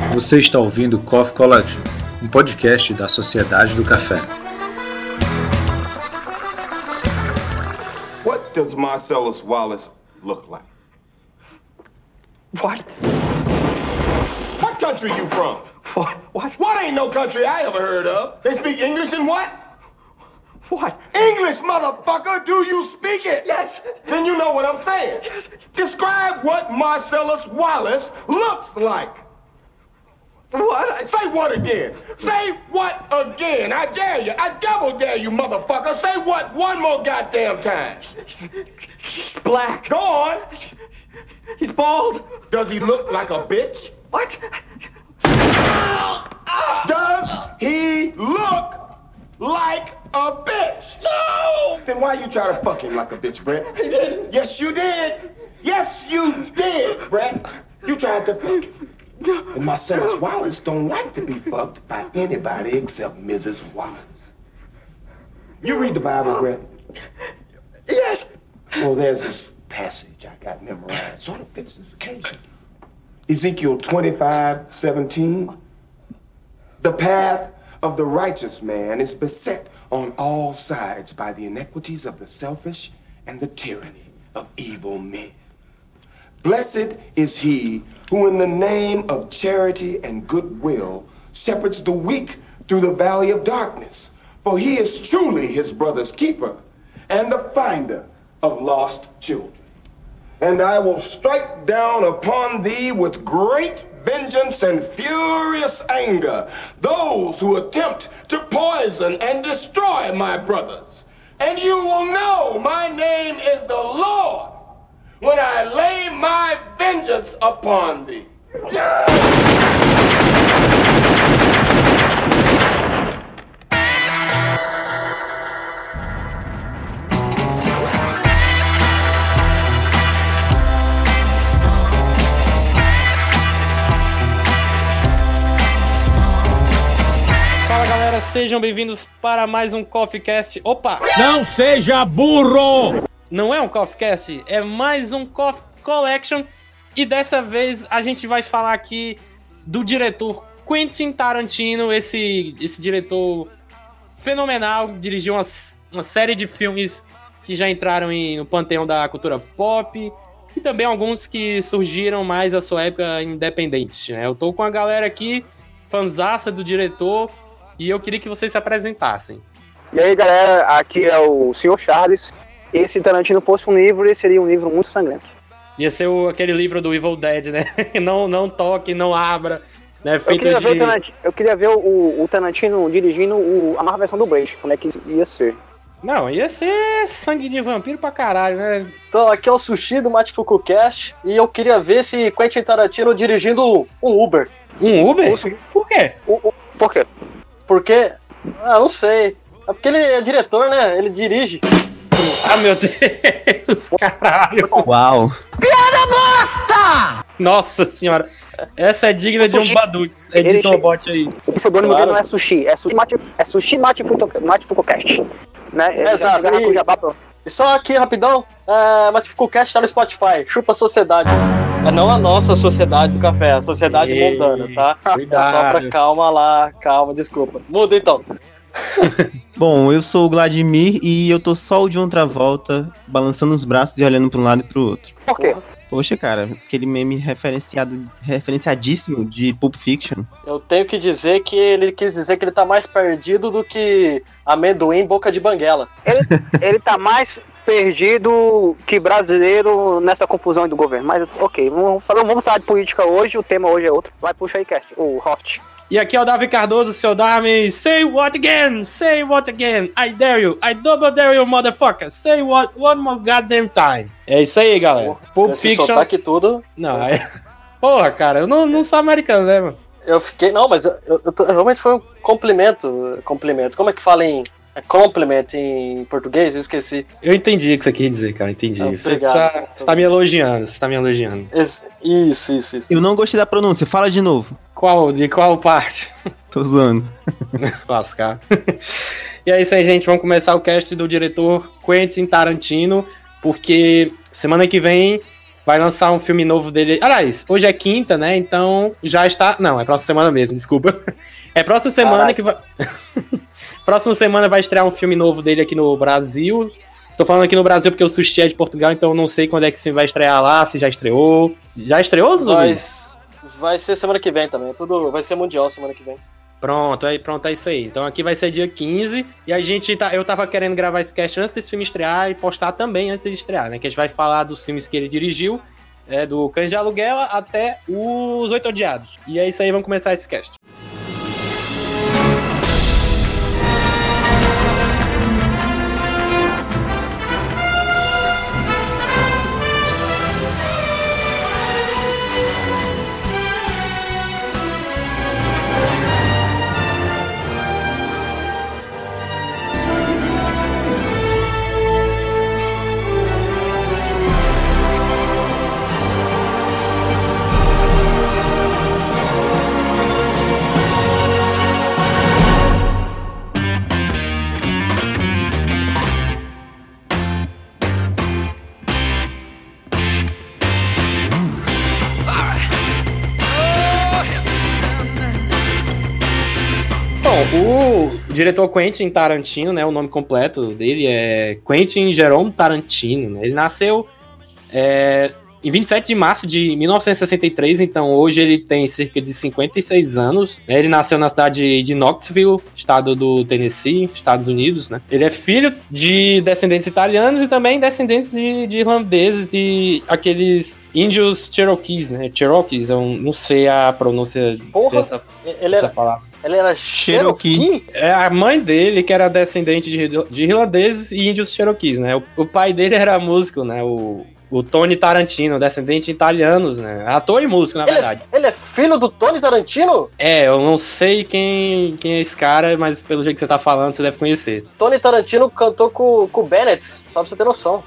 Você está ouvindo Coffee Collection, um podcast da Sociedade do Café. What does Marcellus Wallace look like? What? What country you from? What? What ain't no country I ever heard of? They speak English and what? What? English, motherfucker! Do you speak it? Yes. Then you know what I'm saying. Yes. Describe what Marcellus Wallace looks like. What? Say what again? Say what again? I dare you. I double dare you, motherfucker. Say what one more goddamn time. He's black. Go on. He's bald. Does he look like a bitch? What? Does he look like a bitch? No! Then why you try to fuck him like a bitch, Brett? He didn't. Yes, you did. Yes, you did, Brett. You tried to fuck him. And Marcellus Wallace don't like to be fucked by anybody except Mrs. Wallace. You read the Bible, Brett? Yes. Well, there's this passage I got memorized. Sort of fits this occasion. Ezekiel 25:17. The path of the righteous man is beset on all sides by the iniquities of the selfish and the tyranny of evil men. Blessed is he who in the name of charity and goodwill shepherds the weak through the valley of darkness, for he is truly his brother's keeper and the finder of lost children. And I will strike down upon thee with great vengeance and furious anger those who attempt to poison and destroy my brothers. And you will know my name is the Lord when I lay my vengeance upon thee. Fala galera, sejam bem-vindos para mais um CoffeeCast. Opa! Não seja burro! Não é um CoffeeCast, é mais um Coffee Collection. E dessa vez a gente vai falar aqui do diretor Quentin Tarantino, esse diretor fenomenal, dirigiu uma série de filmes que já entraram no panteão da cultura pop e também alguns que surgiram mais à sua época independente, né? Eu tô com a galera aqui, fanzaça do diretor, e eu queria que vocês se apresentassem. E aí galera, aqui é o Sr. Charles. E se Tarantino fosse um livro, ele seria um livro muito sangrento. Ia ser aquele livro do Evil Dead, né? Não toque, não abra. Né? Feito eu queria ver o Tarantino dirigindo a nova versão do Blade. Como é que ia ser? Não, ia ser sangue de vampiro pra caralho, né? Então, aqui é o Sushi do MatifukuCast. E eu queria ver se Quentin Tarantino dirigindo um Uber. Um Uber? Por quê? Por quê? Porque... não sei. É porque ele é diretor, né? Ele dirige. Ah, meu Deus! Caralho! Uau! Piada bosta! Nossa senhora! Essa é digna de um Badux. Editorbot aí. O pseudônimo dele não é Sushi, é Sushi MatifukuCast. Né? Exato. E só aqui, rapidão, MatifukuCast tá no Spotify. Chupa a sociedade. É não a nossa sociedade do café, a sociedade mundana, tá? Cuidado. É só pra calma, desculpa. Muda então. Bom, eu sou o Vladimir e eu tô só o John Travolta balançando os braços e olhando pra um lado e pro outro. Por quê? Poxa, cara, aquele meme referenciadíssimo de Pulp Fiction. Eu tenho que dizer que ele quis dizer que ele tá mais perdido do que amendoim boca de banguela. Ele tá mais perdido que brasileiro nessa confusão do governo. Mas ok, vamos falar de política hoje, o tema hoje é outro. Vai, puxa aí, Cast, o Hot. E aqui é o Davi Cardoso, seu Darmy. Say what again? Say what again? I dare you. I double dare you, motherfucker. Say what one more goddamn time. É isso aí, galera. Pulp Fiction. Sotaque tudo. Não, Porra, cara, eu não sou americano, né, mano? Eu fiquei... Não, mas realmente foi um complemento. Como é que fala em... Compliment em português? Eu esqueci. Eu entendi o que você quis dizer, cara. Entendi. Obrigado. Você tá me elogiando. Isso. Eu não gostei da pronúncia, fala de novo. De qual parte? Tô zoando. Lascar. E é isso aí, gente. Vamos começar o cast do diretor Quentin Tarantino, porque semana que vem vai lançar um filme novo dele. Aliás, hoje é quinta, né? Então já está. Não, é próxima semana mesmo, desculpa. É próxima semana que vai. Próxima semana vai estrear um filme novo dele aqui no Brasil. Tô falando aqui no Brasil porque o Sushi é de Portugal, então eu não sei quando é que esse vai estrear lá, se já estreou. Já estreou, Zubi? Vai ser semana que vem também. Tudo vai ser mundial semana que vem. Pronto, é isso aí. Então aqui vai ser dia 15 e eu tava querendo gravar esse cast antes desse filme estrear e postar também antes de estrear, né? Que a gente vai falar dos filmes que ele dirigiu, do Cães de Aluguel até Os Oito Odiados. E é isso aí, vamos começar esse cast. O diretor Quentin Tarantino, né, o nome completo dele é Quentin Jerome Tarantino, né, ele nasceu em 27 de março de 1963, então hoje ele tem cerca de 56 anos, né, ele nasceu na cidade de Knoxville, estado do Tennessee, Estados Unidos, né, ele é filho de descendentes italianos e também descendentes de irlandeses, de aqueles índios Cherokees, né, Cherokees, eu não sei a pronúncia dessa palavra. Ele era Cherokee? A mãe dele, que era descendente de irlandeses e índios Cherokees, né? O pai dele era músico, né? O Tony Tarantino, descendente de italianos, né? Ator e músico, na verdade. Ele é filho do Tony Tarantino? Eu não sei quem é esse cara, mas pelo jeito que você tá falando, você deve conhecer. Tony Tarantino cantou com o Bennett, só pra você ter noção.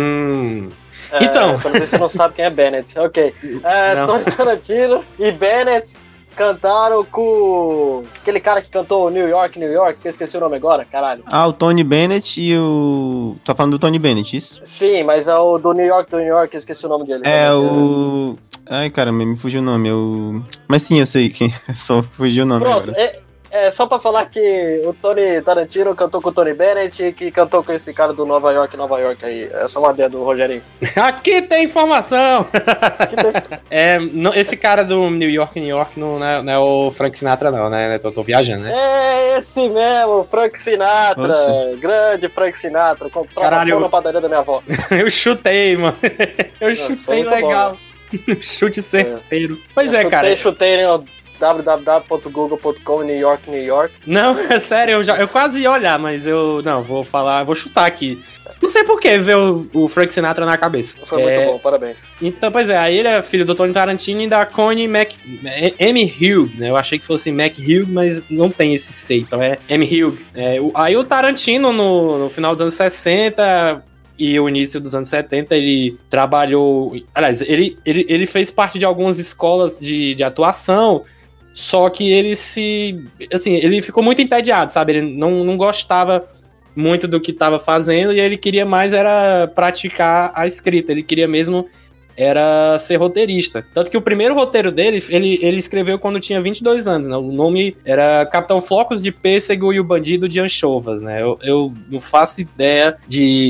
Então. Pelo menos você não sabe quem é Bennett. Ok. Tony Tarantino e Bennett cantaram com aquele cara que cantou New York, que eu esqueci o nome agora, caralho. O Tony Bennett e o... Tá falando do Tony Bennett, isso? Sim, mas é o do New York, eu esqueci o nome dele. Ai, caramba, me fugiu o nome, Mas sim, eu sei quem, só fugiu o nome. Pronto, agora. Só pra falar que o Tony Tarantino cantou com o Tony Bennett, que cantou com esse cara do Nova York aí. É só uma ideia do Rogerinho. Aqui tem informação! Esse cara do New York não é o Frank Sinatra, não, né? Tô viajando, né? É esse mesmo, Frank Sinatra. Nossa. Grande Frank Sinatra. Comprava pão na padaria da minha avó. Eu chutei, mano. Chutei legal. Chute certeiro. Pois cara. Chutei, né? www.google.com New York. Não, é sério, eu quase ia olhar, mas vou chutar aqui. Não sei por que ver o Frank Sinatra na cabeça. Foi muito bom, parabéns. Então, pois aí ele é filho do Tony Tarantino e da Connie M. Hugh, né? Eu achei que fosse McHugh, mas não tem esse C, então é M. Hugh. Aí o Tarantino, no final dos anos 60... e o início dos anos 70, ele trabalhou... Aliás, ele fez parte de algumas escolas de atuação, só que ele ele ficou muito entediado, sabe? Ele não gostava muito do que estava fazendo e ele queria mais era praticar a escrita. Ele queria mesmo era ser roteirista. Tanto que o primeiro roteiro dele, ele escreveu quando tinha 22 anos, né? O nome era Capitão Flocos de Pêssego e o Bandido de Anchovas, né? Eu não faço ideia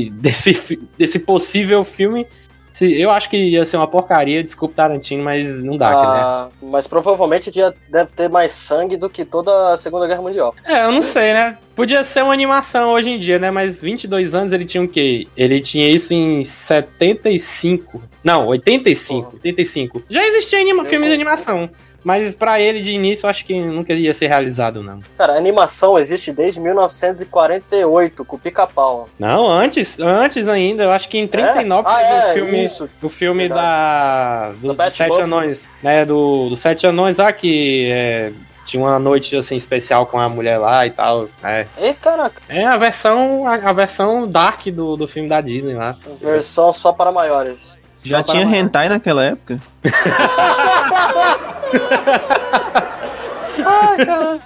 desse possível filme. Eu acho que ia ser uma porcaria, desculpa Tarantino, mas não dá, né? Mas provavelmente deve ter mais sangue do que toda a Segunda Guerra Mundial. Eu não sei, né? Podia ser uma animação hoje em dia, né? Mas 22 anos ele tinha o quê? Ele tinha isso em 75. Não, 85. 85. Já existia filme de animação. Mas pra ele, de início, eu acho que nunca ia ser realizado, não. Cara, a animação existe desde 1948, com o Pica-Pau. Não, antes ainda. Eu acho que em 39 o filme dos Sete Anões. Né, do Sete Anões lá, que tinha uma noite, assim, especial com a mulher lá e tal. Ei, caraca. É a versão dark do filme da Disney lá. Versão só para maiores. Já tinha hentai naquela época? Ai, caralho.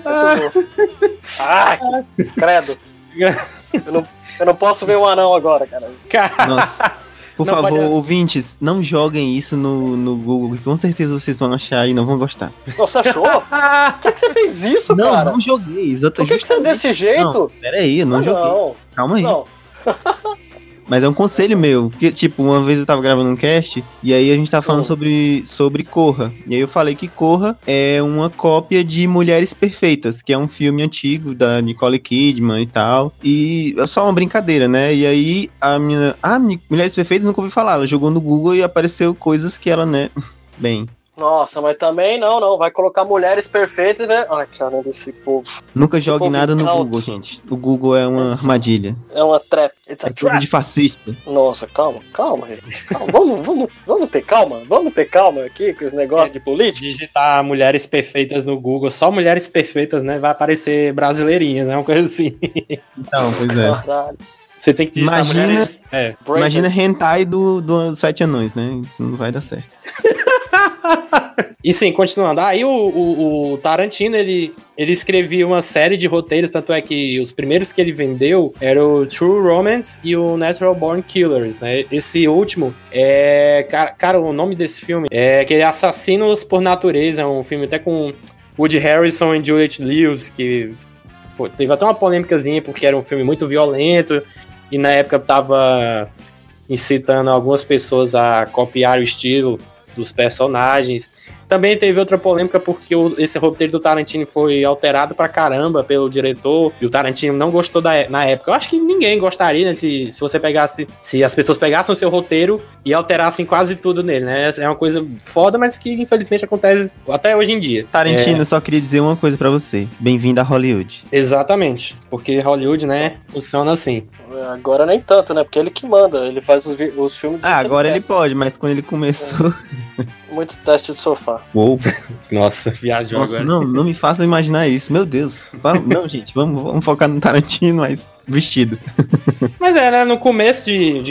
Ai, credo. Eu não posso ver um anão agora, cara. Nossa. Por Não, favor, pode- ouvintes, não joguem isso no Google, que com certeza vocês vão achar e não vão gostar. Nossa, achou? Por que você fez isso, Não, cara? não joguei. Por que você é desse jeito? Não, peraí, eu não joguei. Não, Calma aí. não. Mas é um conselho meu, porque, tipo, uma vez eu tava gravando um cast, e aí a gente tava falando sobre Corra. E aí eu falei que Corra é uma cópia de Mulheres Perfeitas, que é um filme antigo da Nicole Kidman e tal. E é só uma brincadeira, né? E aí Mulheres Perfeitas nunca ouvi falar. Ela jogou no Google e apareceu coisas que ela, né? Bem. Nossa, mas também não. Vai colocar mulheres perfeitas, né? Ai, caramba, esse povo. Nunca Esse jogue povo nada no incauto. Google, gente. O Google é uma armadilha. É uma trap. It's a É coisa trap. de fascista. Nossa, calma, gente. Calma. Vamos ter calma. Vamos ter calma aqui com esse negócio de política. Digitar mulheres perfeitas no Google, só mulheres perfeitas, né? Vai aparecer brasileirinhas, né? Uma coisa assim. Então, pois é. Caralho. Você tem que digitar Imagina- mulheres. Imagina hentai do Sete Anões, né? Não vai dar certo. E sim, continuando. Aí o Tarantino, ele escrevia uma série de roteiros, tanto é que os primeiros que ele vendeu eram o True Romance e o Natural Born Killers, né? Esse último é... Cara, o nome desse filme é que é Assassinos por Natureza, é um filme até com Woody Harrelson e Juliette Lewis, que teve até uma polêmicazinha, porque era um filme muito violento, e na época tava incitando algumas pessoas a copiar o estilo dos personagens. Também teve outra polêmica porque esse roteiro do Tarantino foi alterado pra caramba pelo diretor, e o Tarantino não gostou na época. Eu acho que ninguém gostaria, né, se você pegasse, se as pessoas pegassem o seu roteiro e alterassem quase tudo nele, né? É uma coisa foda, mas que infelizmente acontece até hoje em dia. Tarantino, eu só queria dizer uma coisa pra você. Bem-vindo a Hollywood. Exatamente, porque Hollywood, né, funciona assim. Agora nem tanto, né? Porque ele que manda, ele faz os filmes. Ah, agora ele pode, mas quando ele começou... Muito teste de sofá. Uou. Nossa, viajou Nossa, agora. não me faça imaginar isso, meu Deus. Não, gente, vamos focar no Tarantino, mas vestido. Mas né, no começo de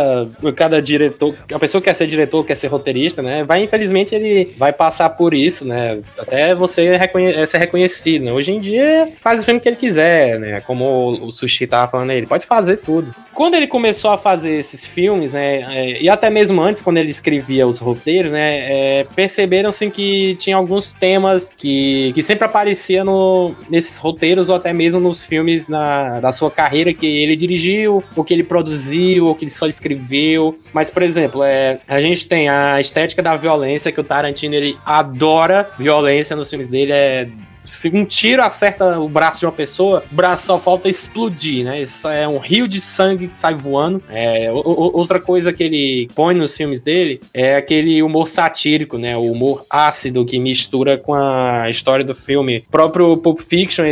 cada diretor, a pessoa que quer ser diretor, quer ser roteirista, né, infelizmente ele vai passar por isso, né, até você ser reconhecido, né. Hoje em dia faz o filme que ele quiser, né, como o Sushi tava falando aí, ele pode fazer tudo. Quando ele começou a fazer esses filmes, né, e até mesmo antes, quando ele escrevia os roteiros, né, perceberam-se que tinha alguns temas que sempre apareciam nesses roteiros ou até mesmo nos filmes da sua carreira que ele dirigiu, ou que ele produziu, ou que ele só escreveu. Mas, por exemplo, a gente tem a estética da violência, que o Tarantino, ele adora violência nos filmes dele, se um tiro acerta o braço de uma pessoa, o braço só falta explodir, né? Isso é um rio de sangue que sai voando. Outra coisa que ele põe nos filmes dele é aquele humor satírico, né? O humor ácido que mistura com a história do filme. O próprio Pulp Fiction,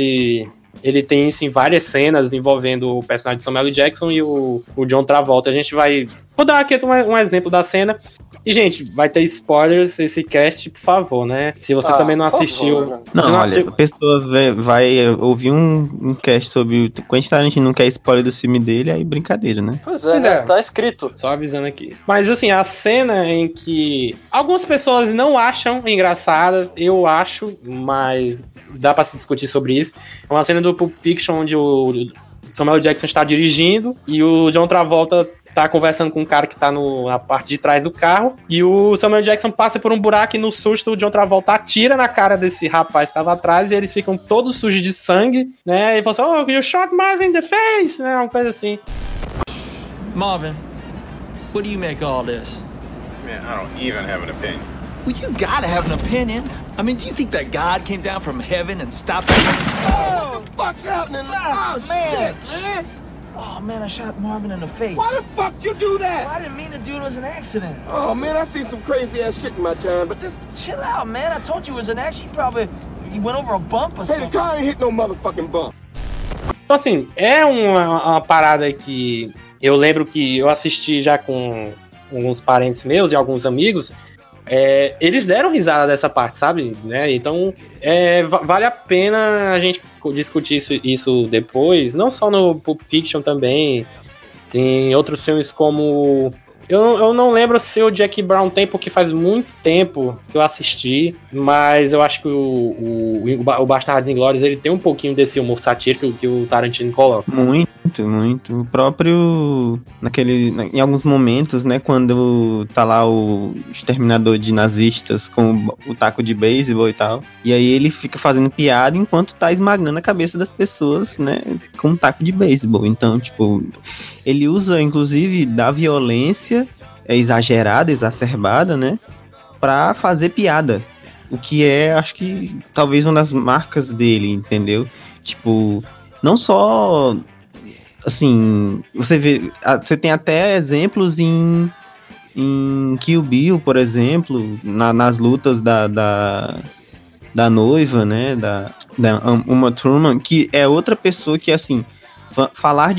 ele tem, assim, várias cenas envolvendo o personagem de Samuel L. Jackson e o John Travolta. Vou dar aqui um exemplo da cena. E, gente, vai ter spoilers esse cast, por favor, né? Se você também não assistiu... Favor, Não, olha, a pessoa vai ouvir um cast sobre o Quentin Tarantino, não quer spoiler do filme dele, aí brincadeira, né? Pois é, né? Tá escrito. Só avisando aqui. Mas, assim, a cena em que algumas pessoas não acham engraçadas, eu acho, mas dá pra se discutir sobre isso. É uma cena do Pulp Fiction onde o Samuel Jackson está dirigindo e o John Travolta tá conversando com um cara que tá na parte de trás do carro, e o Samuel Jackson passa por um buraco e no susto o John Travolta atira na cara desse rapaz que tava atrás e eles ficam todos sujos de sangue, né? E fala assim, oh, you shot Marvin in the face, né? Uma coisa assim. Marvin, what do you make of all this? Man, I don't even have an opinion. Well, you gotta have an opinion. I mean, do you think that God came down from heaven and stopped? Oh, what the fuck's happening? Oh, man, shit. man. Oh man, I shot Marvin in the face. Why the fuck you do that? I didn't mean to do it. It was an accident. Oh, man, I seen some crazy ass shit in my time, but this... Chill out, man. I told you it was an accident. You went over a bump or Hey, the something. car ain't hit no motherfucking bump. Então, assim, é uma parada que eu lembro que eu assisti já com alguns parentes meus e alguns amigos. Eles deram risada dessa parte, sabe? Né? Então, vale a pena a gente discutir isso depois. Não só no Pulp Fiction também. Tem outros filmes como... Eu não lembro se o Jackie Brown tem, porque faz muito tempo que eu assisti, mas eu acho que o Bastardos Inglórios, ele tem um pouquinho desse humor satírico que o Tarantino coloca. Muito. Muito. O próprio. Em alguns momentos, né? Quando tá lá o exterminador de nazistas com o taco de beisebol e tal. E aí ele fica fazendo piada enquanto tá esmagando a cabeça das pessoas, né? Com um taco de beisebol. Então, tipo, ele usa, inclusive, da violência exagerada, exacerbada, né? Pra fazer piada. O que é, acho que, talvez uma das marcas dele, entendeu? Tipo, não só. Assim, você tem até exemplos em Kill Bill, por exemplo, nas lutas da noiva, né, da Uma Thurman, que é outra pessoa que, assim, falar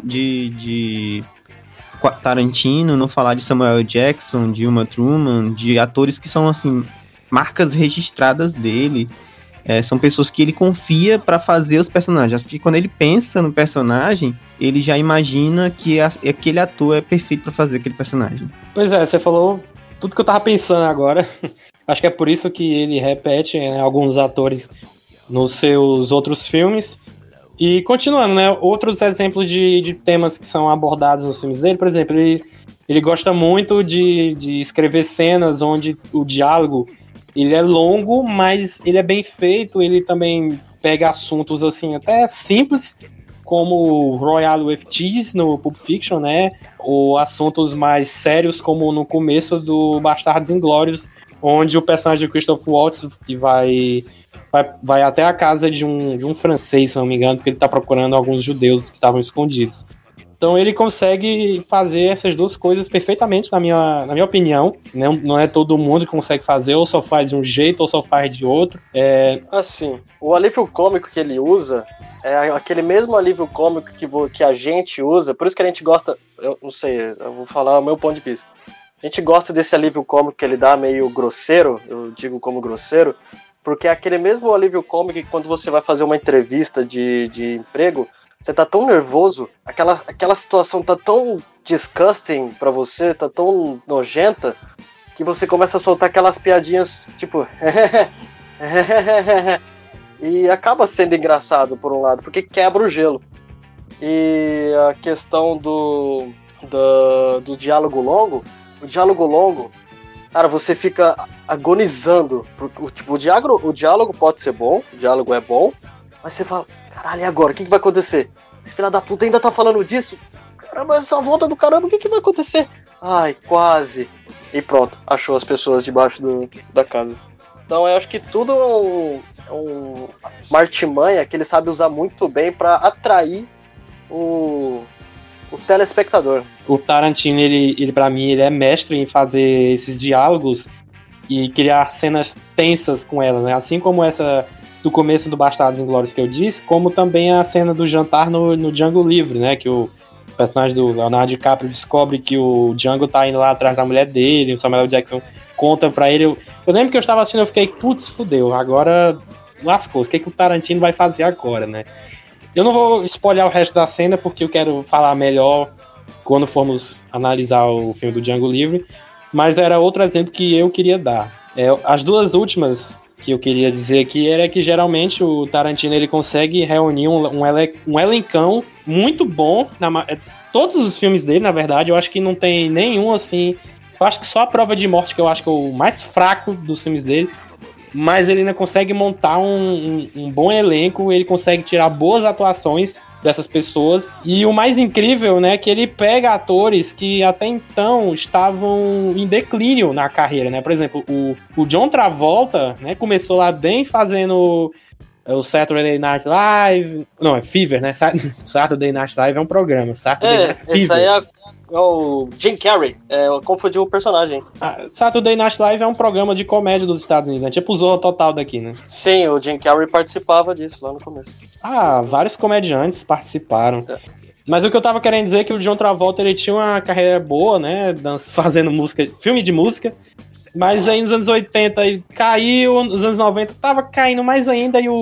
de Tarantino, não falar de Samuel Jackson, de Uma Thurman, de atores que são, assim, marcas registradas dele. São pessoas que ele confia pra fazer os personagens. Acho que quando ele pensa no personagem, ele já imagina que aquele ator é perfeito pra fazer aquele personagem. Pois é, você falou tudo que eu tava pensando agora. Acho que é por isso que ele repete, né, alguns atores nos seus outros filmes. E continuando, né, outros exemplos de temas que são abordados nos filmes dele. Por exemplo, ele gosta muito de escrever cenas onde o diálogo ele é longo, mas ele é bem feito. Ele também pega assuntos assim até simples, como Royale with Cheese no Pulp Fiction, né? Ou assuntos mais sérios, como no começo do Bastardos Inglórios, onde o personagem de Christoph Waltz vai até a casa de um francês, se não me engano, porque ele está procurando alguns judeus que estavam escondidos. Então ele consegue fazer essas duas coisas perfeitamente, na minha opinião. Não é todo mundo que consegue fazer, ou só faz de um jeito, ou só faz de outro. Assim, o alívio cômico que ele usa é aquele mesmo alívio cômico que a gente usa, por isso que a gente gosta, eu não sei, eu vou falar o meu ponto de vista. A gente gosta desse alívio cômico que ele dá meio grosseiro, eu digo como grosseiro, porque é aquele mesmo alívio cômico que quando você vai fazer uma entrevista de emprego, você tá tão nervoso, aquela situação tá tão disgusting pra você, tá tão nojenta, que você começa a soltar aquelas piadinhas, tipo... e acaba sendo engraçado, por um lado, porque quebra o gelo. E a questão do diálogo longo, cara, você fica agonizando. Tipo, o diálogo pode ser bom, o diálogo é bom, mas você fala... Caralho, e agora? O que vai acontecer? Esse filho da puta ainda tá falando disso? Caramba, essa volta do caramba, o que vai acontecer? Ai, quase. E pronto, achou as pessoas debaixo da casa. Então eu acho que tudo é uma artimanha que ele sabe usar muito bem pra atrair o telespectador. O Tarantino, ele pra mim, ele é mestre em fazer esses diálogos e criar cenas tensas com ela, né? Assim como essa... do começo do Bastardos Inglórios que eu disse, como também a cena do jantar no Django Livre, né, que o personagem do Leonardo DiCaprio descobre que o Django tá indo lá atrás da mulher dele, o Samuel Jackson conta pra ele, eu lembro que eu estava assistindo, eu fiquei, putz, fudeu, agora lascou, o que o Tarantino vai fazer agora, né? Eu não vou spoiler o resto da cena, porque eu quero falar melhor quando formos analisar o filme do Django Livre, mas era outro exemplo que eu queria dar. As duas últimas que eu queria dizer aqui era que geralmente o Tarantino ele consegue reunir um elencão muito bom. Todos os filmes dele, na verdade, eu acho que não tem nenhum assim. Eu acho que só a Prova de Morte, que eu acho que é o mais fraco dos filmes dele. Mas ele ainda consegue montar um bom elenco, ele consegue tirar boas atuações dessas pessoas. E o mais incrível, né, é que ele pega atores que até então estavam em declínio na carreira, né? Por exemplo, o John Travolta, né, começou lá bem fazendo o Saturday Night Live. Não, é Fever, né? Saturday Night Live é um programa. Saturday Night Fever. Esse aí é o Jim Carrey. Eu confundi o personagem. Saturday Night Live é um programa de comédia dos Estados Unidos, né? Tipo o Zorra Total daqui, né? Sim, o Jim Carrey participava disso lá no começo. Vários comediantes participaram. Mas o que eu tava querendo dizer é que o John Travolta, ele tinha uma carreira boa, né? Fazendo música, filme de música. Mas aí nos anos 80 ele caiu, nos anos 90 tava caindo mais ainda, e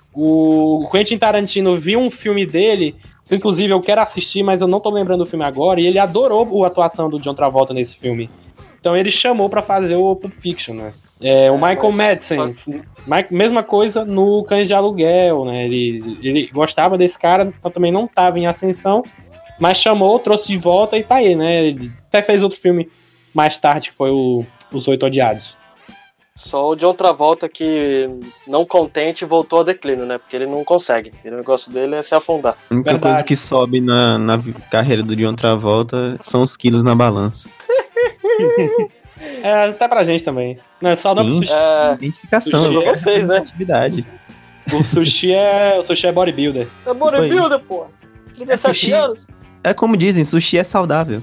o Quentin Tarantino viu um filme dele, que inclusive eu quero assistir, mas eu não tô lembrando do filme agora, e ele adorou a atuação do John Travolta nesse filme. Então ele chamou pra fazer o Pulp Fiction, né? O Michael Madsen, mesma coisa no Cães de Aluguel, né? Ele gostava desse cara, então também não tava em ascensão, mas chamou, trouxe de volta e tá aí, né? Ele até fez outro filme mais tarde, que foi Os Oito Odiados. Só o John Travolta que, não contente, voltou a declínio, né? Porque ele não consegue. O negócio dele é se afundar. A única coisa que sobe na carreira do John Travolta são os quilos na balança. Até pra gente também. Não é só da sushi. Identificação. Sushi pra vocês, né? Atividade. O sushi é bodybuilder. É bodybuilder, pô. 37 anos. É como dizem, sushi é saudável.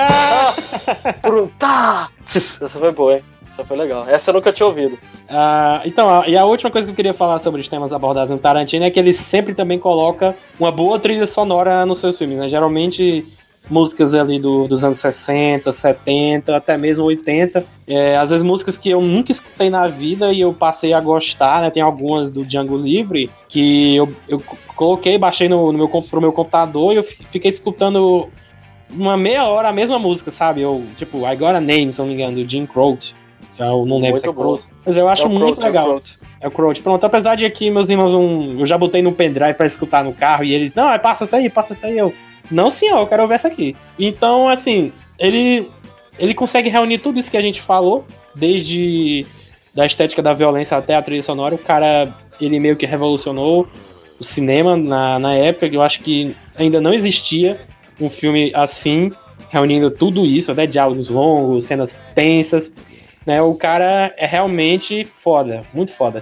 Pronta! Essa foi boa, hein? Essa foi legal. Essa eu nunca tinha ouvido. Então, e a última coisa que eu queria falar sobre os temas abordados no Tarantino é que ele sempre também coloca uma boa trilha sonora nos seus filmes, né? Geralmente músicas ali dos anos 60, 70, até mesmo 80. Às vezes músicas que eu nunca escutei na vida e eu passei a gostar, né? Tem algumas do Django Livre que eu coloquei, baixei pro meu computador e eu fiquei escutando uma meia hora a mesma música, sabe? Tipo, I Got a Name, se não me engano, do Jim Croce. Eu não lembro se é Croce. Mas eu acho muito legal. É o Croce. Pronto, apesar de aqui meus irmãos, eu já botei no pendrive pra escutar no carro e eles, não, passa isso aí. Eu, não senhor, eu quero ouvir essa aqui. Então, assim, ele consegue reunir tudo isso que a gente falou, desde da estética da violência até a trilha sonora. O cara, ele meio que revolucionou o cinema na época, que eu acho que ainda não existia um filme assim, reunindo tudo isso, né, diálogos longos, cenas tensas, né, o cara é realmente foda, muito foda.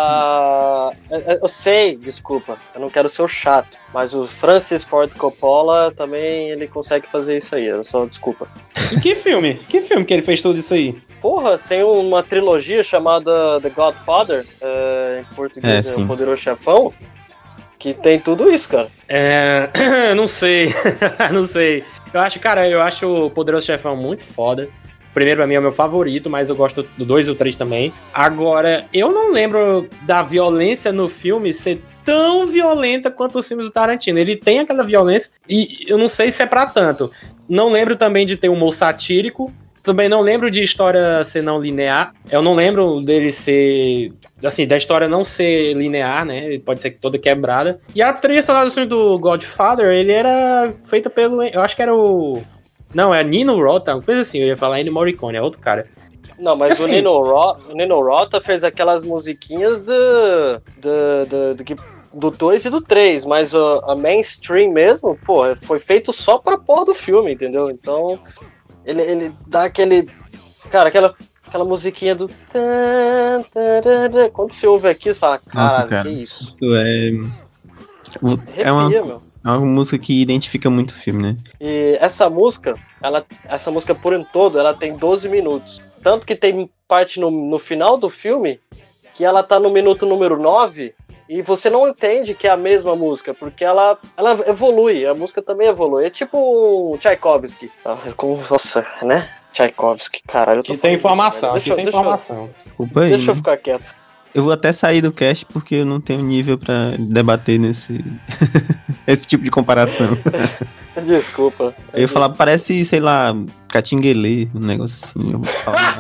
Eu sei, desculpa, eu não quero ser o chato, mas o Francis Ford Coppola também, ele consegue fazer isso aí, eu só desculpa. Em que filme? Que filme que ele fez tudo isso aí? Porra, tem uma trilogia chamada The Godfather, em português é O Poderoso Chefão, que tem tudo isso, cara. Não sei, não sei. Eu acho o Poderoso Chefão muito foda. O primeiro pra mim é o meu favorito, mas eu gosto do 2 e o 3 também. Agora, eu não lembro da violência no filme ser tão violenta quanto os filmes do Tarantino. Ele tem aquela violência e eu não sei se é pra tanto. Não lembro também de ter humor satírico. Também não lembro de história ser não linear. Eu não lembro dele ser... Assim, da história não ser linear, né? Pode ser toda quebrada. E a trilha sonora do filme do Godfather, ele era feita pelo... Eu acho que era o... Não, é Nino Rota, uma coisa assim. Eu ia falar Ennio Morricone, é outro cara. Não, mas assim, o Nino Rota fez aquelas musiquinhas do 2 e do 3, mas a mainstream mesmo, pô, foi feito só pra porra do filme, entendeu? Então, ele dá aquele... Cara, aquela musiquinha do... Quando você ouve aqui, você fala, caralho, cara, que isso? É uma música que identifica muito o filme, né? E essa música por em todo, ela tem 12 minutos. Tanto que tem parte no final do filme que ela tá no minuto número 9 e você não entende que é a mesma música, porque ela evolui, a música também evolui. É tipo um Tchaikovsky. Nossa, né? Tchaikovsky, caralho. Aqui tem informação, informação. Desculpa aí. Deixa eu ficar quieto. Eu vou até sair do cast porque eu não tenho nível pra debater nesse esse tipo de comparação. Desculpa. Eu ia falar, parece, sei lá, Catinguelê, um negócio assim. Eu vou falar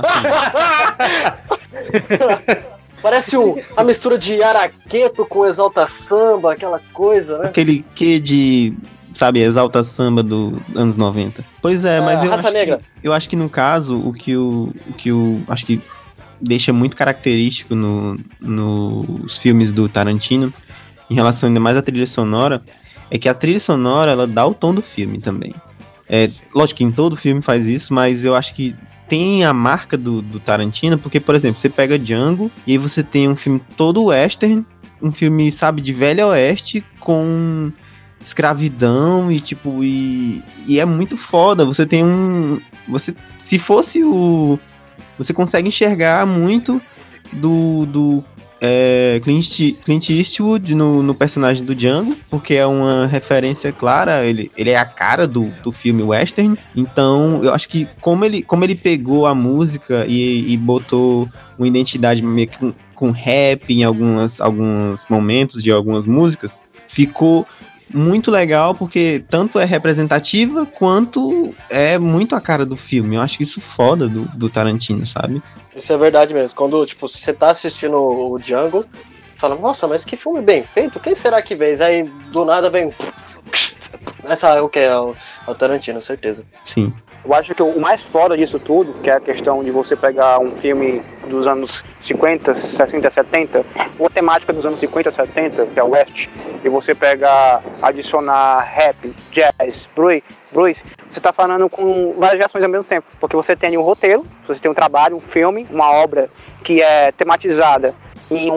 assim. Parece a mistura de Araqueto com Exalta Samba, aquela coisa, né? Aquele quê de... Sabe, Exalta Samba dos anos 90. Pois é, mas eu acho que no caso, o que eu acho que deixa muito característico nos filmes do Tarantino, em relação ainda mais à trilha sonora, é que a trilha sonora, ela dá o tom do filme também. Lógico que em todo filme faz isso, mas eu acho que tem a marca do Tarantino, porque, por exemplo, você pega Django, e aí você tem um filme todo western, um filme, sabe, de velho oeste, com... escravidão e tipo e é muito foda. Você tem se fosse você consegue enxergar muito do Clint Eastwood no personagem do Django, porque é uma referência clara, ele é a cara do filme western. Então eu acho que como ele pegou a música e botou uma identidade meio que com rap em alguns momentos de algumas músicas, ficou muito legal, porque tanto é representativa, quanto é muito a cara do filme. Eu acho isso foda do Tarantino, sabe? Isso é verdade mesmo. Quando, tipo, você tá assistindo o Django, fala, nossa, mas que filme bem feito, quem será que fez? Aí, do nada, vem... Essa o que é o Tarantino, certeza. Sim. Eu acho que o mais foda disso tudo, que é a questão de você pegar um filme dos anos 50, 60, 70, uma temática dos anos 50, 70, que é o West, e você pegar, adicionar rap, jazz, blues, você está falando com várias gerações ao mesmo tempo, porque você tem um roteiro, você tem um trabalho, um filme, uma obra que é tematizada em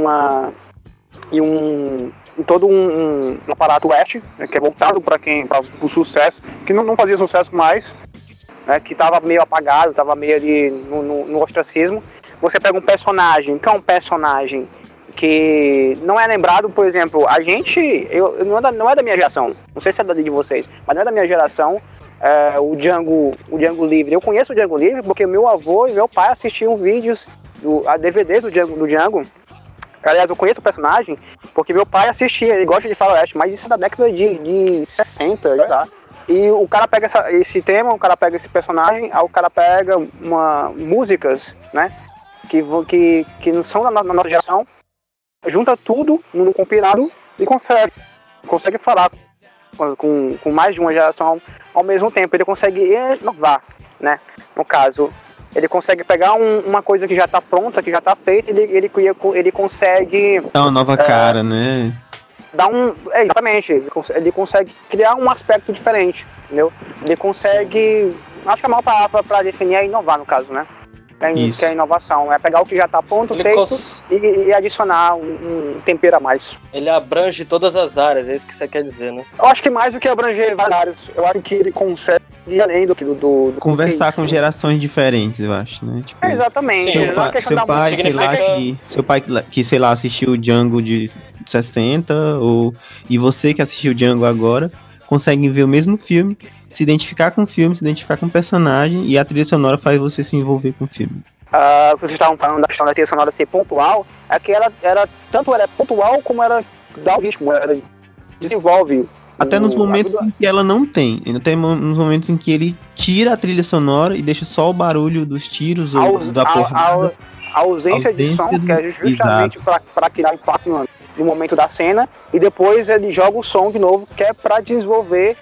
todo um aparato West, né, que é voltado para o sucesso, que não fazia sucesso mais, né, que estava meio apagado, estava meio ali no ostracismo. Você pega um personagem, que é um personagem que não é lembrado, por exemplo, a gente, não é da minha geração, não sei se é da de vocês, mas não é da minha geração, o Django Livre. Eu conheço o Django Livre porque meu avô e meu pai assistiam vídeos, a DVD do Django. Aliás, eu conheço o personagem porque meu pai assistia, ele gosta de faroeste, mas isso é da década de 60, tá? E o cara pega esse tema, o cara pega esse personagem, aí o cara pega músicas, né, que não são da nossa geração, junta tudo num compilado e consegue falar com mais de uma geração ao mesmo tempo. Ele consegue inovar, né? No caso, ele consegue pegar uma coisa que já está pronta, que já está feita, ele consegue dar uma nova cara, né? Exatamente, ele consegue criar um aspecto diferente, entendeu? Ele consegue, acho que a maior palavra para definir é inovar, no caso, né? Que é inovação, é pegar o que já está pronto, feito, e adicionar um tempero a mais. Ele abrange todas as áreas, é isso que você quer dizer, né? Eu acho que mais do que abranger várias áreas, eu acho que ele consegue ir além do conversar com gerações diferentes, eu acho, né? Tipo, exatamente. Seu pai que, sei lá, assistiu o Django de 60, e você que assistiu o Django agora, conseguem ver o mesmo filme, se identificar com o filme, se identificar com o personagem, e a trilha sonora faz você se envolver com o filme. Vocês estavam falando da questão da trilha sonora ser pontual, é que tanto ela é pontual como ela dá o ritmo, ela desenvolve. Até nos momentos em que ela não tem. Até nos momentos em que ele tira a trilha sonora e deixa só o barulho dos tiros ou da porrada. A ausência de som, que é justamente para criar impacto no momento da cena, e depois ele joga o som de novo, que é para desenvolver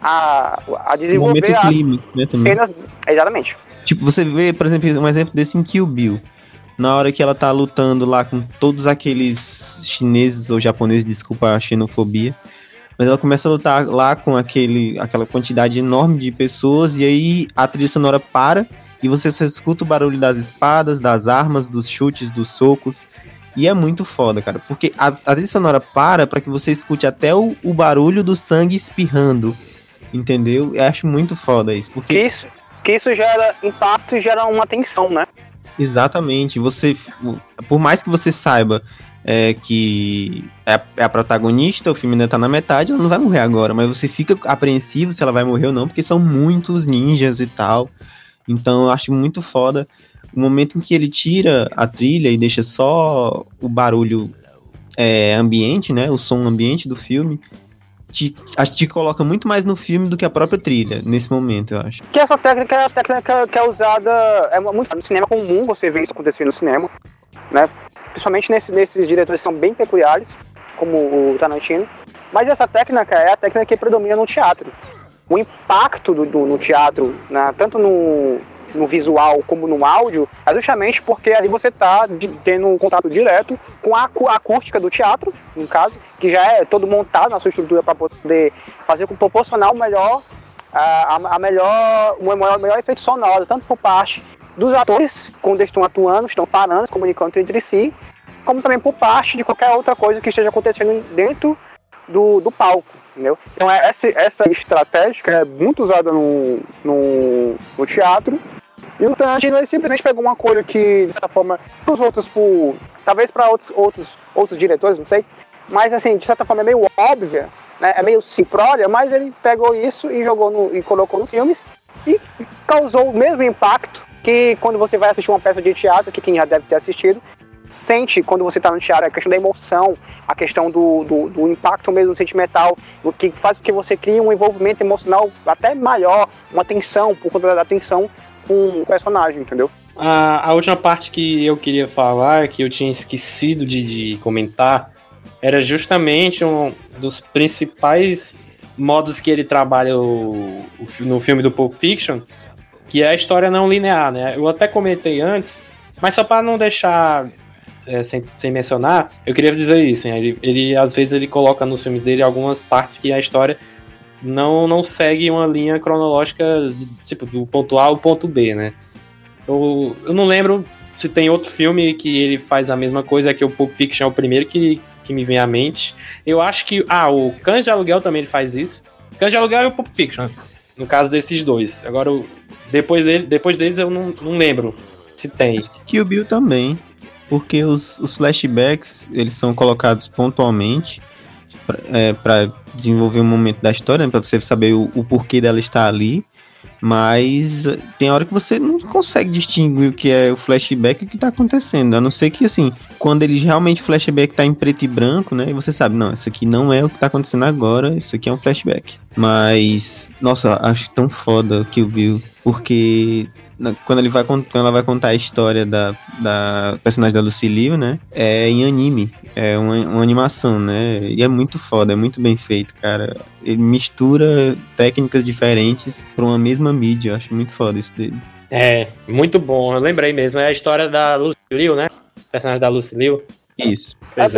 a desenvolver as cenas. Exatamente. Tipo, você vê, por exemplo, um exemplo desse em Kill Bill. Na hora que ela tá lutando lá com todos aqueles chineses ou japoneses, desculpa a xenofobia, mas ela começa a lutar lá com aquela quantidade enorme de pessoas, e aí a trilha sonora para, e você só escuta o barulho das espadas, das armas, dos chutes, dos socos. E é muito foda, cara, porque a trilha sonora para que você escute até o barulho do sangue espirrando, entendeu? Eu acho muito foda isso, porque... Que isso gera impacto e gera uma tensão, né? Exatamente, por mais que você saiba que é a protagonista, o filme ainda tá na metade, ela não vai morrer agora, mas você fica apreensivo se ela vai morrer ou não, porque são muitos ninjas e tal. Então eu acho muito foda o momento em que ele tira a trilha e deixa só o barulho ambiente, né, o som ambiente do filme, te coloca muito mais no filme do que a própria trilha, nesse momento, eu acho. Que essa técnica é a técnica que é usada, muito no cinema comum, você vê isso acontecer no cinema, né? Principalmente nesses diretores que são bem peculiares, como o Tarantino. Mas essa técnica é a técnica que predomina no teatro. O impacto no teatro, né, tanto no visual como no áudio, é justamente porque ali você está tendo um contato direto com a acústica do teatro, no caso, que já é todo montado na sua estrutura para poder fazer com proporcionar o melhor efeito sonoro, tanto por parte dos atores, quando eles estão atuando, estão falando, se comunicando entre si, como também por parte de qualquer outra coisa que esteja acontecendo dentro do palco, entendeu? Então essa estratégia é muito usada no teatro. E o Tarantino, ele simplesmente pegou uma coisa que, de certa forma, os outros, talvez para outros diretores, não sei, mas assim, de certa forma é meio óbvia, né? É meio simplória, mas ele pegou isso e e colocou nos filmes e causou o mesmo impacto que quando você vai assistir uma peça de teatro, que quem já deve ter assistido, sente quando você tá no teatro, a questão da emoção, a questão do impacto mesmo sentimental, o que faz com que você crie um envolvimento emocional até maior, uma tensão, por conta da tensão com o personagem, entendeu? A última parte que eu queria falar, que eu tinha esquecido de comentar, era justamente um dos principais modos que ele trabalha no filme do Pulp Fiction, que é a história não linear, né? Eu até comentei antes, mas só para não deixar sem mencionar, eu queria dizer isso, né? Ele às vezes ele coloca nos filmes dele algumas partes que a história não segue uma linha cronológica tipo do ponto A ao ponto B, né? Eu não lembro se tem outro filme que ele faz a mesma coisa, que o Pulp Fiction é o primeiro que me vem à mente. Eu acho que o Cães de Aluguel também ele faz isso. Cães de Aluguel e o Pulp Fiction, no caso desses dois. Agora, depois deles eu não lembro se tem. Kill Bill também, porque os flashbacks, eles são colocados pontualmente para desenvolver um momento da história, né, para você saber o porquê dela estar ali. Mas tem hora que você não consegue distinguir o que é o flashback e o que tá acontecendo. A não ser que, assim, quando ele realmente o flashback tá em preto e branco, né? E você sabe, não, isso aqui não é o que tá acontecendo agora, isso aqui é um flashback. Mas, nossa, acho tão foda o Kill Bill. Porque quando ela vai contar a história da personagem da Lucy Liu, né? É em anime. É uma animação, né? E é muito foda, é muito bem feito, cara. Ele mistura técnicas diferentes pra uma mesma mídia. Eu acho muito foda isso dele. É, muito bom. Eu lembrei mesmo. É a história da Lucy Liu, né? O personagem da Lucy Liu. Isso.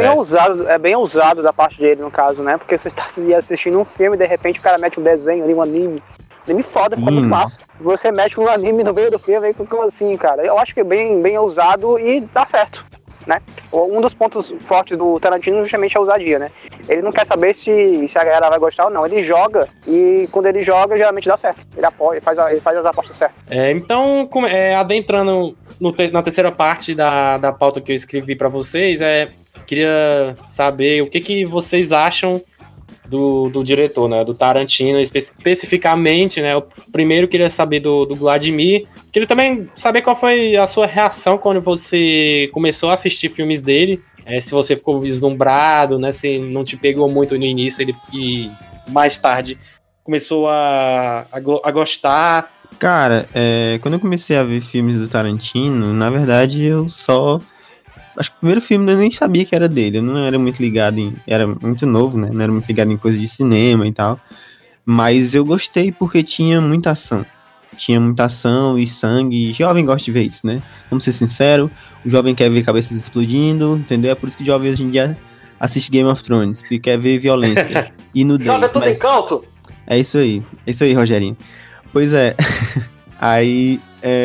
É bem ousado da parte dele, no caso, né? Porque você está assistindo um filme e de repente o cara mete um desenho ali, um anime. Anime foda, fica muito massa. Você mete um anime no meio do filme, como assim, cara? Eu acho que é bem ousado e dá certo, né? Um dos pontos fortes do Tarantino justamente é a ousadia, né? Ele não quer saber se a galera vai gostar ou não. Ele joga e quando ele joga, geralmente dá certo. Ele apoia, ele faz as apostas certas. Então, adentrando na terceira parte da pauta que eu escrevi pra vocês, queria saber o que vocês acham do diretor, né, do Tarantino, especificamente, né, eu primeiro queria saber do Vladimir, queria também saber qual foi a sua reação quando você começou a assistir filmes dele, se você ficou vislumbrado, né, se não te pegou muito no início e mais tarde começou a gostar. Cara, quando eu comecei a ver filmes do Tarantino, na verdade acho que o primeiro filme eu nem sabia que era dele. Eu não era muito ligado era muito novo, né? Não era muito ligado em coisas de cinema e tal. Mas eu gostei porque tinha muita ação. Tinha muita ação e sangue. Jovem gosta de ver isso, né? Vamos ser sinceros. O jovem quer ver cabeças explodindo, entendeu? É por isso que o jovem hoje em dia assiste Game of Thrones. Porque quer ver violência e nudez. Jovem é tudo em canto! É isso aí, Rogerinho. Pois é. Aí,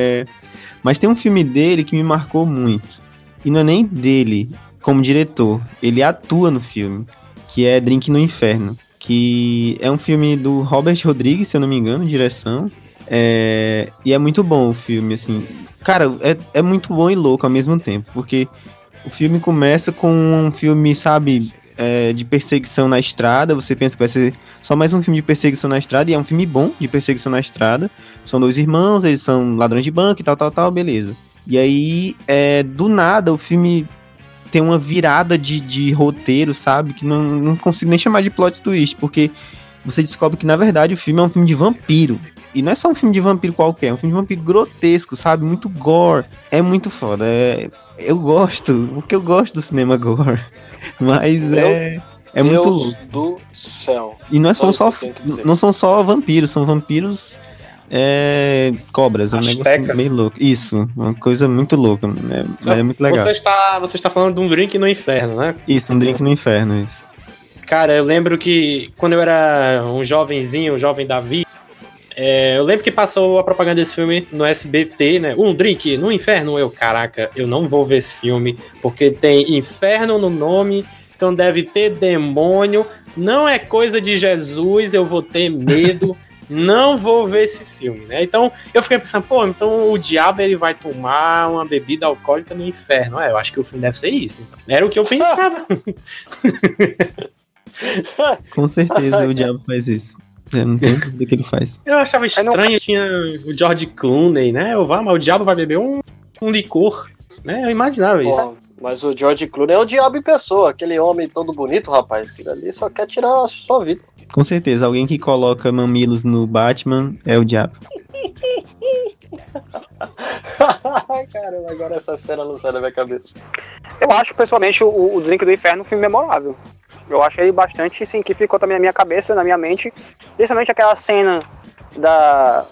mas tem um filme dele que me marcou muito. E não é nem dele como diretor, ele atua no filme, que é Drink no Inferno, que é um filme do Robert Rodrigues, se eu não me engano, direção, e é muito bom o filme, assim, cara, é muito bom e louco ao mesmo tempo, porque o filme começa com um filme, sabe, de perseguição na estrada, você pensa que vai ser só mais um filme de perseguição na estrada, e é um filme bom de perseguição na estrada, são dois irmãos, eles são ladrões de banco e tal, beleza. E aí, do nada, o filme tem uma virada de roteiro, sabe? Que não consigo nem chamar de plot twist, porque você descobre que, na verdade, o filme é um filme de vampiro. E não é só um filme de vampiro qualquer, é um filme de vampiro grotesco, sabe? Muito gore. É muito foda. Eu gosto, porque eu gosto do cinema gore. Mas é muito louco. Deus do céu. E não são só vampiros, são vampiros... cobras, é um negócio meio louco. Isso, uma coisa muito louca, né? É muito legal. Você está falando de um Drink no Inferno, né? Isso, um Drink no Inferno, isso. Cara, eu lembro que quando eu era um jovenzinho, um jovem Davi, eu lembro que passou a propaganda desse filme no SBT, né? Um Drink no Inferno. Caraca, eu não vou ver esse filme, porque tem inferno no nome, então deve ter demônio, não é coisa de Jesus, eu vou ter medo. Não vou ver esse filme, né? Então, eu fiquei pensando, então o diabo ele vai tomar uma bebida alcoólica no inferno. Eu acho que o filme deve ser isso. Era o que eu pensava. Com certeza o diabo faz isso. Não tem dúvida que ele faz. Eu achava estranho, tinha o George Clooney, né? Mas o diabo vai beber um licor, né? Eu imaginava isso. Mas o George Clooney é o diabo em pessoa, aquele homem todo bonito, rapaz. Aquele ali só quer tirar a sua vida. Com certeza, alguém que coloca mamilos no Batman é o diabo. Caramba, agora essa cena não sai da minha cabeça. Eu acho, pessoalmente, o Drink do Inferno um filme memorável. Eu acho ele bastante, sim, que ficou também na minha cabeça, na minha mente. Principalmente aquela cena da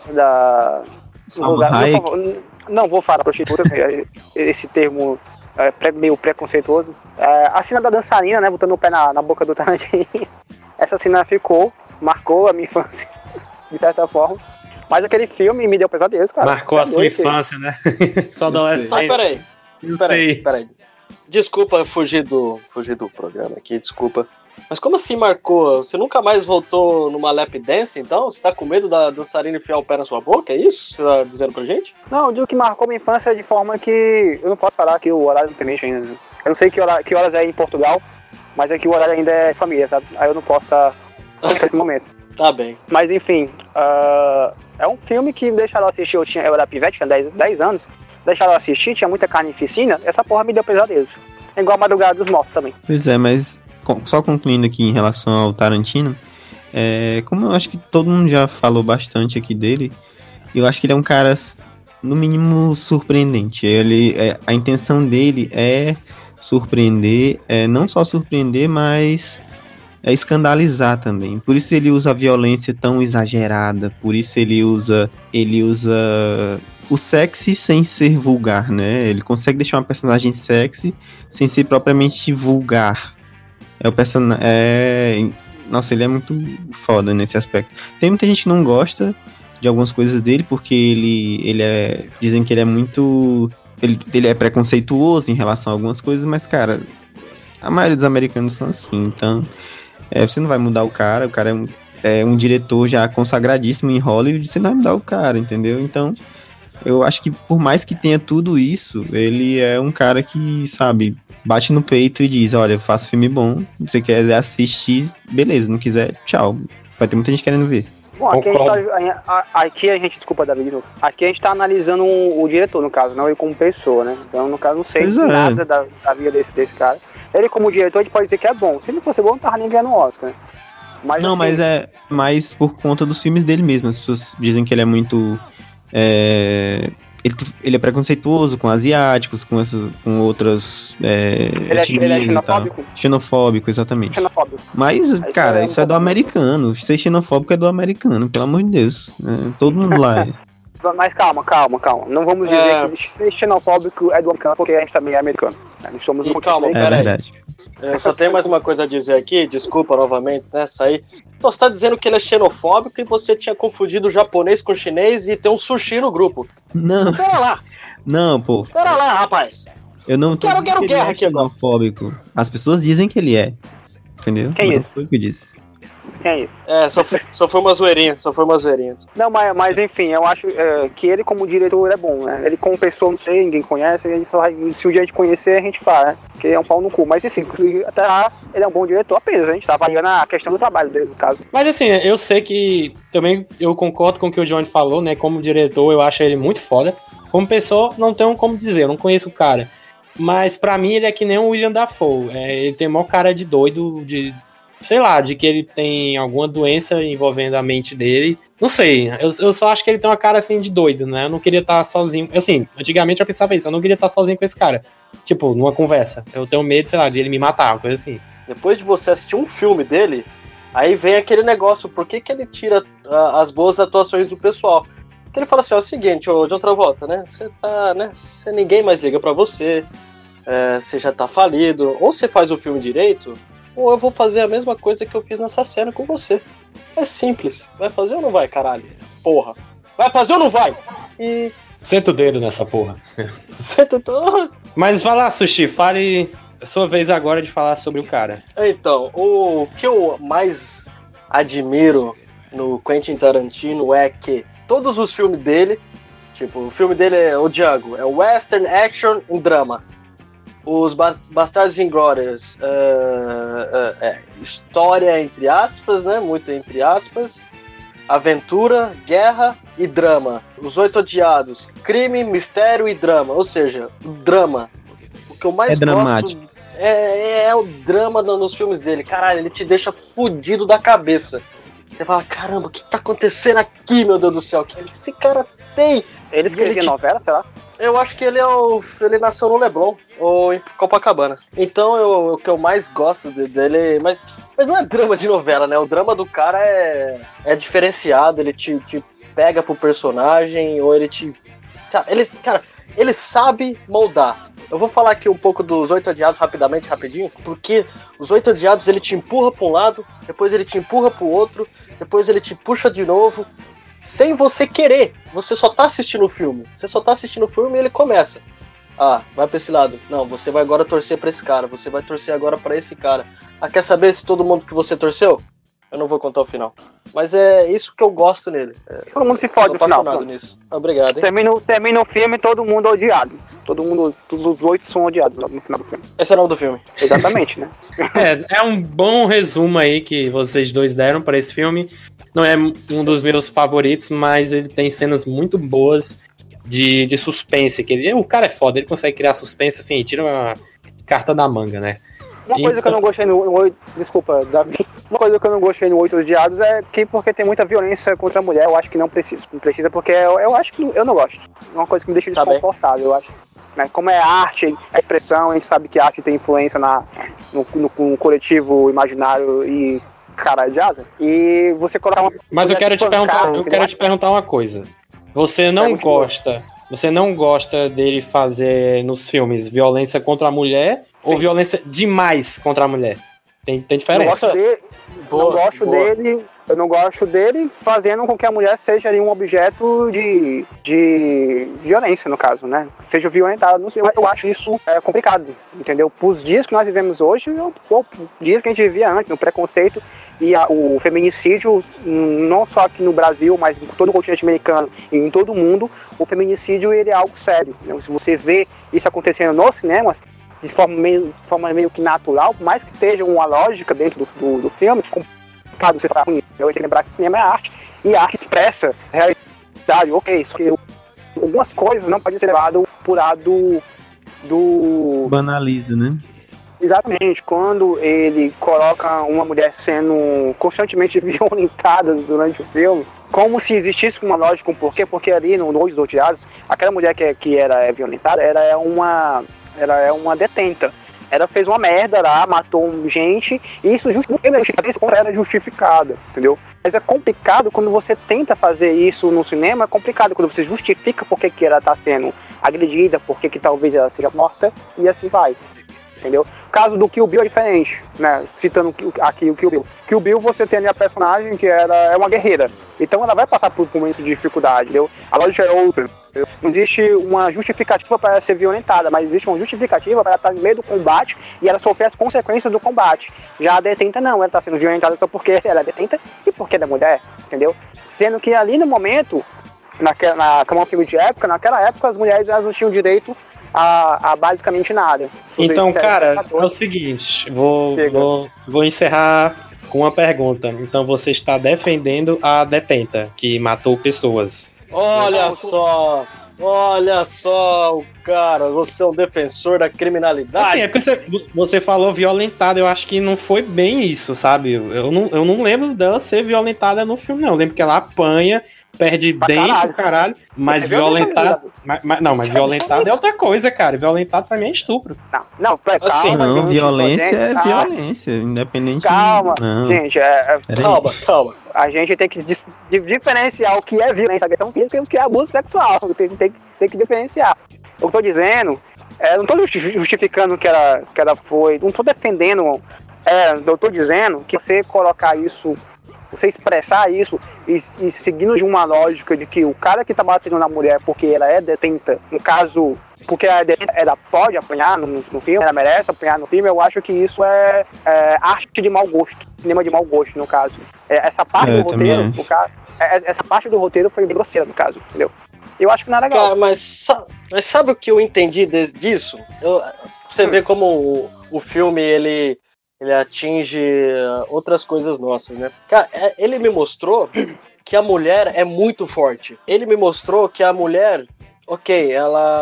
não vou falar prostituta, esse termo meio preconceituoso. A cena da dançarina, né, botando o pé na boca do Tarantino. Essa cena marcou a minha infância, de certa forma. Mas aquele filme me deu pesadelos, cara. Marcou a sua infância, né? Só adolescência. Peraí. Desculpa fugir do programa aqui, desculpa. Mas como assim marcou? Você nunca mais voltou numa lap dance, então? Você tá com medo da dançarina enfiar o pé na sua boca? É isso que você tá dizendo pra gente? Não, eu digo que marcou minha infância de forma que... Eu não posso falar que o horário não permite ainda. Eu não sei que horas é em Portugal, mas é que o horário ainda é família, sabe? Aí eu não posso estar nesse momento. Tá bem. Mas enfim, é um filme que me deixaram assistir, eu era pivete, tinha 10 anos, deixaram assistir, tinha muita carnificina, essa porra me deu pesadelos. É igual a Madrugada dos Mortos também. Pois é, mas só concluindo aqui em relação ao Tarantino, como eu acho que todo mundo já falou bastante aqui dele, eu acho que ele é um cara, no mínimo, surpreendente. A intenção dele é surpreender, não só surpreender, mas escandalizar também. Por isso ele usa a violência tão exagerada, por isso ele usa o sexy sem ser vulgar, né? Ele consegue deixar uma personagem sexy sem ser propriamente vulgar. Nossa, ele é muito foda nesse aspecto. Tem muita gente que não gosta de algumas coisas dele, porque dizem que ele é muito... Ele é preconceituoso em relação a algumas coisas, mas, cara, a maioria dos americanos são assim, então... você não vai mudar o cara é um diretor já consagradíssimo em Hollywood, você não vai mudar o cara, entendeu? Então, eu acho que por mais que tenha tudo isso, ele é um cara que, sabe, bate no peito e diz, olha, eu faço filme bom, se você quer assistir, beleza, não quiser, tchau. Vai ter muita gente querendo ver. Bom, aqui a gente, desculpa, David, aqui a gente tá analisando o diretor, no caso, não ele como pessoa, né? Então, no caso, não sei nada da vida desse cara. Ele como diretor, a gente pode dizer que é bom. Se ele fosse bom, não tava nem ganhando Oscar, né? Mas, não, assim, mas é mais por conta dos filmes dele mesmo. As pessoas dizem que ele é muito... Ele é preconceituoso com asiáticos, com outras etnias, ele é xenofóbico? Xenofóbico, exatamente. Xenofóbico. Mas, cara, isso é do americano. Ser xenofóbico é do americano, pelo amor de Deus. Todo mundo lá é. Mas calma. Não vamos dizer que ser xenofóbico é do americano, porque a gente também é americano. Nós somos um calma, é verdade. Só tem mais uma coisa a dizer aqui, desculpa novamente, né, sair. Então você tá dizendo que ele é xenofóbico e você tinha confundido o japonês com o chinês e tem um sushi no grupo. Não. Pera lá. Não, pô. Pera lá, rapaz. Eu não tô quero guerra aqui agora. Xenofóbico. As pessoas dizem que ele é. Entendeu? Quem é? Não foi o que eu disse. Quem é isso? Só foi uma zoeirinha. Não, mas enfim, eu acho que ele como diretor é bom, né? Ele como pessoa, não sei, ninguém conhece, ele só vai, se um dia a gente conhecer, a gente fala, né? Porque é um pau no cu. Mas enfim, até lá, ele é um bom diretor apenas, a gente tá avaliando a questão do trabalho dele, no caso. Mas assim, eu sei que também eu concordo com o que o Johnny falou, né? Como diretor, eu acho ele muito foda. Como pessoa, não tenho como dizer, eu não conheço o cara. Mas pra mim, ele é que nem o William Dafoe. Ele tem maior cara de doido, sei lá, de que ele tem alguma doença envolvendo a mente dele. Não sei, eu só acho que ele tem uma cara assim de doido, né? Eu não queria estar sozinho. Assim, antigamente eu pensava isso, eu não queria estar sozinho com esse cara. Tipo, numa conversa. Eu tenho medo, sei lá, de ele me matar, uma coisa assim. Depois de você assistir um filme dele, aí vem aquele negócio, por que ele tira as boas atuações do pessoal? Porque ele fala assim, ó, é o seguinte, ô John Travolta, né? Você tá, né? Ninguém mais liga pra você, você já tá falido, ou você faz o filme direito, ou eu vou fazer a mesma coisa que eu fiz nessa cena com você. É simples. Vai fazer ou não vai, caralho? Porra. Vai fazer ou não vai? E... Senta o dedo nessa porra. Senta todo. Mas vai lá, Sushi, fale a sua vez agora de falar sobre o cara. Então, o que eu mais admiro no Quentin Tarantino é que todos os filmes dele, tipo, o filme dele é o Django, é western, action e drama. Os Bastardos Inglórios, história entre aspas, né? Muito entre aspas. Aventura, guerra e drama. Os Oito Odiados, crime, mistério e drama. Ou seja, drama. que eu mais É dramático. gosto é o drama nos filmes dele. Caralho, ele te deixa fudido da cabeça. Você fala, caramba, o que tá acontecendo aqui, meu Deus do céu? O que esse cara tem? Ele escrevia novela, sei lá? Eu acho que ele ele nasceu no Leblon, ou em Copacabana. Então o que eu mais gosto dele... Mas não é drama de novela, né? O drama do cara é diferenciado, ele te pega pro personagem, ou ele te... Ele sabe moldar. Eu vou falar aqui um pouco dos Oito Odiados rapidinho, porque os Oito Odiados ele te empurra pra um lado, depois ele te empurra pro outro, depois ele te puxa de novo, sem você querer. Você só tá assistindo o filme. Você só tá assistindo o filme e ele começa. Ah, vai pra esse lado. Não, você vai agora torcer pra esse cara. Você vai torcer agora pra esse cara. Ah, quer saber se todo mundo que você torceu? Eu não vou contar o final. Mas é isso que eu gosto nele. Todo mundo se fode no final. Apaixonado nisso. Obrigado, hein? Termina o filme e todo mundo é odiado. Todos os 8 são odiados no final do filme. Esse é o nome do filme. Exatamente, né? É um bom resumo aí que vocês dois deram pra esse filme. Não é um dos meus favoritos, mas ele tem cenas muito boas de suspense. O cara é foda, ele consegue criar suspense assim, tira uma carta da manga, né? Uma coisa que eu não gostei no... Desculpa, Davi. Uma coisa que eu não gostei no Oito Odiados é que porque tem muita violência contra a mulher, eu acho que não precisa. Não precisa porque eu acho que eu não gosto. É uma coisa que me deixa desconfortável, eu acho. Né? Como é arte, é expressão, a gente sabe que a arte tem influência no coletivo imaginário e cara de asa. E você colocar uma... Mas eu quero te perguntar uma coisa. Você não gosta dele fazer nos filmes violência contra a mulher ou violência demais contra a mulher? Tem diferença. Eu não gosto dele fazendo com que a mulher seja ali um objeto de violência, no caso, né? Seja violentada. Eu acho isso complicado, entendeu? Pros dias que nós vivemos hoje, ou dias que a gente vivia antes, no preconceito e o feminicídio, não só aqui no Brasil, mas em todo o continente americano e em todo o mundo, o feminicídio ele é algo sério, né? Se você vê isso acontecendo nos cinemas, de forma meio que natural, por mais que esteja uma lógica dentro do filme, complicado você falar com isso. Eu tenho que lembrar que cinema é arte, e a arte expressa a realidade, ok, só que algumas coisas não podem ser levadas por lado do... Banaliza, né? Exatamente, quando ele coloca uma mulher sendo constantemente violentada durante o filme, como se existisse uma lógica, um porquê, porque ali no Os Odiados, aquela mulher que era violentada, ela é uma detenta. Ela fez uma merda lá, matou gente, e isso era justificada, entendeu? Mas é complicado quando você tenta fazer isso no cinema, é complicado quando você justifica por que ela está sendo agredida, por que talvez ela seja morta, e assim vai, entendeu? O caso do Kill Bill é diferente, né? Citando aqui o Kill Bill. Kill Bill, você tem ali a personagem que é uma guerreira, então ela vai passar por momentos de dificuldade, entendeu? A lógica é outra. Não existe uma justificativa para ela ser violentada, mas existe uma justificativa para ela estar no meio do combate e ela sofrer as consequências do combate. Já a detenta não, ela está sendo violentada só porque ela é detenta e porque ela é mulher, entendeu? Sendo que ali no momento, como é um filme de época, naquela época as mulheres elas não tinham direito a basicamente nada. Então, cara, é o seguinte, vou encerrar com uma pergunta. Então você está defendendo a detenta que matou pessoas? Olha só, cara, você é um defensor da criminalidade. Assim, é porque você falou violentada, eu acho que não foi bem isso, sabe? Eu não lembro dela ser violentada no filme, não. Eu lembro que ela apanha, perde dente, caralho. Mas violentada. Mas violentada é outra coisa, cara. Violentada pra mim é estupro. Não, assim, calma. Não, violência é violência, independente. Calma, não. Gente, calma. A gente tem que diferenciar o que é violência, agressão física e o que é abuso sexual. Tem que diferenciar. Eu tô dizendo, não tô justificando que ela foi, não tô defendendo, eu tô dizendo que você colocar isso, você expressar isso e seguindo de uma lógica de que o cara que tá batendo na mulher porque ela é detenta, no caso, porque ela pode apanhar no filme, ela merece apanhar no filme, eu acho que isso é arte de mau gosto, cinema de mau gosto, no caso. Essa parte do roteiro, no caso, essa parte do roteiro foi grosseira, no caso, entendeu? Eu acho que não é legal. Cara, mas sabe o que eu entendi disso? Você vê como o filme, ele atinge outras coisas nossas, né? Cara, ele me mostrou que a mulher é muito forte. Ele me mostrou que a mulher, ok, ela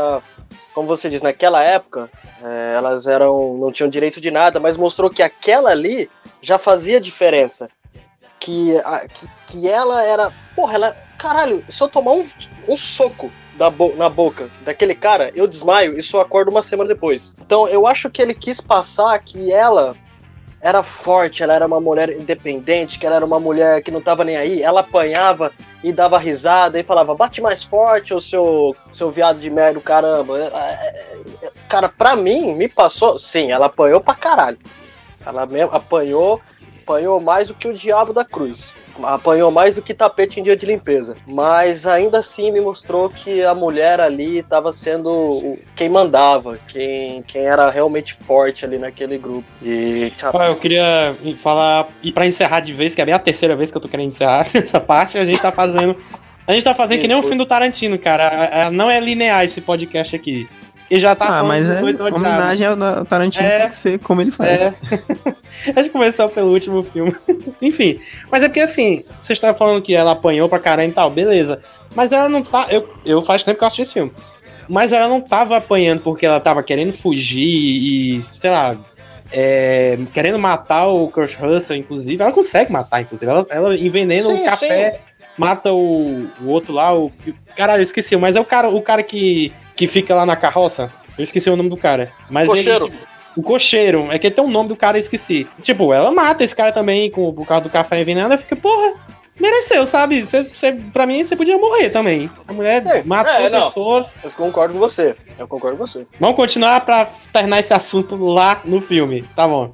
como você diz, naquela época, elas não tinham direito de nada, mas mostrou que aquela ali já fazia diferença. Que ela era... Porra, caralho, se eu tomar um soco na boca daquele cara, eu desmaio e só acordo uma semana depois. Então eu acho que ele quis passar que ela era forte, ela era uma mulher independente, que ela era uma mulher que não tava nem aí, ela apanhava e dava risada e falava, bate mais forte, ô seu viado de merda, caramba. Cara, pra mim, me passou... Sim, ela apanhou pra caralho. Ela mesmo apanhou mais do que o diabo da cruz. Apanhou mais do que tapete em dia de limpeza. Mas ainda assim me mostrou que a mulher ali estava sendo quem mandava, quem era realmente forte ali naquele grupo. E eu queria falar, e pra encerrar de vez, que é bem a terceira vez que eu tô querendo encerrar essa parte, a gente tá fazendo que nem um filme do Tarantino, cara. Não é linear esse podcast aqui. E já tá falando mas homenagem ao Tarantino tem que ser como ele faz. A gente começou pelo último filme. Enfim, mas é porque assim, você estava falando que ela apanhou pra caralho e tal, beleza. Mas ela não tá... Eu faz tempo que eu assisti esse filme. Mas ela não tava apanhando porque ela tava querendo fugir e, sei lá, querendo matar o Kurt Russell, inclusive. Ela consegue matar, inclusive. Ela envenena o café, mata o outro lá. Caralho, eu esqueci. Mas é o cara que fica lá na carroça. Eu esqueci o nome do cara. Mas Cocheiro. O cocheiro. É que tem o nome do cara, eu esqueci. Tipo, ela mata esse cara também por causa do café envenenado. Ela fica, porra, mereceu, sabe? Pra mim, você podia morrer também. A mulher matou pessoas. Eu concordo com você. Vamos continuar pra terminar esse assunto lá no filme. Tá bom.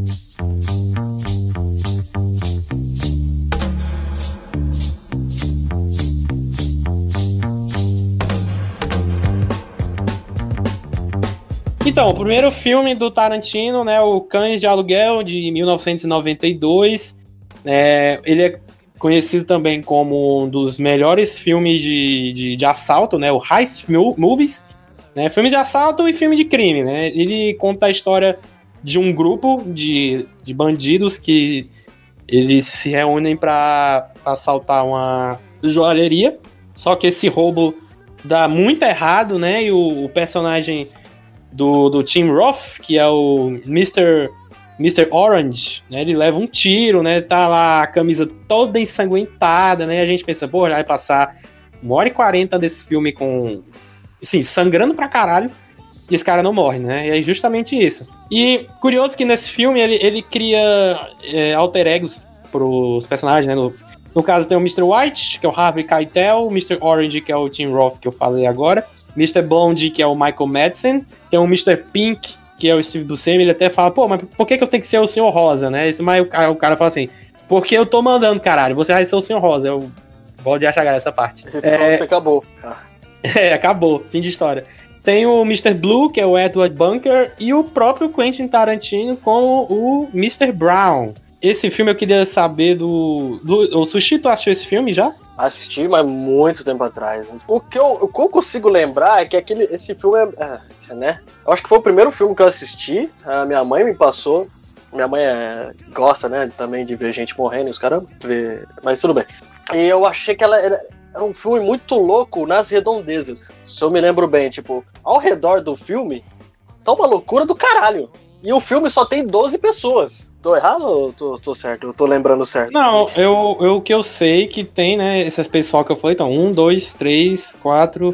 Então, o primeiro filme do Tarantino, né, o Cães de Aluguel, de 1992, ele é conhecido também como um dos melhores filmes de assalto, né, o Heist Movies, né, filme de assalto e filme de crime, né, ele conta a história de um grupo de bandidos que eles se reúnem para assaltar uma joalheria, só que esse roubo dá muito errado, né, e o personagem do Tim Roth, que é o Mr. Orange, né? Ele leva um tiro, né? Tá lá a camisa toda ensanguentada, né? A gente pensa, pô, já vai passar 1h40 desse filme com... assim, sangrando pra caralho, e esse cara não morre, né? E é justamente isso. E curioso que nesse filme ele cria alter egos pros personagens, né? No caso tem o Mr. White, que é o Harvey Keitel, o Mr. Orange, que é o Tim Roth, que eu falei agora, Mr. Blonde, que é o Michael Madsen, tem o Mr. Pink, que é o Steve Buscemi. Ele até fala, pô, mas por que eu tenho que ser o Sr. Rosa, né? Mas o cara fala assim, porque eu tô mandando, caralho, você vai ser o Sr. Rosa. Eu vou achar essa parte. Pronto, acabou. Acabou, fim de história. Tem o Mr. Blue, que é o Edward Bunker, e o próprio Quentin Tarantino com o Mr. Brown. Esse filme eu queria saber o Sushi, tu assistiu esse filme já? Assisti, mas muito tempo atrás. O que eu consigo lembrar é que esse filme né? Eu acho que foi o primeiro filme que eu assisti. A minha mãe me passou. Minha mãe gosta, né, também de ver gente morrendo, os caramba. Mas tudo bem. E eu achei que ela era um filme muito louco nas redondezas. Se eu me lembro bem, tipo, ao redor do filme, tá uma loucura do caralho. E o filme só tem 12 pessoas. Tô errado ou tô certo? Eu tô lembrando certo? Não, o que eu sei que tem, né, esses pessoal que eu falei, então, 1, 2, 3, 4,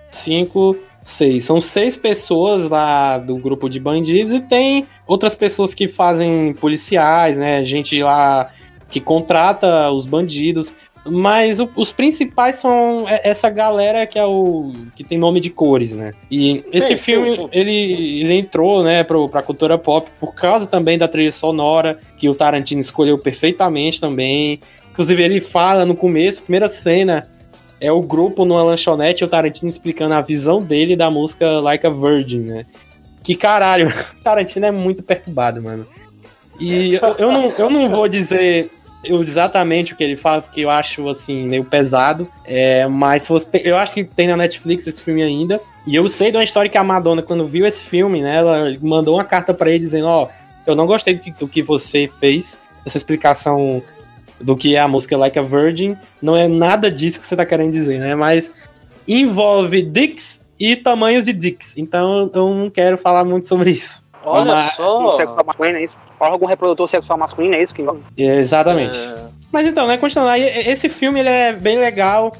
5, 6. São 6 pessoas lá do grupo de bandidos e tem outras pessoas que fazem policiais, né, gente lá que contrata os bandidos. Mas os principais são essa galera que é que tem nome de cores, né? E esse filme, ele entrou, né, pra cultura pop por causa também da trilha sonora, que o Tarantino escolheu perfeitamente também. Inclusive, ele fala no começo, a primeira cena, é o grupo numa lanchonete, o Tarantino explicando a visão dele da música Like a Virgin, né? Que caralho, o Tarantino é muito perturbado, mano. E eu não vou dizer exatamente o que ele fala, porque eu acho, assim, meio pesado. Mas eu acho que tem na Netflix esse filme ainda. E eu sei de uma história que a Madonna, quando viu esse filme, né, ela mandou uma carta pra ele dizendo, eu não gostei do que você fez, essa explicação do que é a música Like a Virgin. Não é nada disso que você tá querendo dizer, né? Mas envolve dicks e tamanhos de dicks. Então eu não quero falar muito sobre isso. Olha só. O sexual masculino é isso? Órgão reprodutor sexual masculino é isso? Que... Exatamente. Mas então, né, continuando aí, esse filme ele é bem legal.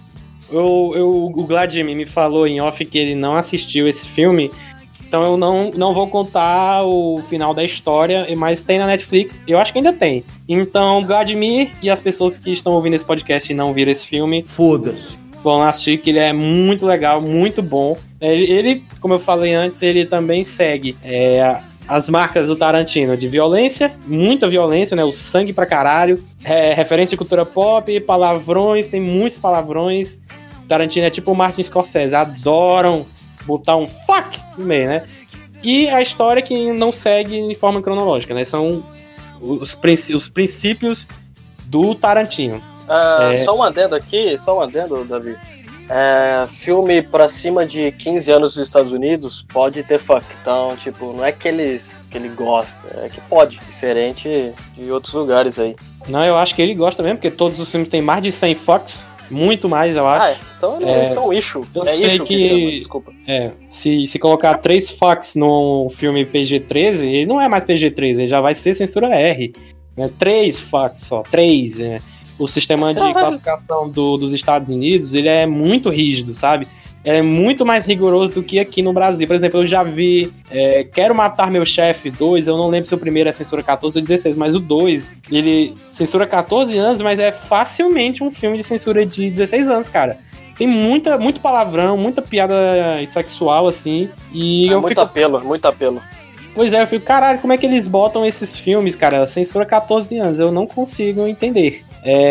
O Vladimir me falou em off que ele não assistiu esse filme, então eu não vou contar o final da história, mas tem na Netflix, eu acho que ainda tem. Então, Vladimir e as pessoas que estão ouvindo esse podcast e não viram esse filme, Foda-se. vão assistir, que ele é muito legal, muito bom. Ele, como eu falei antes, ele também segue as marcas do Tarantino de violência, muita violência, né? O sangue pra caralho, referência de cultura pop, palavrões, tem muitos palavrões. Tarantino é tipo o Martin Scorsese, adoram botar um fuck no meio, né? E a história que não segue em forma cronológica, né? São os princípios do Tarantino. Só um adendo, Davi. Filme pra cima de 15 anos nos Estados Unidos pode ter fuck. Então, tipo, não é que ele gosta, é que pode. Diferente de outros lugares aí. Não, eu acho que ele gosta mesmo, porque todos os filmes têm mais de 100 fucks. Muito mais, eu acho. Então isso é um issue. Eu sei issue que chama, desculpa. Se colocar 3 fucks num filme PG-13, ele não é mais PG-13, ele já vai ser censura R. Né? 3 fucks só, 3, né? O sistema de classificação dos Estados Unidos, ele é muito rígido, sabe? É muito mais rigoroso do que aqui no Brasil. Por exemplo, eu já vi Quero Matar Meu Chefe 2, eu não lembro se o primeiro é censura 14 ou 16, mas o 2, ele censura 14 anos, mas é facilmente um filme de censura de 16 anos, cara. Tem muito palavrão, muita piada sexual, assim, e muito apelo. Pois é, eu fico, caralho, como é que eles botam esses filmes, cara? Censura 14 anos, eu não consigo entender.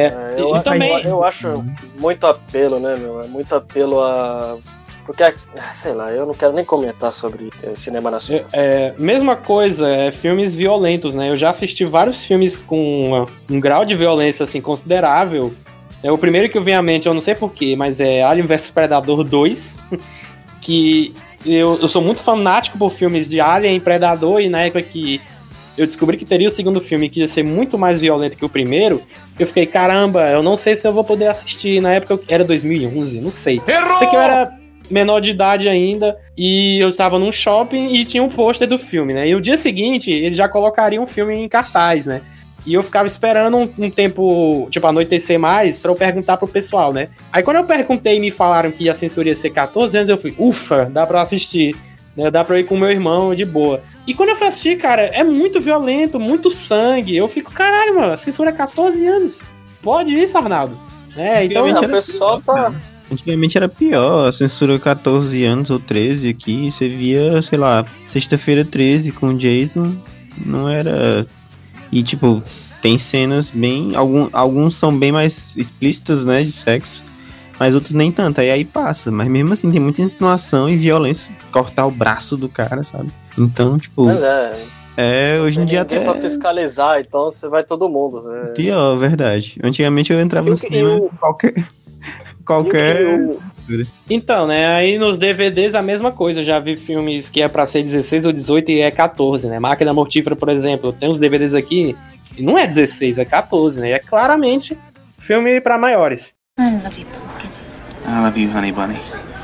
Eu acho muito apelo, né, meu? É muito apelo a... Porque, sei lá, eu não quero nem comentar sobre cinema nacional. Mesma coisa, filmes violentos, né? Eu já assisti vários filmes com um grau de violência, assim, considerável. O primeiro que eu venho à mente, eu não sei porquê, mas é Alien vs Predador 2, que eu sou muito fanático por filmes de Alien e Predador, e na época que eu descobri que teria o segundo filme que ia ser muito mais violento que o primeiro, eu fiquei, caramba, eu não sei se eu vou poder assistir. Na época era 2011, não sei. Errou! Sei que eu era menor de idade ainda, e eu estava num shopping e tinha um pôster do filme, né? E no dia seguinte, eles já colocariam um filme em cartaz, né? E eu ficava esperando um tempo, tipo, anoitecer mais, pra eu perguntar pro pessoal, né? Aí quando eu perguntei e me falaram que a censura ia ser 14 anos, eu fui, ufa, dá pra assistir. Né? Dá pra eu ir com o meu irmão de boa. E quando eu fui assistir, cara, é muito violento, muito sangue. Eu fico, caralho, mano, a censura é 14 anos. Pode isso, Arnaldo? Então o pessoal tá... Antigamente era pior, a censura 14 anos ou 13 aqui, você via, sei lá, Sexta-feira 13 com o Jason, não era... E, tipo, tem cenas bem... Alguns são bem mais explícitas, né, de sexo, mas outros nem tanto, aí passa. Mas mesmo assim, tem muita insinuação e violência, cortar o braço do cara, sabe? Então, tipo... hoje em dia até... pra fiscalizar, então você vai todo mundo. Pior, verdade. Antigamente eu entrava no cinema qualquer... Então, né, aí nos DVDs a mesma coisa, eu já vi filmes que é pra ser 16 ou 18 e é 14, né, Máquina Mortífera, por exemplo, tem uns DVDs aqui e não é 16, é 14, né, é claramente filme pra maiores. I love you, Pumpkin. I love you, honey bunny.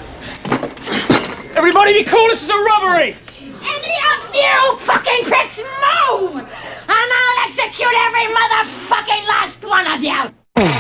Everybody be cool, this is a robbery! Any of you fucking pricks move! And I'll execute every motherfucking last one of you!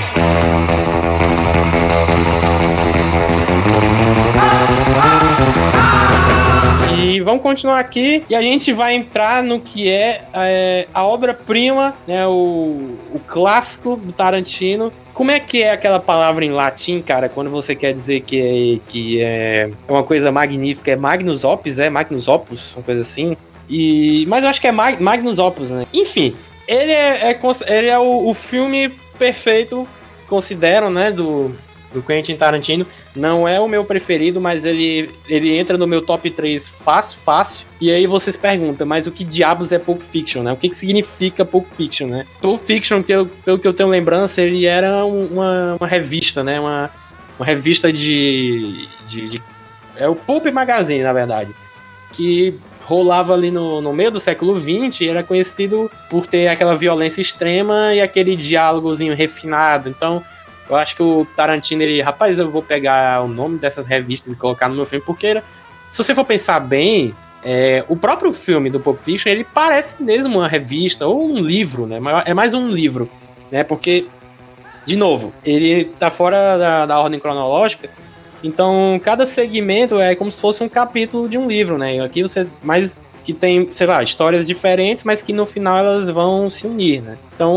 E vamos continuar aqui e a gente vai entrar no que é a obra-prima, né, o clássico do Tarantino. Como é que é aquela palavra em latim, cara, quando você quer dizer que é uma coisa magnífica? É Magnus Opus, Magnus Opus, uma coisa assim. Mas eu acho que é Magnus Opus, né? Enfim, ele é o filme perfeito, considero, né, do Quentin Tarantino. Não é o meu preferido, mas ele entra no meu top 3 fácil. E aí vocês perguntam, mas o que diabos é Pulp Fiction, né? O que significa Pulp Fiction, né? Pulp Fiction, pelo que eu tenho lembrança, ele era uma revista, né? Uma revista de... É o Pulp Magazine, na verdade. Que rolava ali no meio do século XX e era conhecido por ter aquela violência extrema e aquele diálogozinho refinado. Então... Eu acho que o Tarantino, rapaz, eu vou pegar o nome dessas revistas e colocar no meu filme, porque se você for pensar bem, o próprio filme do Pulp Fiction, ele parece mesmo uma revista ou um livro, né? É mais um livro, né? Porque, de novo, ele tá fora da ordem cronológica, então cada segmento é como se fosse um capítulo de um livro, né? E aqui que tem, sei lá, histórias diferentes, mas que no final elas vão se unir, né? Então,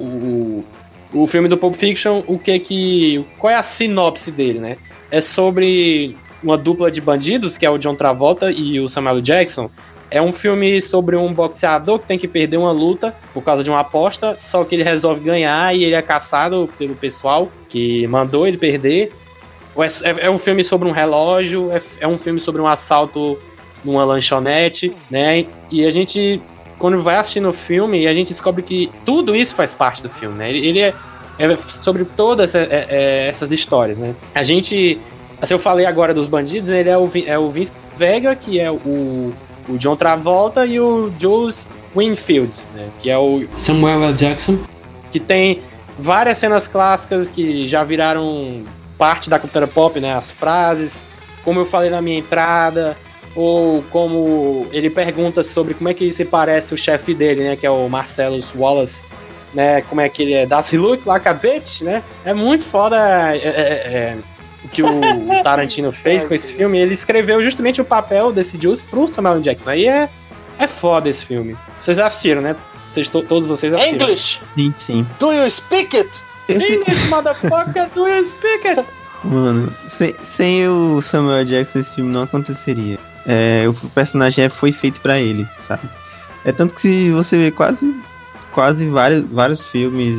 o filme do Pulp Fiction, qual é a sinopse dele, né? É sobre uma dupla de bandidos, que é o John Travolta e o Samuel Jackson. É um filme sobre um boxeador que tem que perder uma luta por causa de uma aposta, só que ele resolve ganhar e ele é caçado pelo pessoal que mandou ele perder. É um filme sobre um relógio, é um filme sobre um assalto numa lanchonete, né? E a gente, quando vai assistindo o filme, a gente descobre que tudo isso faz parte do filme, né? Ele é sobre todas essas histórias, né? A gente, assim, eu falei agora dos bandidos, ele é o Vince Vega, que é o John Travolta, e o Jules Winfield, né? Que é o Samuel L. Jackson, que tem várias cenas clássicas que já viraram parte da cultura pop, né? As frases, como eu falei na minha entrada, ou como ele pergunta sobre como é que se parece o chefe dele, né? Que é o Marcellus Wallace, né? Como é que ele é? Does he look like a bitch, né? É muito foda o que o Tarantino fez com esse filme. Ele escreveu justamente o papel desse Jules pro Samuel Jackson. Aí é foda esse filme. Vocês assistiram, né? Todos vocês assistiram. English! Sim. Do you speak it? English, motherfucker, do you speak it? Mano, sem o Samuel Jackson esse filme não aconteceria. O personagem foi feito pra ele, sabe? É tanto que se você vê quase vários filmes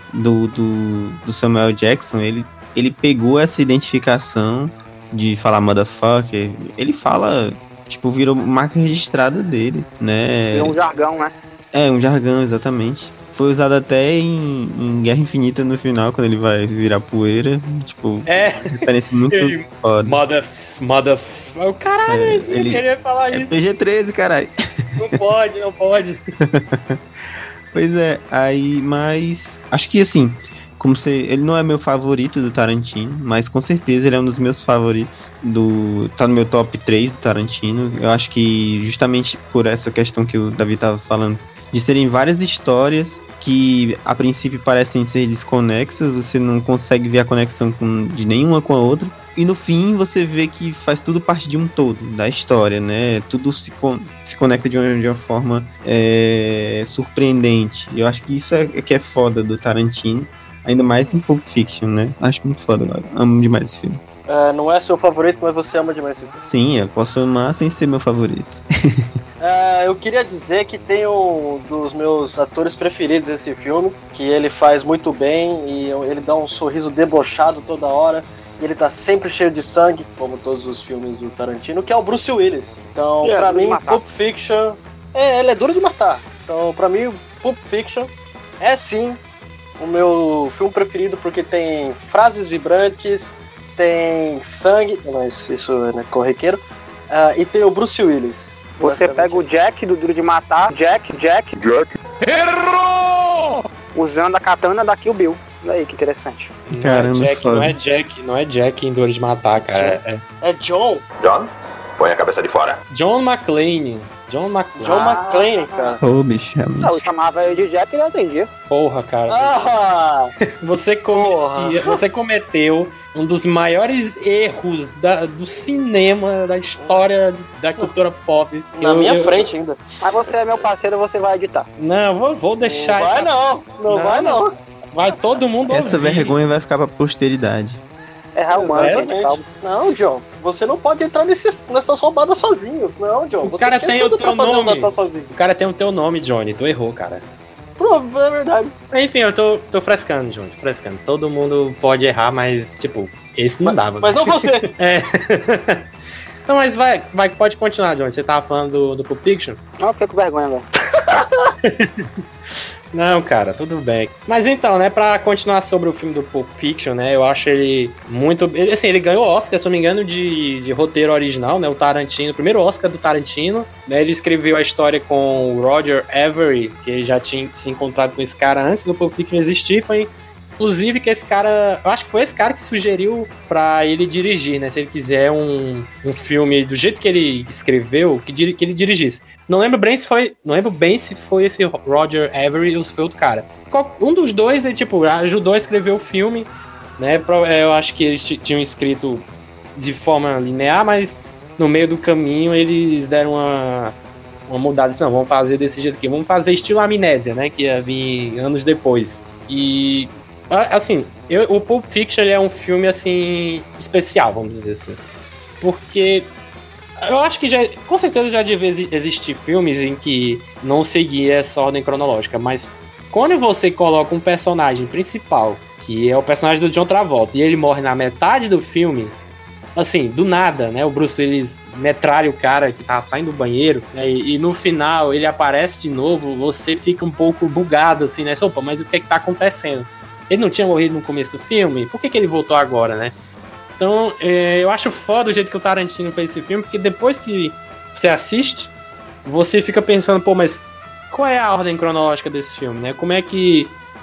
do Samuel Jackson, ele pegou essa identificação de falar motherfucker. Ele fala, tipo, virou marca registrada dele, né? É um jargão, né? É, um jargão, exatamente. Foi usado até em Guerra Infinita no final, quando ele vai virar poeira. Tipo, referência muito foda. Caralho, ele queria falar isso. PG-13, caralho. Não pode. Pois é, mas acho que assim, ele não é meu favorito do Tarantino, mas com certeza ele é um dos meus favoritos. Tá no meu top 3 do Tarantino. Eu acho que justamente por essa questão que o Davi tava falando, de serem várias histórias que a princípio parecem ser desconexas, você não consegue ver a conexão de nenhuma com a outra, e no fim você vê que faz tudo parte de um todo, da história, né? Tudo se conecta de uma forma surpreendente. Eu acho que isso que é foda do Tarantino, ainda mais em Pulp Fiction, né? Acho muito foda agora, amo demais esse filme. Não é seu favorito, mas você ama demais esse filme. Sim, eu posso amar sem ser meu favorito. Eu queria dizer que tem um dos meus atores preferidos desse filme, que ele faz muito bem e ele dá um sorriso debochado toda hora, e ele tá sempre cheio de sangue, como todos os filmes do Tarantino, que é o Bruce Willis. Então, pra mim, Pulp Fiction... ele é duro de matar. Então, pra mim, Pulp Fiction é sim o meu filme preferido, porque tem frases vibrantes, tem sangue, mas isso é corriqueiro, e tem o Bruce Willis. Você pega o Jack do Duro de Matar, Jack. Errou! Usando a katana da Kill Bill. Olha aí, que interessante. Caramba, não é Jack em Duro de Matar, cara. É John. John, põe a cabeça de fora. John McClane, cara. Ô, bicho. Eu chamava ele de Jack e ele atendia. Porra, cara. Você cometeu um dos maiores erros do cinema, da história da cultura pop. Na minha frente ainda. Mas você é meu parceiro, você vai editar. Não, vou deixar. Não vai não. Vai todo mundo Essa ouvir. vergonha vai ficar pra posteridade. Não, John, você não pode entrar nessas roubadas sozinho. Não, John, o cara tem o teu nome. Sozinho. O cara tem o teu nome, Johnny. Tu errou, cara. É verdade. Enfim, eu tô frescando, Johnny. Frescando. Todo mundo pode errar, mas, tipo, esse não dava. Mas não você. Não, mas pode continuar, Johnny. Você tava falando do Pulp Fiction? Não, fiquei com vergonha, velho. Não, cara, tudo bem. Mas então, né, pra continuar sobre o filme do Pulp Fiction, né, eu acho ele muito... Ele ganhou o Oscar, se eu não me engano, de roteiro original, né, o Tarantino, o primeiro Oscar do Tarantino, né, ele escreveu a história com o Roger Avary, que ele já tinha se encontrado com esse cara antes do Pulp Fiction existir, foi Inclusive que esse cara, eu acho que foi esse cara que sugeriu pra ele dirigir, né? Se ele quiser um filme do jeito que ele escreveu, que ele dirigisse. Não lembro bem se foi esse Roger Avery ou se foi outro cara. Um dos dois, ele, tipo, ajudou a escrever o filme, né? Eu acho que eles tinham escrito de forma linear, mas no meio do caminho eles deram uma mudada. Não, vamos fazer desse jeito aqui. Vamos fazer estilo Amnésia, né? Que ia vir anos depois. E, assim, o Pulp Fiction ele é um filme, assim, especial, vamos dizer assim. Porque eu acho que com certeza já devia existir filmes em que não seguia essa ordem cronológica, mas quando você coloca um personagem principal, que é o personagem do John Travolta, e ele morre na metade do filme, assim, do nada, né? O Bruce Willis metralha o cara que tá saindo do banheiro, né? E no final ele aparece de novo, você fica um pouco bugado, assim, né? Opa, mas o que é que tá acontecendo? Ele não tinha morrido no começo do filme? Por que ele voltou agora, né? Então, eu acho foda o jeito que o Tarantino fez esse filme, porque depois que você assiste, você fica pensando, pô, mas qual é a ordem cronológica desse filme, né? Como é que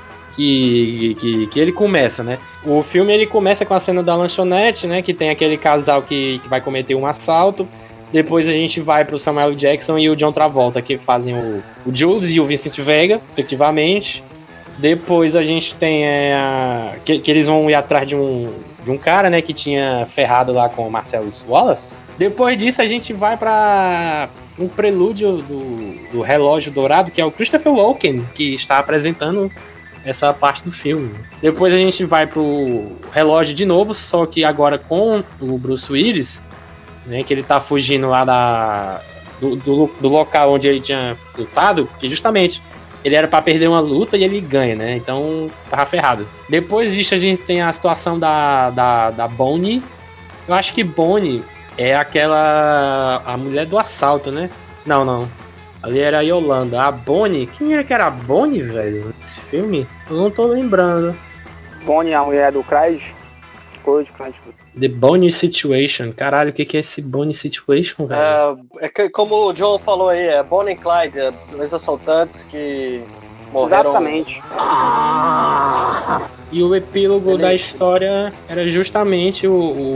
ele começa, né? O filme ele começa com a cena da lanchonete, né? Que tem aquele casal que vai cometer um assalto. Depois a gente vai pro Samuel Jackson e o John Travolta, que fazem o Jules e o Vincent Vega, respectivamente. Depois a gente tem que eles vão ir atrás de um cara, né? Que tinha ferrado lá com o Marcellus Wallace. Depois disso a gente vai pra um prelúdio do Relógio Dourado, que é o Christopher Walken, que está apresentando essa parte do filme. Depois a gente vai pro relógio de novo, só que agora com o Bruce Willis, né, que ele tá fugindo lá do local onde ele tinha lutado, que justamente ele era pra perder uma luta e ele ganha, né? Então tava ferrado. Depois disso a gente tem a situação da Bonnie. Eu acho que Bonnie é a mulher do assalto, né? Não. Ali era a Yolanda. A Bonnie? Quem é que era a Bonnie, velho? Nesse filme? Eu não tô lembrando. Bonnie, a mulher do Craig. The Bonnie Situation. Caralho, o que é esse Bonnie Situation, velho? Como o John falou aí, é Bonnie e Clyde, dois assaltantes que morreram. Exatamente. E o epílogo da história era justamente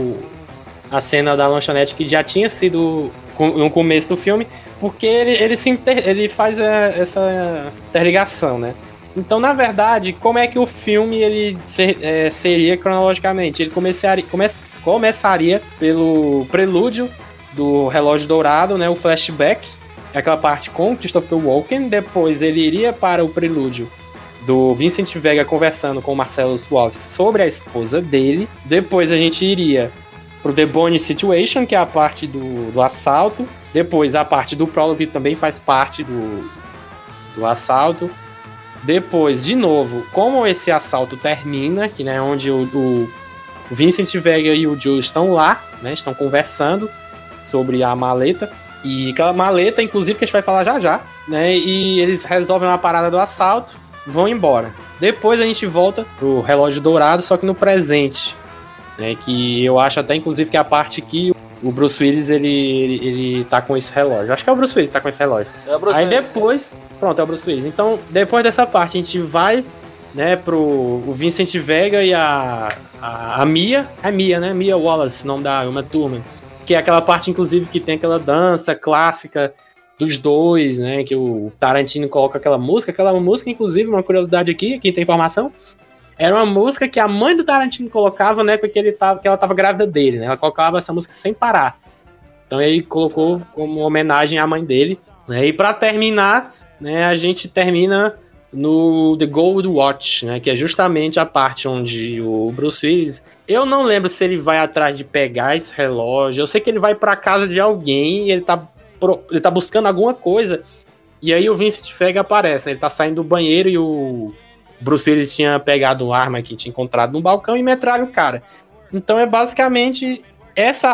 a cena da lanchonete, que já tinha sido no começo do filme, porque ele faz essa interligação, né? Então, na verdade, como é que o filme ele seria cronologicamente? Ele começaria pelo prelúdio do Relógio Dourado, né? O flashback, aquela parte com Christopher Walken. Depois ele iria para o prelúdio do Vincent Vega conversando com o Marcellus Wallace sobre a esposa dele. Depois a gente iria pro The Bonnie Situation, que é a parte do assalto. Depois a parte do prólogo, que também faz parte do assalto. Depois, de novo, como esse assalto termina, que, né, onde o Vincent Vega e o Joe estão lá, né, estão conversando sobre a maleta. E aquela maleta, inclusive, que a gente vai falar já, né, e eles resolvem uma parada do assalto, vão embora. Depois a gente volta pro Relógio Dourado, só que no presente, né, que eu acho até, inclusive, que é a parte que o Bruce Willis, ele tá com esse relógio. Acho que é o Bruce Willis que tá com esse relógio. É o Bruce Aí Willis. depois... Pronto, é o Bruce Willis. Então, depois dessa parte, a gente vai, né, o Vincent Vega e a Mia. É Mia, né? Mia Wallace, nome da Uma Thurman. Que é aquela parte, inclusive, que tem aquela dança clássica dos dois, né? Que o Tarantino coloca aquela música. Aquela música, inclusive, uma curiosidade aqui tem informação. Era uma música que a mãe do Tarantino colocava, né? Porque ela tava grávida dele, né? Ela colocava essa música sem parar. Então ele colocou como homenagem à mãe dele, né? E pra terminar, né, a gente termina no The Gold Watch, né? Que é justamente a parte onde o Bruce Willis... Eu não lembro se ele vai atrás de pegar esse relógio. Eu sei que ele vai pra casa de alguém e ele tá buscando alguma coisa. E aí o Vincent Vega aparece, né? Ele tá saindo do banheiro e o Bruce Willis tinha pegado uma arma que tinha encontrado no balcão e metralha o cara. Então é basicamente essa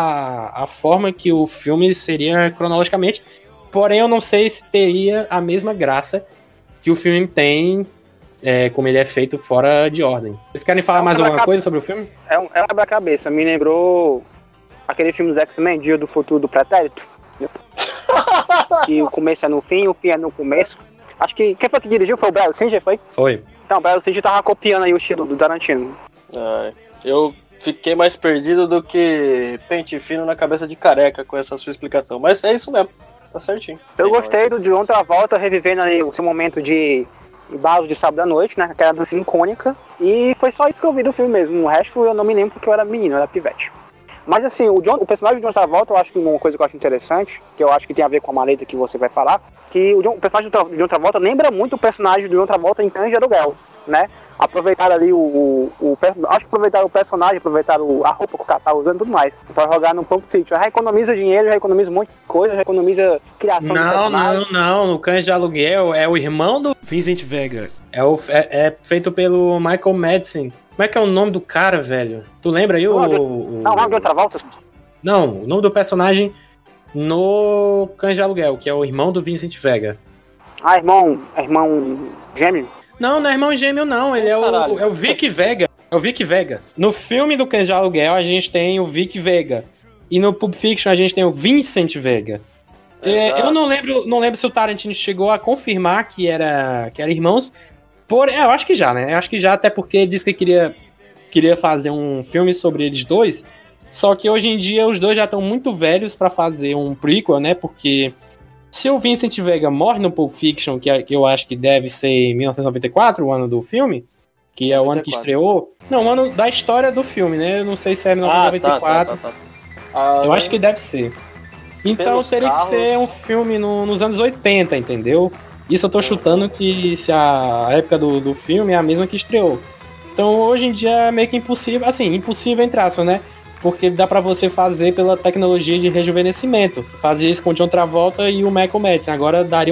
a forma que o filme seria cronologicamente. Porém, eu não sei se teria a mesma graça que o filme tem, como ele é feito fora de ordem. Vocês querem falar mais alguma coisa sobre o filme? É um quebra-cabeça. Me lembrou aquele filme dos X-Men, Dia do Futuro do Pretérito. Que o começo é no fim, o fim é no começo. Acho que quem foi que dirigiu foi o Brad Singer, foi? Foi. Então, o Brad Singer tava copiando aí o estilo do Tarantino. Eu fiquei mais perdido do que pente fino na cabeça de careca com essa sua explicação. Mas é isso mesmo, tá certinho. Eu gostei do John Travolta revivendo ali o seu momento de base de sábado à noite, né? Aquela dança icônica. E foi só isso que eu vi do filme mesmo. O resto eu não me lembro porque eu era menino, eu era pivete. Mas assim, o personagem do John Travolta, eu acho que uma coisa que eu acho interessante, que eu acho que tem a ver com a maleta que você vai falar, que o personagem do John Travolta lembra muito o personagem do John Travolta em Cães de Aluguel, né? Aproveitaram ali acho que aproveitaram o personagem, aproveitaram a roupa que o cara tá usando e tudo mais, pra jogar no Pulp Fiction. Já economiza dinheiro, já economiza um monte de coisa, já economiza criação de personagem. Não, no Cães de Aluguel é o irmão do Vincent Vega. É feito pelo Michael Madsen. Como é que é o nome do cara, velho? Tu lembra aí Não, o nome de outra volta? Não, o nome do personagem no Cães de Aluguel, que é o irmão do Vincent Vega. Ah, irmão gêmeo? Não é irmão gêmeo, não. Ele é o Vic Vega. É o Vic Vega. No filme do Cães de Aluguel, a gente tem o Vic Vega. E no Pulp Fiction, a gente tem o Vincent Vega. Eu não lembro se o Tarantino chegou a confirmar que era irmãos. Eu acho que já, né? Eu acho que já, até porque ele disse que queria fazer um filme sobre eles dois. Só que hoje em dia os dois já estão muito velhos pra fazer um prequel, né? Porque se o Vincent Vega morre no Pulp Fiction, que eu acho que deve ser em 1994, o ano do filme, que é o 94. Ano que estreou. Não, o ano da história do filme, né? Eu não sei se é 1994. Eu acho que deve ser. Então teria que ser um filme nos anos 80, entendeu? Isso eu tô chutando que se a época do filme é a mesma que estreou. Então hoje em dia é meio que impossível, assim, impossível entre aspas, né? Porque dá pra você fazer pela tecnologia de rejuvenescimento. Fazer isso com o John Travolta e o Michael Madsen. Agora daria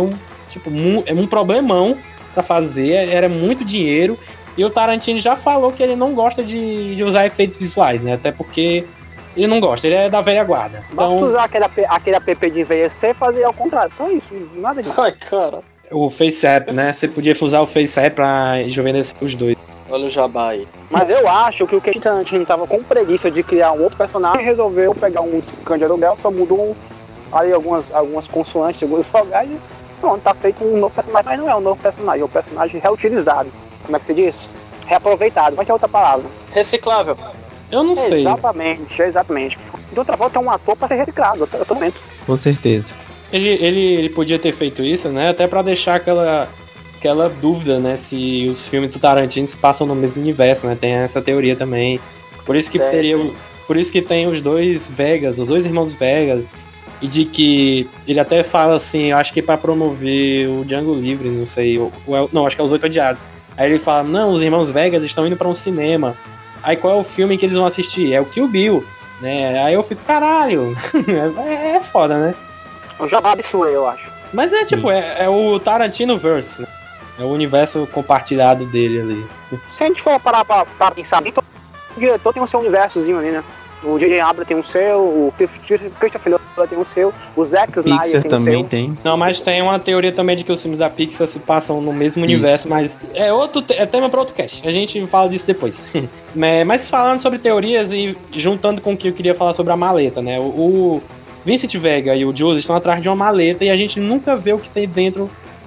um problemão pra fazer, era muito dinheiro. E o Tarantino já falou que ele não gosta de usar efeitos visuais, né? Até porque ele não gosta, ele é da velha guarda. Então, basta usar aquele app de envelhecer e fazer ao contrário, só isso, nada disso. Ai, cara. O FaceApp, né? Você podia usar o FaceApp pra rejuvenescer os dois. Olha o jabá aí. Mas eu acho que o Quentin Tarantino tava com preguiça de criar um outro personagem e resolveu pegar um Cães de Aluguel, só mudou ali algumas consoantes, algumas vogais e pronto, tá feito um novo personagem. Mas não é um novo personagem, é um personagem reutilizado. Como é que se diz? Reaproveitado, mas é outra palavra. Reciclável. Eu não sei. Exatamente. De outra volta é um ator pra ser reciclado, a todo momento. Com certeza. Ele podia ter feito isso, né? Até pra deixar aquela dúvida, né? Se os filmes do Tarantino se passam no mesmo universo, né? Tem essa teoria também. Por isso que por isso que tem os dois Vegas, os dois irmãos Vegas. E de que ele até fala assim, eu acho que pra promover o Django Livre, não sei. Não, acho que é Os Oito Odiados. Aí ele fala, não, os irmãos Vegas estão indo pra um cinema. Aí qual é o filme que eles vão assistir? É o Kill Bill, né? Aí eu fico, caralho, é foda, né? Eu já absurdo, eu acho. Mas é tipo, é o Tarantino-verse, né? É o universo compartilhado dele ali. Se a gente for parar pra pensar, todo diretor tem o seu universozinho ali, né? O J.J. Abrams tem o seu, o Christopher Nolan tem o seu, o Zack Snyder tem também o seu. Tem. Não, mas tem uma teoria também de que os filmes da Pixar se passam no mesmo universo, mas é tema para outro cast. A gente fala disso depois. Mas falando sobre teorias e juntando com o que eu queria falar sobre a maleta, né? O Vincent Vega e o Jules estão atrás de uma maleta e a gente nunca vê o que tem dentro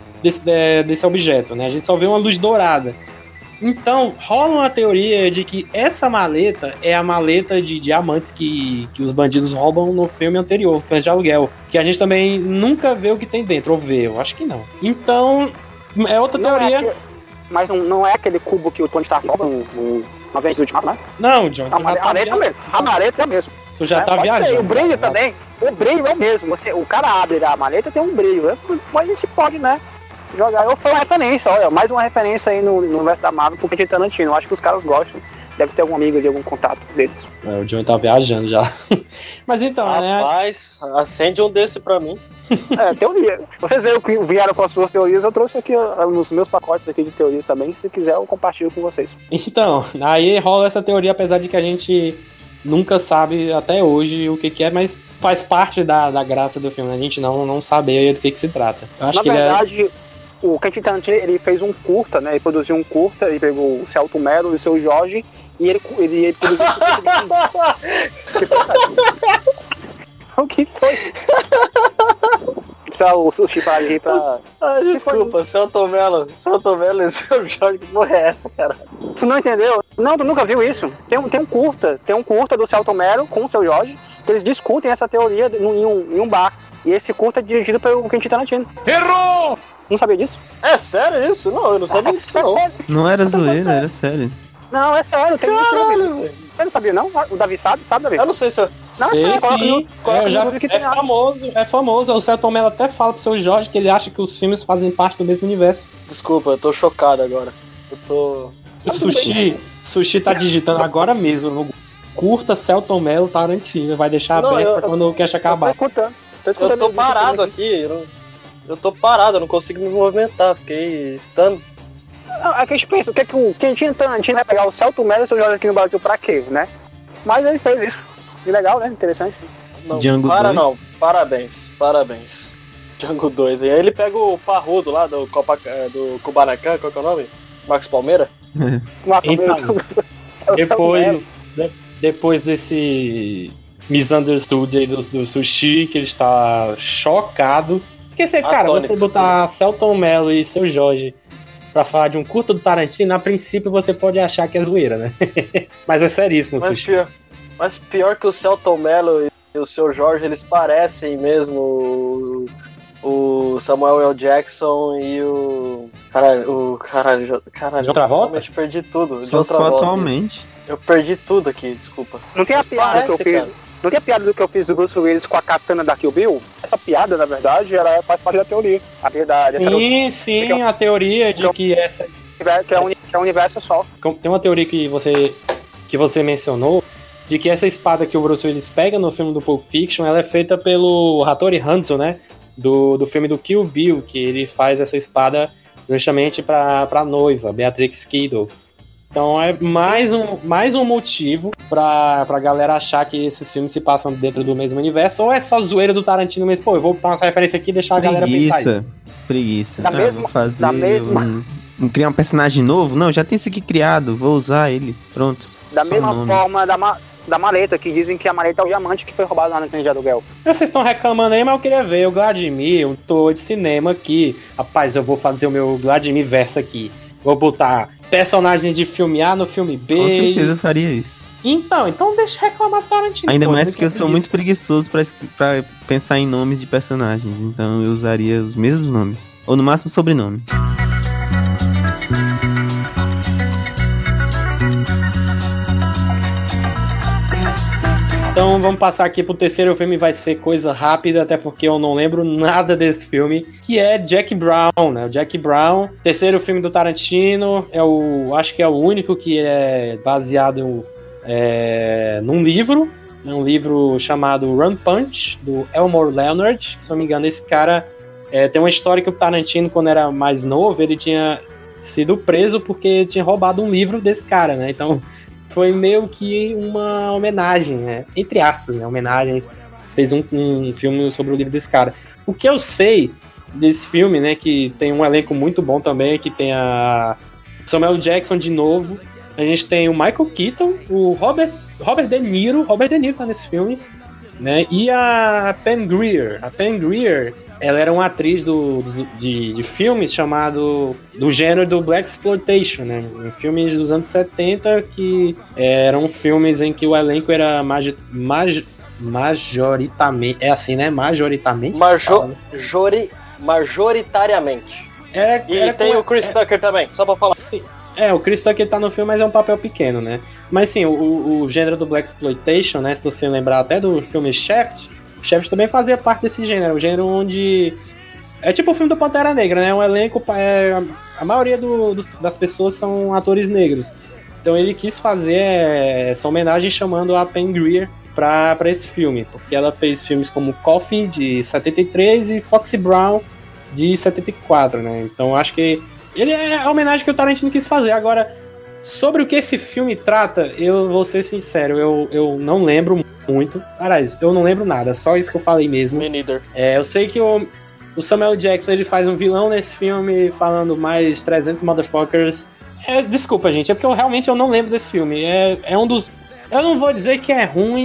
desse objeto, né? A gente só vê uma luz dourada. Então, rola uma teoria de que essa maleta é a maleta de diamantes que os bandidos roubam no filme anterior, Cães de Aluguel. Que a gente também nunca vê o que tem dentro, ou vê, eu acho que não. Então, é outra teoria. Mas não é aquele cubo que o Tony Stark rouba uma vez do Ultimato, né? Não, John. A maleta é mesmo. Tu já tá viajando. O brilho também. O brilho é o mesmo. O cara abre a maleta, tem um brilho. Mas se pode, né? Jogar. Foi uma referência, olha, mais uma referência aí no universo da Marvel pro Quentin Tarantino. Eu acho que os caras gostam. Deve ter algum amigo de algum contato deles. O John tá viajando já. Mas então, rapaz, né? Acende um desse pra mim. Teoria. Vocês vieram com as suas teorias, eu trouxe aqui nos meus pacotes aqui de teorias também. Se quiser, eu compartilho com vocês. Então, aí rola essa teoria, apesar de que a gente nunca sabe até hoje o que é, mas faz parte da graça do filme. A gente não sabe do que se trata. Eu acho Na verdade, o Quentin Tarantino, ele fez um curta, né? Ele produziu um curta, ele pegou o Celto Mello e o seu Jorge, e ele produziu um curta. O que foi? esperar o Sushi parar de rir pra... Desculpa, Celton Mello e seu Jorge, que porra é essa, cara? Tu não entendeu? Não, tu nunca viu isso? Tem um curta do Celton Mello com o seu Jorge, que eles discutem essa teoria em um bar. E esse curta é dirigido pelo Quentin Tarantino. Errou! Não sabia disso? É sério isso? Não, eu não sabia disso, não. Não era zoeira, era sério. Não, é sério, tem muito filme. Você não sabia, não? O Davi sabe, Davi? Eu não sei se eu... Não, sei, sim. É famoso. O Celton Mello até fala pro seu Jorge que ele acha que os filmes fazem parte do mesmo universo. Desculpa, eu tô chocado agora. O Sushi tá digitando agora mesmo no curta Celton Mello Tarantino. Vai deixar aberto pra quando o cast acabar. Eu tô parado aqui. Eu tô parado, eu não consigo me movimentar. Fiquei estando. Aqui a gente pensa, o que é que o Quentin Tarantino vai pegar o Celton Mello e o seu Jorge aqui no Brasil pra quê, né? Mas ele fez isso. E legal, né? Interessante. Não, Django 2. não. Parabéns. Django 2. E aí ele pega o parrudo lá do Kubanacan, qual que é o nome? Marcos Palmeira? Então, depois desse misunderstood aí do Sushi, que ele está chocado. Porque assim, cara, você botar Celton Mello e seu Jorge pra falar de um curto do Tarantino, a princípio você pode achar que é zoeira, né? Mas é seríssimo, Sushi. Mas pior que o Celton Mello e o seu Jorge, eles parecem mesmo o Samuel L. Jackson e o... Caralho, de outra volta? Eu perdi tudo. Só atualmente. Eu perdi tudo aqui, desculpa. Não tem a piada que eu fiz. Não tem a piada do que eu fiz do Bruce Willis com a katana da Kill Bill? Essa piada, na verdade, ela faz parte da teoria. Sim, a teoria de que essa... Que é um universo só. Tem uma teoria que você mencionou, de que essa espada que o Bruce Willis pega no filme do Pulp Fiction, ela é feita pelo Hattori Hanzo, né? Do filme do Kill Bill, que ele faz essa espada justamente pra noiva, Beatrix Kiddo. Então é mais um motivo pra galera achar que esses filmes se passam dentro do mesmo universo, ou é só zoeira do Tarantino mesmo. Pô, eu vou botar essa referência aqui e deixar a galera pensar aí. Preguiça. Vou fazer criar um personagem novo? Não, já tem esse aqui criado, vou usar ele. Pronto. Da mesma forma da maleta, que dizem que a maleta é o diamante que foi roubado lá no Clã de Aluguel. Vocês estão reclamando aí, mas eu queria ver o Vladimir, um tour de cinema aqui. Rapaz, eu vou fazer o meu Vladimir verso aqui. Vou botar personagens de filme A no filme B. Com certeza eu faria isso. Então deixa eu reclamar do Tarantino. Ainda mais porque eu sou muito preguiçoso pra pensar em nomes de personagens. Então eu usaria os mesmos nomes. Ou no máximo sobrenome. Então vamos passar aqui pro terceiro filme, vai ser coisa rápida, até porque eu não lembro nada desse filme, que é Jack Brown, né? O Jack Brown, terceiro filme do Tarantino, acho que é o único que é baseado num livro, um livro chamado Run Punch, do Elmore Leonard, que, se não me engano, esse cara tem uma história que o Tarantino, quando era mais novo, ele tinha sido preso porque tinha roubado um livro desse cara, né? Então foi meio que uma homenagem, né? Entre aspas, né? Homenagens. Fez um filme sobre o livro desse cara. O que eu sei desse filme, né? Que tem um elenco muito bom também, que tem a Samuel Jackson de novo. A gente tem o Michael Keaton, o Robert De Niro. Robert De Niro tá nesse filme, né? E a Pam Grier. A Pam Grier, ela era uma atriz de filmes chamado do gênero do Black Exploitation, né? Filmes dos anos 70 que eram filmes em que o elenco era majoritariamente... É assim, né? Majoritariamente. Majoritariamente. E tem o Chris Tucker também, só pra falar. Sim. O Chris Tucker tá no filme, mas é um papel pequeno, né? Mas sim, o gênero do Black Exploitation, né? Se você lembrar até do filme Shaft, o Shaft também fazia parte desse gênero. O gênero onde... É tipo o filme do Pantera Negra, né? Um elenco... A maioria das pessoas são atores negros. Então ele quis fazer essa homenagem chamando a Pam Grier pra esse filme. Porque ela fez filmes como Coffee, de 73, e Foxy Brown, de 74, né? Então acho que ele é a homenagem que o Tarantino quis fazer. Agora, sobre o que esse filme trata, eu vou ser sincero, eu não lembro muito. Aliás, eu não lembro nada, só isso que eu falei mesmo. Me neither. Eu sei que o Samuel Jackson, ele faz um vilão nesse filme falando mais 300 motherfuckers. Desculpa, gente, é porque realmente eu não lembro desse filme. É um dos... Eu não vou dizer que é ruim,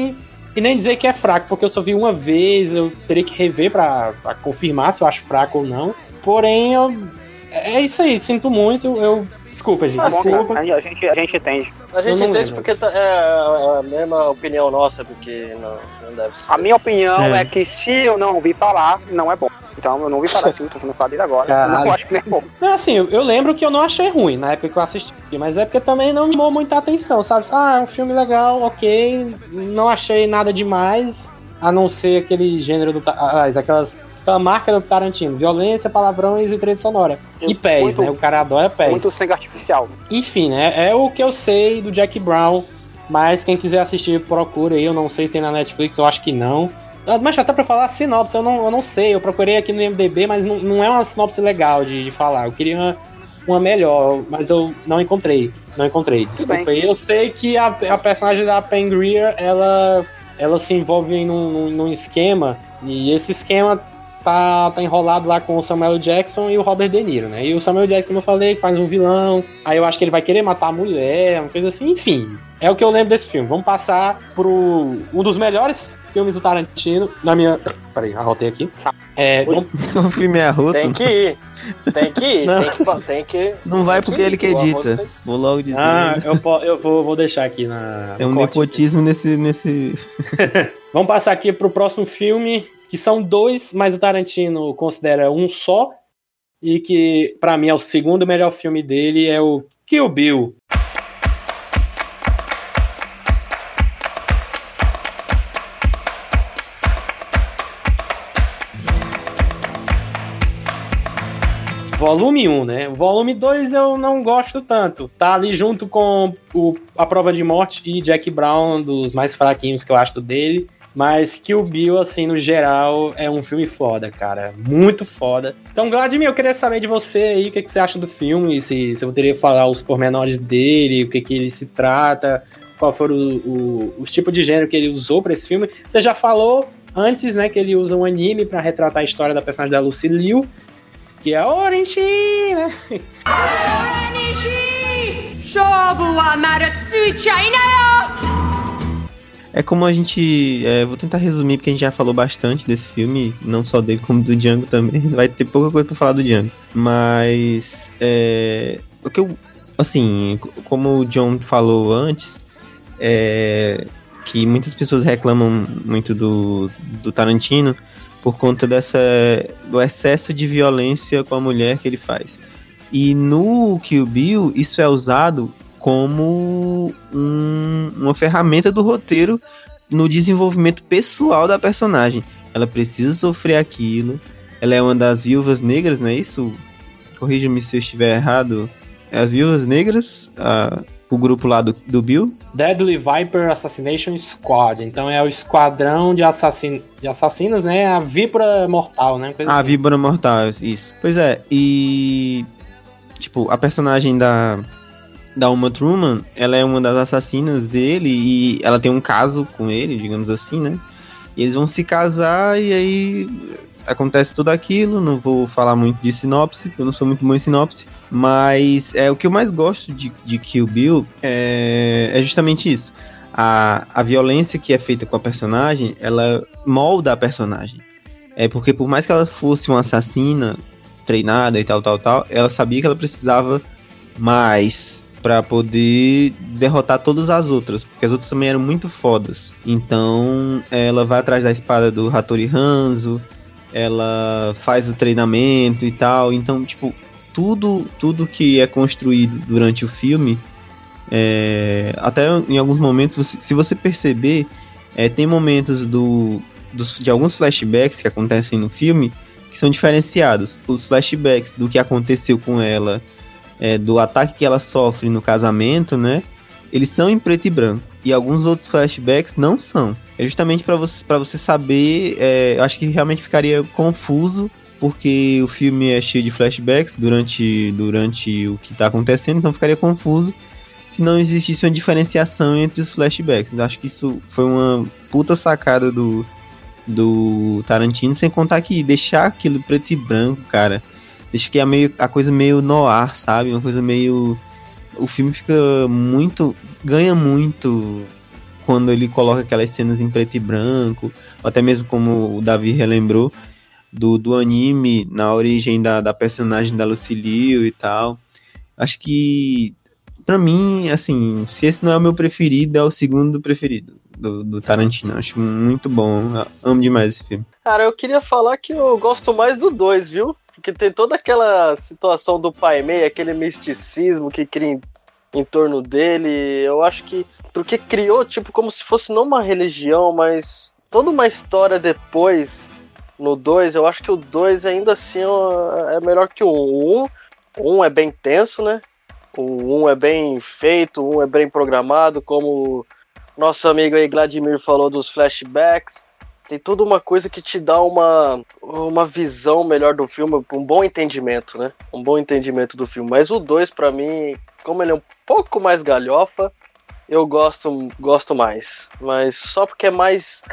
E nem dizer que é fraco, porque eu só vi uma vez, eu teria que rever pra confirmar se eu acho fraco ou não. Porém, é isso aí, sinto muito, desculpa, gente, desculpa. A gente entende. A gente entende porque é a mesma opinião nossa, porque não deve ser. A minha opinião é que se eu não ouvi falar, não é bom. Então eu não ouvi falar assim, tô falando falar dele agora. Caralho. Eu não acho que nem é bom. Não, assim, eu lembro que eu não achei ruim na época que eu assisti, mas é porque também não me chamou muita atenção, sabe? Ah, é um filme legal, ok, não achei nada demais, a não ser aquele gênero aquela marca do Tarantino, violência, palavrões e trilha sonora. E pés, né? O cara adora pés. Muito sangue artificial. Enfim, né? É o que eu sei do Jack Brown, mas quem quiser assistir, procura aí, eu não sei se tem na Netflix, eu acho que não. Mas até pra falar a sinopse, eu não sei, eu procurei aqui no IMDb, mas não é uma sinopse legal de falar, eu queria uma melhor, mas eu não encontrei, desculpa aí. Eu sei que a personagem da Pam Grier, ela se envolve num esquema, e esse esquema tá enrolado lá com o Samuel Jackson e o Robert De Niro, né? E o Samuel Jackson, como eu falei, faz um vilão, aí eu acho que ele vai querer matar a mulher, uma coisa assim, enfim. É o que eu lembro desse filme. Vamos passar pro um dos melhores filmes do Tarantino, na minha... Peraí, arrotei aqui. O filme é arroto? Tem que ir. Tem que... Não vai porque ele que edita. Vou logo dizer. Eu vou deixar aqui na... É um nepotismo nesse... Vamos passar aqui pro próximo filme, que são dois, mas o Tarantino considera um só, e que pra mim é o segundo melhor filme dele, é o Kill Bill. Volume 1, né? O volume 2 eu não gosto tanto. Tá ali junto com A Prova de Morte e Jack Brown, dos mais fraquinhos que eu acho dele. Mas Kill Bill, assim, no geral, é um filme foda, cara. Muito foda. Então, Vladimir, eu queria saber de você aí, o que você acha do filme, se você poderia falar os pormenores dele, o que ele se trata, qual foram os tipos de gênero que ele usou pra esse filme. Você já falou antes, né, que ele usa um anime pra retratar a história da personagem da Lucy Liu, que é Orange, né? É como a gente... vou tentar resumir, porque a gente já falou bastante desse filme, não só dele, como do Django também. Vai ter pouca coisa pra falar do Django. Mas... o que eu... Assim, como o John falou antes, que muitas pessoas reclamam muito do Tarantino por conta do excesso de violência com a mulher que ele faz. E no Kill Bill, isso é usado como uma ferramenta do roteiro no desenvolvimento pessoal da personagem. Ela precisa sofrer aquilo. Ela é uma das viúvas negras, não é isso? Corrija-me se eu estiver errado. É as viúvas negras, o grupo lá do Bill? Deadly Viper Assassination Squad. Então é o esquadrão de assassinos, né? A Víbora Mortal, né? Coisa assim. Víbora Mortal, isso. Pois é, e... Tipo, a personagem da Uma Thurman, ela é uma das assassinas dele e ela tem um caso com ele, digamos assim, né? E eles vão se casar e aí acontece tudo aquilo. Não vou falar muito de sinopse, porque eu não sou muito bom em sinopse. Mas o que eu mais gosto de Kill Bill é justamente isso. A violência que é feita com a personagem, ela molda a personagem. Porque por mais que ela fosse uma assassina treinada e tal, ela sabia que ela precisava mais pra poder derrotar todas as outras, porque as outras também eram muito fodas. Então ela vai atrás da espada do Hattori Hanzo, ela faz o treinamento e tal. Então, tipo, tudo que é construído durante o filme, até em alguns momentos, se você perceber, tem momentos de alguns flashbacks que acontecem no filme que são diferenciados. Os flashbacks do que aconteceu com ela, do ataque que ela sofre no casamento, né? Eles são em preto e branco. E alguns outros flashbacks não são. É justamente para você saber. Eu acho que realmente ficaria confuso, porque o filme é cheio de flashbacks durante o que tá acontecendo, então ficaria confuso se não existisse uma diferenciação entre os flashbacks. Eu acho que isso foi uma puta sacada do Tarantino, sem contar que deixar aquilo preto e branco, cara, deixa que a coisa meio noir, sabe? Uma coisa meio... O filme fica muito... ganha muito quando ele coloca aquelas cenas em preto e branco, ou até mesmo como o Davi relembrou, do anime, na origem da personagem da Lucy Liu e tal. Acho que, pra mim, assim, se esse não é o meu preferido, é o segundo preferido do Tarantino. Acho muito bom, eu amo demais esse filme. Cara, eu queria falar que eu gosto mais do 2, viu? Porque tem toda aquela situação do Pai Mei, aquele misticismo que cria em torno dele. Eu acho que, porque criou, tipo, como se fosse não uma religião, mas toda uma história depois, no 2. Eu acho que o 2 ainda assim é melhor que o 1. O 1 é bem tenso, né? O 1 é bem feito, o 1 é bem programado, como nosso amigo aí Vladimir falou dos flashbacks. Tem toda uma coisa que te dá uma visão melhor do filme, um bom entendimento, né? Um bom entendimento do filme. Mas o 2, pra mim, como ele é um pouco mais galhofa, eu gosto mais. Mas só porque é mais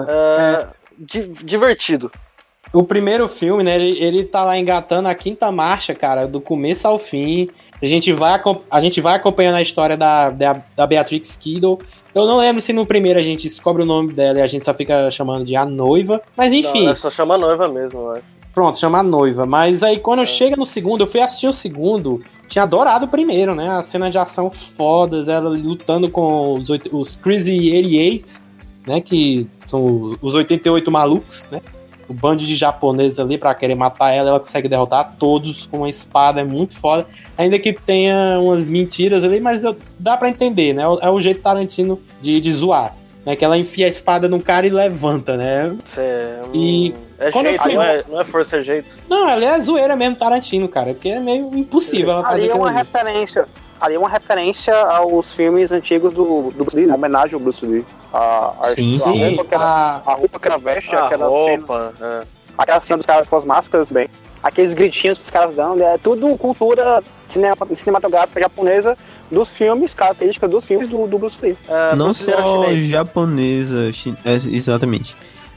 divertido. O primeiro filme, né, ele tá lá engatando a quinta marcha, cara, do começo ao fim. A gente vai acompanhando a história da Beatrix Kiddo. Eu não lembro se no primeiro a gente descobre o nome dela e a gente só fica chamando de a noiva. Mas enfim. Não, só chama a noiva mesmo, eu acho. Pronto, chama a noiva. Mas aí quando chega no segundo, eu fui assistir o segundo, tinha adorado o primeiro, né? As cenas de ação fodas, ela lutando com os Crazy 88, né? Que são os 88 malucos, né? O bando de japoneses ali pra querer matar ela consegue derrotar todos com uma espada, é muito foda. Ainda que tenha umas mentiras ali, mas dá pra entender, né? É o jeito Tarantino de zoar, né? Que ela enfia a espada no cara e levanta, né? E quando jeito, não é força, é jeito. Não, ela é zoeira mesmo, Tarantino, cara, porque é meio impossível ela fazer ali é uma referência. Ali é uma referência aos filmes antigos do Bruce Lee, uma homenagem ao Bruce Lee. A roupa que ela veste, aquela cena dos caras com as máscaras, bem. Aqueles gritinhos que os caras dão, é tudo cultura cinematográfica japonesa dos filmes, características dos filmes do Bruce Lee. Não só japonesa, exatamente.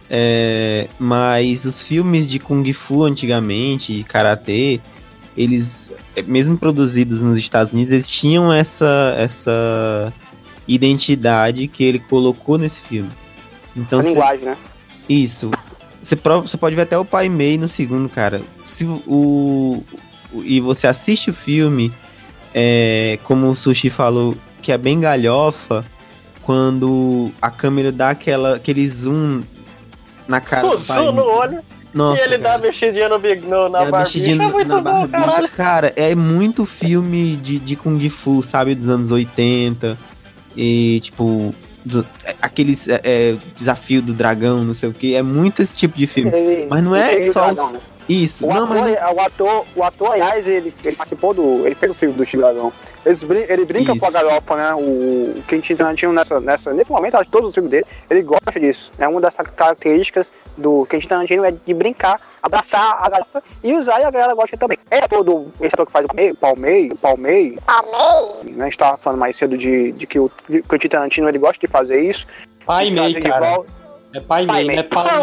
Mas os filmes de Kung Fu antigamente, Karatê, eles, mesmo produzidos nos Estados Unidos, eles tinham essa identidade que ele colocou nesse filme. Então, linguagem, né? Isso. Você pode ver até o Pai Mei no segundo, cara. E você assiste o filme, como o Sushi falou, que é bem galhofa, quando a câmera dá aquele zoom na cara do Pai Mei. No olho. Nossa, e ele dá a mexidinha na barbicha, é muito bom, caralho. Cara, é muito filme de Kung Fu, sabe, dos anos 80. E, tipo, aqueles desafio do dragão, não sei o que, é muito esse tipo de filme. Mas não é só dragão, né? Isso. O ator, aliás, ele participou ele fez o filme do Chigadão. Ele brinca com a galhofa, né? O Quentin Tarantino nesse momento, acho que todos os filmes dele, ele gosta disso. É uma das características do Quentin Tarantino é de brincar, abraçar a galhofa e usar, e a galera gosta também. Esse ator que faz o Palmei, né? A gente tava falando mais cedo de que o Quentin Tarantino ele gosta de fazer isso. Pai Mei, cara. É Pai Mei, não é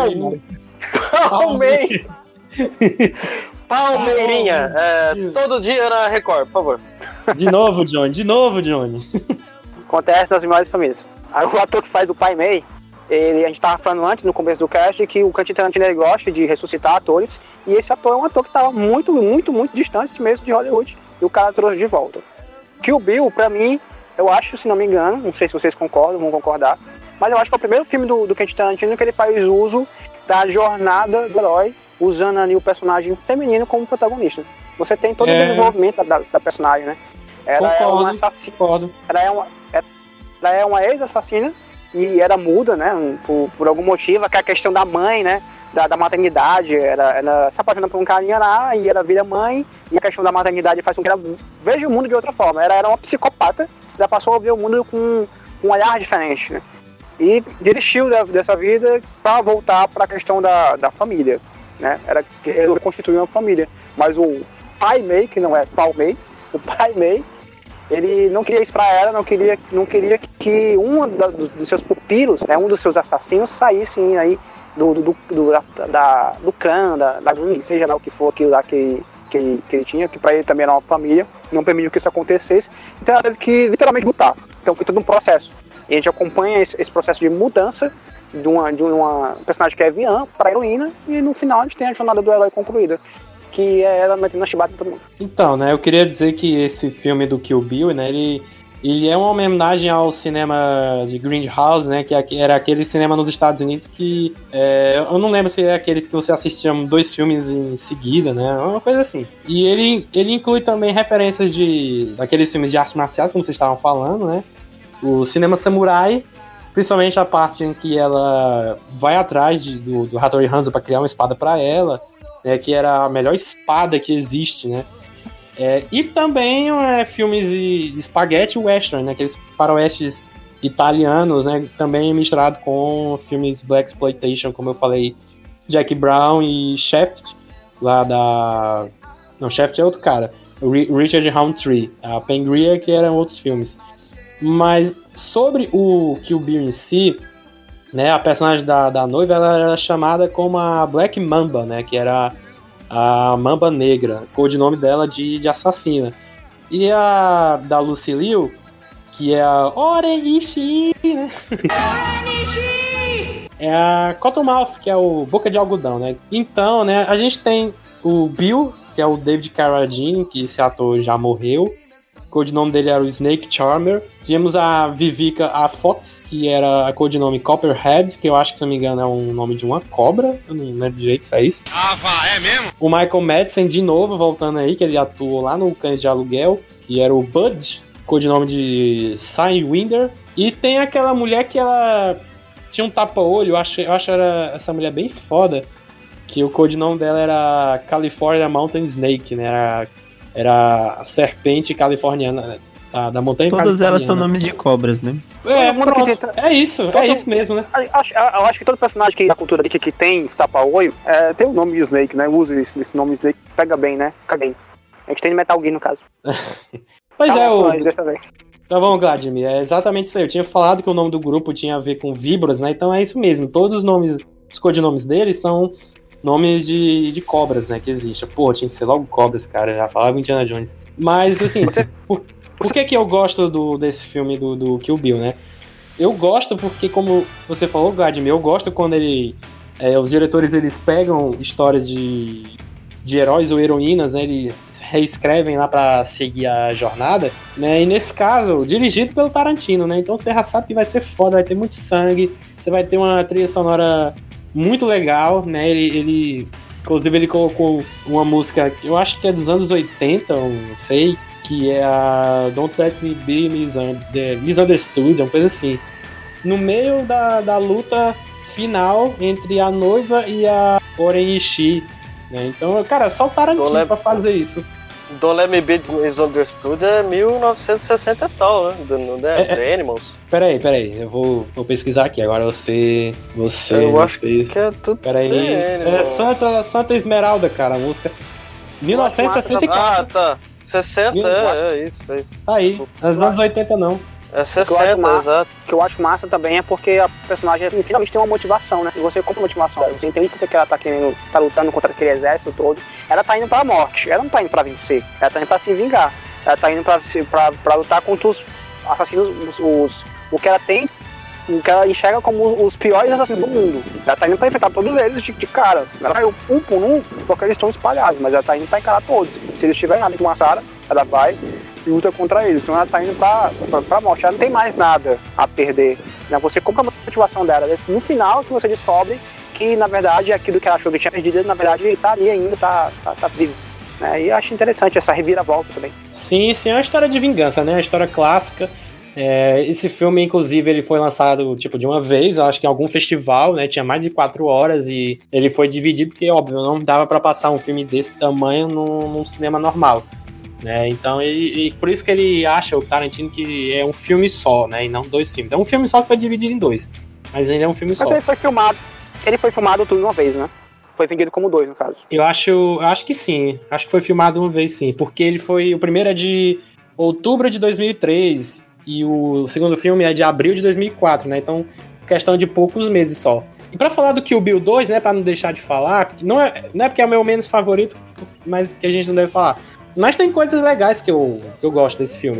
Palmei. Palmeirinha, todo dia na Record, por favor. De novo, Johnny. Acontece nas melhores famílias. Aí o ator que faz o Pai Mei, a gente tava falando antes, no começo do cast, que o Quentin Tarantino ele gosta de ressuscitar atores, e esse ator é um ator que tava muito, muito, muito distante mesmo de Hollywood, e o cara trouxe de volta. Kill Bill, pra mim, eu acho, se não me engano, não sei se vocês concordam, vão concordar, mas eu acho que é o primeiro filme do Quentin Tarantino que ele faz uso da jornada do herói, usando ali o personagem feminino como protagonista. Você tem todo o desenvolvimento da personagem, né? Ela é uma assassina. Ela é uma ex-assassina e era muda, né? Por algum motivo, que é a questão da mãe, né? Da maternidade. Ela se apaixona por um carinha lá e ela vira mãe. E a questão da maternidade faz com que ela veja o mundo de outra forma. Ela era uma psicopata, ela passou a ver o mundo com um olhar diferente, né? E desistiu dessa vida para voltar para a questão da família, né? Era reconstituir uma família. Mas o Pai Mei, que não é Palmei, o Pai Mei, ele não queria isso pra ela, não queria que um dos seus pupilos, né, um dos seus assassinos, saísse aí do clã, da gangue, seja lá o que for aquilo lá que ele tinha, que pra ele também era uma família, não permitiu que isso acontecesse, então ela teve que literalmente lutar. Então foi todo um processo. E a gente acompanha esse processo de mudança de uma personagem que é vilã para heroína, e no final a gente tem a jornada do herói concluída, que é ela metendo a chibata em todo mundo. Então, né, eu queria dizer que esse filme do Kill Bill, né, ele é uma homenagem ao cinema de Grindhouse, né, que era aquele cinema nos Estados Unidos que... eu não lembro se é aqueles que você assistia 2 filmes em seguida, né, uma coisa assim. E ele inclui também referências daqueles filmes de artes marciais, como vocês estavam falando, né, o cinema samurai, principalmente a parte em que ela vai atrás do Hattori Hanzo para criar uma espada para ela, né, que era a melhor espada que existe, né. E também filmes de espaguete western, né, aqueles faroestes italianos, né, também misturado com filmes black exploitation, como eu falei, Jack Brown e Shaft, não, Shaft é outro cara, Richard Roundtree, a Pangria, que eram outros filmes. Mas sobre o Kill Bill em si, né, a personagem da noiva, ela era chamada como a Black Mamba, né, que era a Mamba Negra, codinome dela de assassina. E a da Lucy Liu, que é a Orenishi, né? É a Cottonmouth, que é o Boca de Algodão, né? Então, né, a gente tem o Bill, que é o David Carradine, que esse ator já morreu. O codinome dele era o Snake Charmer. Tínhamos a Vivica A. Fox, que era a codinome Copperhead, que eu acho que, se não me engano, é um nome de uma cobra. Eu não lembro direito se é isso. É mesmo? O Michael Madsen, de novo, voltando aí, que ele atuou lá no Cães de Aluguel, que era o Bud, codinome de Sidewinder. E tem aquela mulher que ela tinha um tapa-olho, eu acho essa mulher bem foda, que o codinome dela era California Mountain Snake, né? Era a serpente californiana da montanha. Todas elas são nomes de cobras, né? É isso mesmo, né? Eu acho que todo personagem da cultura que tem tapa-olho tem o nome de Snake, né? Usa esse nome Snake, pega bem, né? Fica bem. A gente tem de Metal Gear no caso. Pois Tá bom, Vladimir, é exatamente isso aí. Eu tinha falado que o nome do grupo tinha a ver com Vibras, né? Então é isso mesmo. Todos os codinomes deles são nomes de cobras, né, que existe. Pô, tinha que ser logo cobras, cara, já falava Indiana Jones. Mas, assim, por que eu gosto desse filme do Kill Bill, né? Eu gosto porque, como você falou, Vladimir, eu gosto quando os diretores, eles pegam histórias de heróis ou heroínas, né, eles reescrevem lá pra seguir a jornada, né, e nesse caso, dirigido pelo Tarantino, né, então você já sabe que vai ser foda, vai ter muito sangue, você vai ter uma trilha sonora muito legal, né, inclusive ele colocou uma música, eu acho que é dos anos 80, eu não sei, que é a Don't Let Me Be Misunderstood, uma coisa assim, no meio da luta final entre a noiva e a Orenishi, né, então, cara, só o Tarantino pra fazer isso. Don't Let Me Be Misunderstood é 1960 e tal, né? The Animals. Peraí, eu vou pesquisar aqui. Agora você eu acho que é tudo. Peraí, é Santa Esmeralda, cara, a música. 1964. Ah, tá. 60, é isso. Tá aí, nos anos 80 não. É 60, exato. O que eu acho massa também é porque a personagem finalmente tem uma motivação, né? E você compra a motivação dela. Você entende porque ela tá lutando contra aquele exército todo. Ela tá indo pra morte. Ela não tá indo pra vencer. Ela tá indo pra se vingar. Ela tá indo pra lutar contra os assassinos, o que ela tem, o que ela enxerga como os piores assassinos do mundo. Ela tá indo pra enfrentar todos eles de cara. Ela vai um por um, porque eles estão espalhados, mas ela tá indo pra encarar todos. Se eles tiverem nada com uma Sarah, ela vai e luta contra eles. Então ela tá indo pra morte. Ela não tem mais nada a perder. Né? Você compra a motivação dela. No final que você descobre que, na verdade, aquilo que ela achou que tinha perdido, na verdade, tá ali ainda, tá vivo. Né? E eu acho interessante essa reviravolta também. Sim, é uma história de vingança, né? Uma história clássica. Esse filme, inclusive, ele foi lançado, tipo, de uma vez, eu acho que em algum festival, né? Tinha mais de 4 horas e ele foi dividido porque, óbvio, não dava pra passar um filme desse tamanho num cinema normal. Né? Então, e por isso que ele acha, o Tarantino, que é um filme só, né? E não 2 filmes. É um filme só que foi dividido em 2. Mas ele é um filme só. Ele foi filmado tudo de uma vez, né? Foi vendido como 2, no caso. Eu acho que sim. Acho que foi filmado uma vez, sim. Porque ele foi... O primeiro é de outubro de 2003 e o segundo filme é de abril de 2004, né? Então, questão de poucos meses só. E pra falar do Kill Bill 2, né? Pra não deixar de falar, não é porque é o meu menos favorito, mas que a gente não deve falar. Mas tem coisas legais que eu gosto desse filme.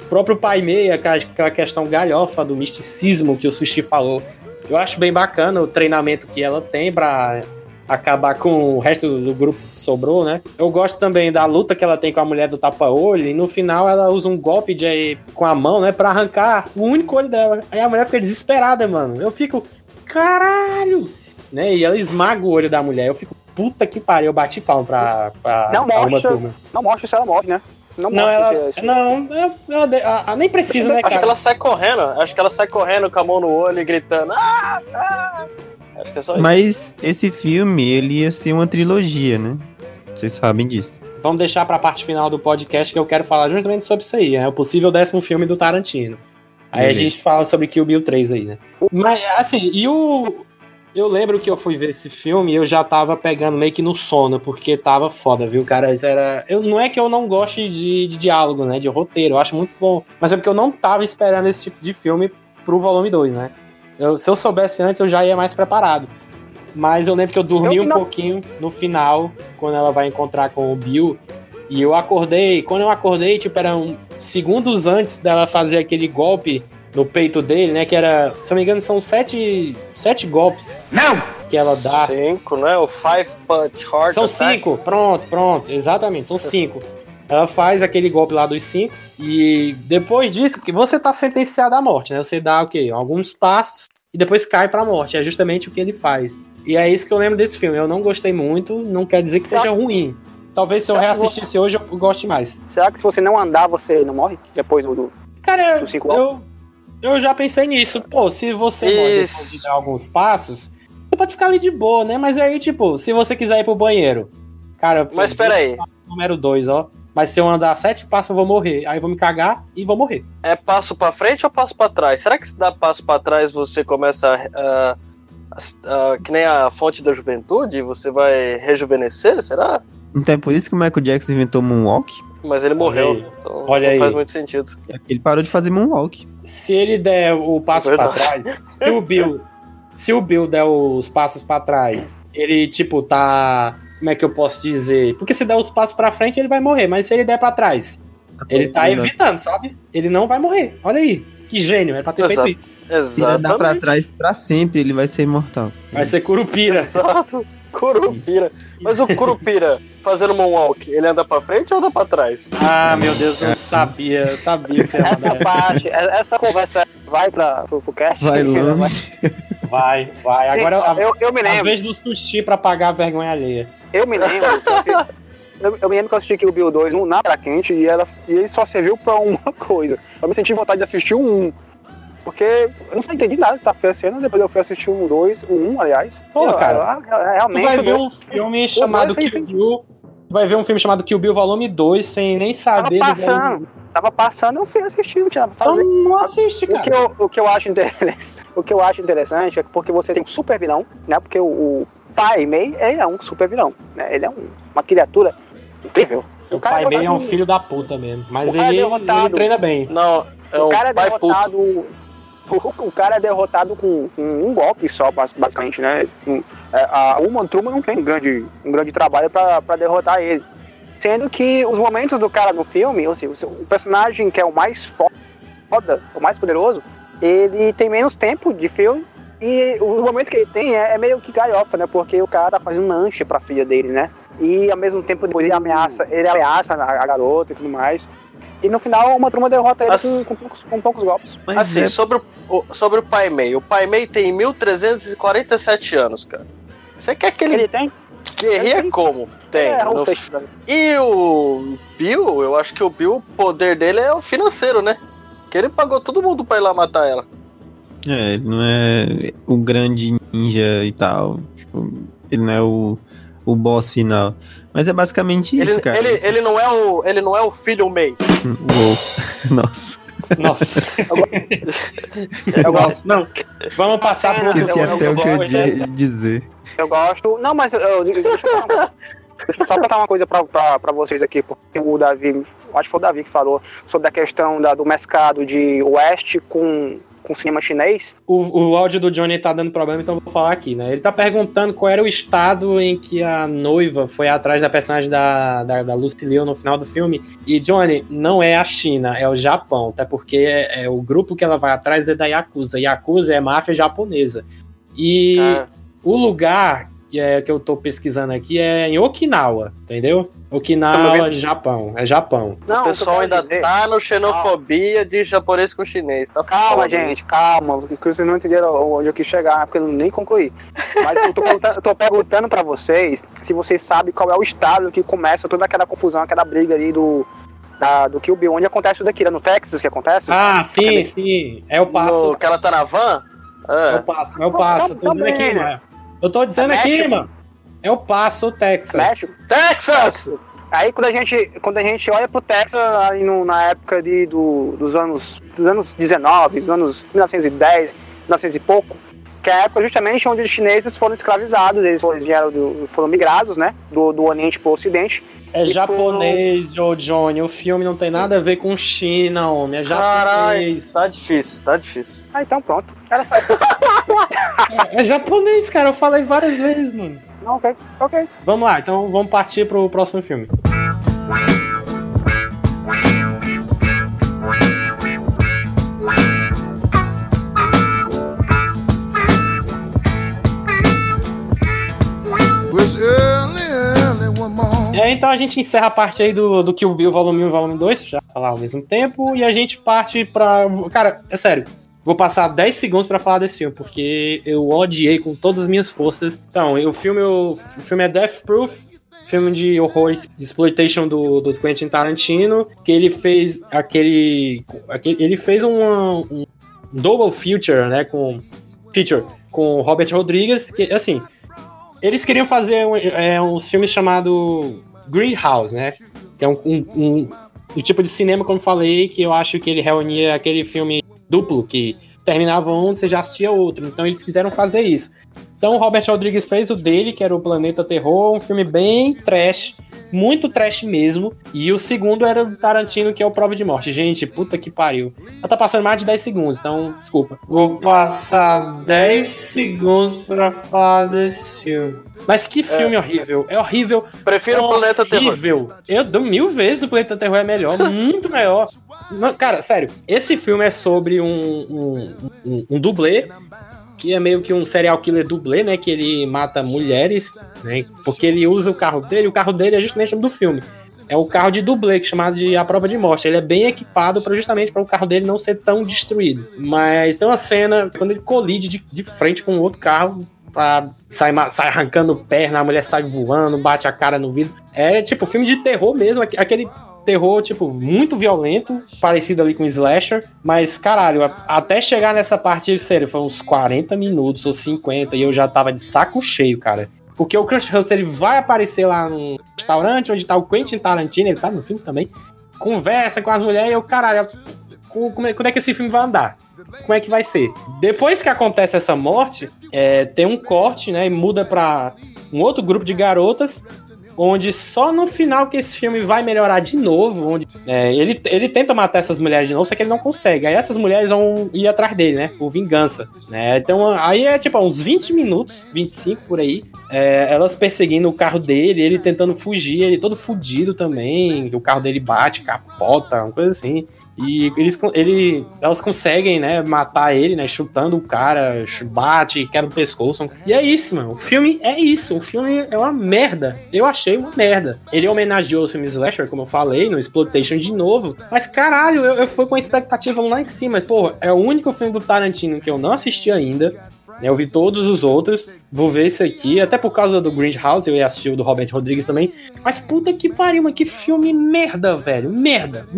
próprio Pai Mei, aquela questão galhofa do misticismo que o Sushi falou. Eu acho bem bacana o treinamento que ela tem pra acabar com o resto do grupo que sobrou, né? Eu gosto também da luta que ela tem com a mulher do tapa-olho, e no final ela usa um golpe com a mão, né, pra arrancar o único olho dela. Aí a mulher fica desesperada, mano. Eu fico, caralho! Né? E ela esmaga o olho da mulher. Eu fico, puta que pariu, eu bati palmo pra não mostra se ela morre, né? Ela nem precisa, né, cara? Acho que ela sai correndo com a mão no olho e gritando. Acho que é só isso. Mas esse filme, ele ia ser uma trilogia, né? Vocês sabem disso. Vamos deixar pra parte final do podcast que eu quero falar justamente sobre isso aí, né? O possível 10º filme do Tarantino. Aí a gente fala sobre Kill Bill 3 aí, né? Mas, assim, eu lembro que eu fui ver esse filme e eu já tava pegando meio que no sono, porque tava foda, viu, cara? Não é que eu não goste de diálogo, né? De roteiro, eu acho muito bom. Mas é porque eu não tava esperando esse tipo de filme pro volume 2, né? Se eu soubesse antes, eu já ia mais preparado. Mas eu lembro que eu dormi um pouquinho no final, quando ela vai encontrar com o Bill. E eu acordei. Quando eu acordei, tipo, eram segundos antes dela fazer aquele golpe no peito dele, né? Que era, se eu não me engano, são 7 golpes. Não! Que ela dá. 5, né? O 5 Punch Heart São Attack. 5, pronto. Exatamente, são 5. Ela faz aquele golpe lá dos 5 e depois disso, porque você tá sentenciado à morte, né? Você dá o quê? Alguns passos e depois cai pra morte. É justamente o que ele faz. E é isso que eu lembro desse filme. Eu não gostei muito, não quer dizer que seja ruim. Talvez se eu reassistisse hoje, eu goste mais. Será que se você não andar, você não morre? Depois do Cara, 5 eu já pensei nisso. Pô, se você morre depois de dar alguns passos, você pode ficar ali de boa, né? Mas aí, tipo, se você quiser ir pro banheiro, cara... Mas peraí. Número 2, ó. Mas se eu andar 7 passos, eu vou morrer. Aí eu vou me cagar e vou morrer. É passo pra frente ou passo pra trás? Será que se dá passo pra trás você começa que nem a fonte da juventude? Você vai rejuvenescer? Será? Então é por isso que o Michael Jackson inventou Moonwalk? Mas ele morreu, então Olha não aí. faz muito sentido. Ele parou de fazer Moonwalk. Se ele der o passo pra trás, se o Bill der os passos pra trás, ele, tipo, tá... Como é que eu posso dizer? Porque se der os passos pra frente, ele vai morrer. Mas se ele der pra trás, ele tá evitando, sabe? Ele não vai morrer. Olha aí. Que gênio. É pra ter feito isso. Se ele dar pra trás pra sempre, ele vai ser imortal. Vai ser Curupira. Exato. Curupira. Mas o Curupira, fazendo Moonwalk, ele anda pra frente ou anda pra trás? Ah, meu Deus, eu sabia que você ia mandar essa parte, essa conversa vai pro cast? Vai longe. Vai. Sim, Agora, eu me lembro. às vezes do sushi pra pagar a vergonha alheia. Eu me lembro. Eu me lembro que eu assisti Kill Bill 2 na Era Quente e ele só serviu pra uma coisa. Eu me senti vontade de assistir o 1. Porque eu não entendi nada que tá acontecendo. Depois eu fui assistir o 2, o 1, aliás. Pô, cara, realmente. tu vai ver um filme chamado Kill Bill. Vai ver um filme chamado Kill Bill Volume 2 sem nem saber. Tava passando, eu fui assistir, não tinha nada pra fazer. Então não assiste, cara. O que eu acho interessante é porque você tem um super vilão, né? Porque o Pai Mei, ele é um super vilão, né? Ele é uma criatura incrível. O Pai Mei é um filho da puta mesmo. Mas ele treina bem. Não, o cara é derrotado. O cara é derrotado com um golpe só, basicamente, né? A Uma Thurman não tem um grande trabalho pra derrotar ele. Sendo que os momentos do cara no filme, ou seja, o personagem que é o mais foda, o mais poderoso, ele tem menos tempo de filme e o momento que ele tem é meio que galhofa, né? Porque o cara tá fazendo lanche pra filha dele, né? E ao mesmo tempo depois ele ameaça a garota e tudo mais. E no final uma turma derrota ele com poucos golpes. Mas assim, sobre o Pai Mei. O Pai Mei tem 1347 anos, cara. Você quer que ele tem? Guerreia como? Tem. E o Bill, eu acho que o Bill, o poder dele é o financeiro, né? Que ele pagou todo mundo pra ir lá matar ela. Ele não é o grande ninja e tal. Tipo, ele não é o boss final. Mas é basicamente isso, cara. Ele não é o filho Mei. Uou. Nossa. Eu gosto. Não, vamos passar pro Esqueci até o que eu ia dizer. Eu gosto. Não, mas deixa eu só contar uma coisa pra vocês aqui, porque o Davi acho que foi o Davi que falou sobre a questão do mesclado de West com cinema chinês. O áudio do Johnny tá dando problema, então eu vou falar aqui, né? Ele tá perguntando qual era o estado em que a noiva foi atrás da personagem da Lucy Liu no final do filme. E, Johnny, não é a China, é o Japão, até porque é o grupo que ela vai atrás é da Yakuza. Yakuza é máfia japonesa. E o lugar que eu tô pesquisando aqui é em Okinawa, entendeu? Okinawa, Japão. É Japão. Não, o pessoal ainda tá no xenofobia de japonês com chinês. Tá calma, foda, gente, calma. Porque vocês não entenderam onde eu quis chegar, porque eu nem concluí. Mas eu tô perguntando pra vocês se vocês sabem qual é o estado que começa toda aquela confusão, aquela briga ali do Kill Bill. Onde acontece isso daqui? É no Texas que acontece? Ah, sim, sim. É o Passo. Que ela tá na van? É o Passo. Eu tô dizendo aqui, mano. Eu tô dizendo aqui, mano. É o Passo, Texas. México? Texas! Aí quando a gente olha pro Texas aí na época dos anos 19, dos anos 1910, 1900 e pouco, que é a época justamente onde os chineses foram escravizados, eles foram migrados, né, do Oriente pro Ocidente. É japonês, Johnny, o filme não tem nada a ver com China, homem, é japonês. Caralho, tá difícil. Ah, então pronto. Era só... é japonês, cara, eu falei várias vezes, mano. Ok. Vamos lá, então vamos partir pro próximo filme. Então a gente encerra a parte aí do Kill Bill Volume 1 e Volume 2, já falar ao mesmo tempo, e a gente parte pra... Cara, é sério, vou passar 10 segundos pra falar desse filme, porque eu odiei com todas as minhas forças. Então, o filme é Death Proof, filme de horror de exploitation do Quentin Tarantino, que ele fez ele fez um double feature, né, com Robert Rodriguez, que, assim, eles queriam fazer um filme chamado Greenhouse, né, que é um tipo de cinema, como falei, que eu acho que ele reunia aquele filme duplo, que terminava um, você já assistia outro, então eles quiseram fazer isso. Então o Robert Rodriguez fez o dele, que era o Planeta Terror, um filme bem trash, muito trash mesmo, e o segundo era o Tarantino, que é o Prova de Morte. Gente, puta que pariu. Já tá passando mais de 10 segundos, então, desculpa. Vou passar 10 segundos pra falar desse filme. Mas que filme horrível, é horrível. Prefiro o Planeta Terror. Eu dou 1000 vezes o Planeta Terror é melhor, muito melhor. Não, cara, sério, esse filme é sobre um dublê, que é meio que um serial killer dublê, né, que ele mata mulheres, né, porque ele usa o carro dele é justamente o nome do filme. É o carro de dublê, que é chamado de A Prova de Morte. Ele é bem equipado justamente para o carro dele não ser tão destruído. Mas tem uma cena, quando ele colide de frente com outro carro, sai arrancando perna, a mulher sai voando, bate a cara no vidro. É tipo filme de terror mesmo, aquele terror, tipo, muito violento, parecido ali com slasher, mas, caralho, até chegar nessa parte, sério, foi uns 40 minutos ou 50, e eu já tava de saco cheio, cara. Porque o Kurt Russell, ele vai aparecer lá no restaurante onde tá o Quentin Tarantino, ele tá no filme também, conversa com as mulheres, e eu, caralho, como é que esse filme vai andar? Como é que vai ser? Depois que acontece essa morte, tem um corte, né, e muda pra um outro grupo de garotas, onde só no final que esse filme vai melhorar de novo, onde ele tenta matar essas mulheres de novo, só que ele não consegue. Aí essas mulheres vão ir atrás dele, né, por vingança, né? Então aí é tipo uns 20 minutos, 25 por aí, elas perseguindo o carro dele, ele tentando fugir, ele todo fudido também, o carro dele bate, capota, uma coisa assim. E elas conseguem, né, matar ele, né, chutando o cara, bate, quebra o pescoço. E é isso, mano. O filme é isso. O filme é uma merda. Eu achei uma merda. Ele homenageou o filme Slasher, como eu falei, no Exploitation de novo. Mas, caralho, eu fui com a expectativa lá em cima. Pô, é o único filme do Tarantino que eu não assisti ainda. Eu vi todos os outros, vou ver esse aqui, até por causa do Grindhouse, eu ia assistir o do Robert Rodriguez também. Mas puta que pariu, mano, que filme merda, velho. Merda.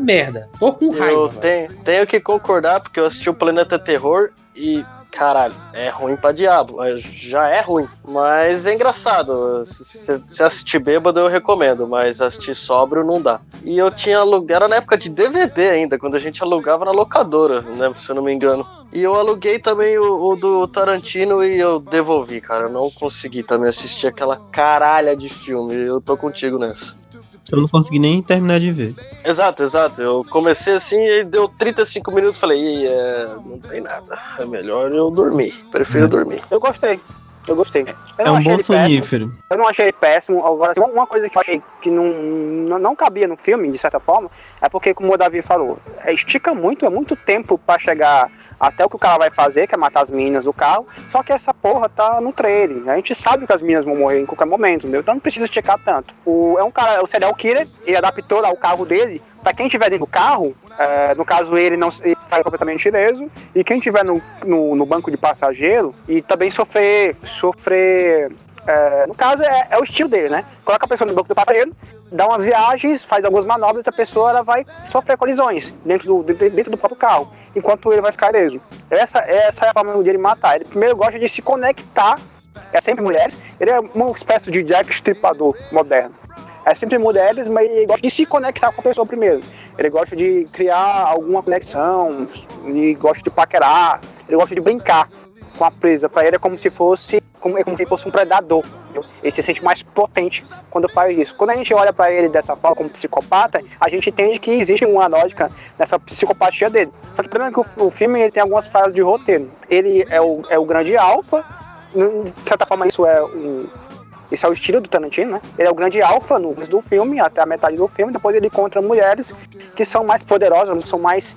Tô com raiva. Eu tenho que concordar, porque eu assisti o Planeta Terror e, caralho, é ruim pra diabo. Já é ruim. Mas é engraçado. Se assistir bêbado eu recomendo, mas assistir sóbrio não dá. E eu tinha alugado, era na época de DVD ainda, quando a gente alugava na locadora, né, se eu não me engano. E eu aluguei também o do Tarantino e eu devolvi, cara. Eu não consegui também assistir aquela caralha de filme. Eu tô contigo nessa. Eu não consegui nem terminar de ver. Exato. Eu comecei assim e deu 35 minutos. Falei, não tem nada. É melhor eu dormir. Prefiro dormir. Eu gostei. É um bom sonífero. Eu não achei ele péssimo. Agora, assim, uma coisa que eu achei que não cabia no filme, de certa forma, é porque, como o Davi falou, estica muito, é muito tempo pra chegar até o que o cara vai fazer, que é matar as meninas do carro. Só que essa porra tá no trailer. A gente sabe que as meninas vão morrer em qualquer momento, entendeu? Então não precisa esticar tanto. É um cara, o serial killer, ele adaptou lá o carro dele. Pra quem estiver dentro do carro, no caso ele sai completamente ileso, e quem estiver no banco de passageiro e também sofrer no caso é o estilo dele, né? Coloca a pessoa no banco do passageiro, dá umas viagens, faz algumas manobras, a pessoa ela vai sofrer colisões dentro do próprio carro, enquanto ele vai ficar ileso. Essa é a forma dele matar. Ele primeiro gosta de se conectar, é sempre mulheres, ele é uma espécie de Jack Stripador moderno. É sempre mulheres, mas ele gosta de se conectar com a pessoa primeiro. Ele gosta de criar alguma conexão, ele gosta de paquerar, ele gosta de brincar com a presa. Para ele é como se fosse um predador. Entendeu? Ele se sente mais potente quando faz isso. Quando a gente olha para ele dessa forma, como psicopata, a gente entende que existe uma lógica nessa psicopatia dele. Só que o problema é que o filme ele tem algumas falhas de roteiro. Ele é o grande alfa, de certa forma esse é o estilo do Tarantino, né? Ele é o grande alfa no começo do filme, até a metade do filme. Depois ele encontra mulheres que são mais poderosas, são mais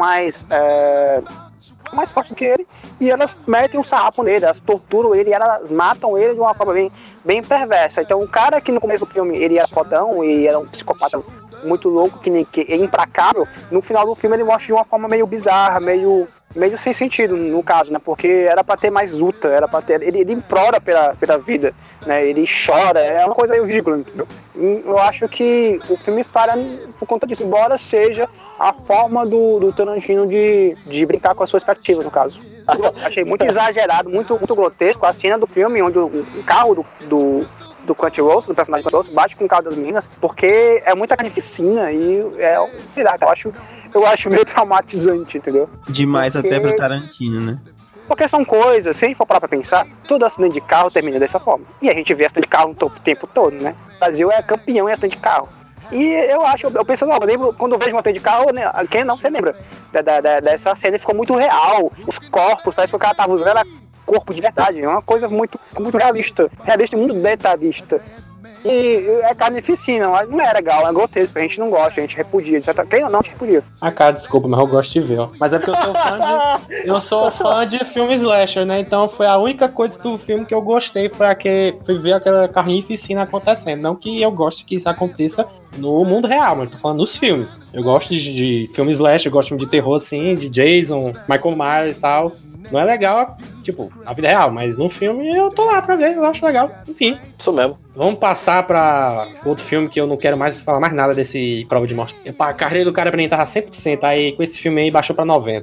fortes do que ele, e elas metem um sarrafo nele, elas torturam ele, e elas matam ele de uma forma bem perversa. Então o cara que no começo do filme ele era fodão e era um psicopata muito louco, que é implacável, no final do filme ele mostra de uma forma meio bizarra, meio sem sentido no caso, né? Porque era pra ter mais luta, era pra ter, ele implora pela vida, né? Ele chora, é uma coisa meio ridícula, entendeu? E eu acho que o filme falha por conta disso, embora seja a forma do Tarantino de brincar com as suas expectativas, no caso. Achei muito exagerado, muito grotesco a cena do filme onde o carro do Crunchy Rose, do personagem Crunchy Rose, bate com o carro das meninas, porque é muita carnificina e sei lá, eu acho meio traumatizante, entendeu? Demais porque... até pro Tarantino, né? Porque são coisas, se a gente for parar pra pensar, todo acidente de carro termina dessa forma. E a gente vê acidente de carro o tempo todo, né? O Brasil é campeão em acidente de carro. E eu penso logo, eu lembro, quando eu vejo um acidente de carro, né, quem não, você lembra dessa cena, ficou muito real, os corpos, parece que o cara tava usando corpo de verdade, é uma coisa muito realista e muito detalhista. E é carnificina, mas não é legal, é grotesco, a gente não gosta, a gente repudia, quem não, a gente repudia. Cara, desculpa, mas eu gosto de ver, ó. Mas é porque eu sou fã de filme slasher, né, então foi a única coisa do filme que eu gostei, foi ver aquela carnificina acontecendo, não que eu goste que isso aconteça no mundo real, mas eu tô falando dos filmes. Eu gosto de filme slasher, eu gosto de terror assim, de Jason, Michael Myers e tal. Não é legal, tipo, na vida real, mas no filme eu tô lá pra ver, eu acho legal. Enfim. Isso mesmo. Vamos passar pra outro filme que eu não quero mais falar mais nada desse Prova de Morte. A carreira do cara pra mim tava 100%, aí com esse filme aí baixou pra 90%.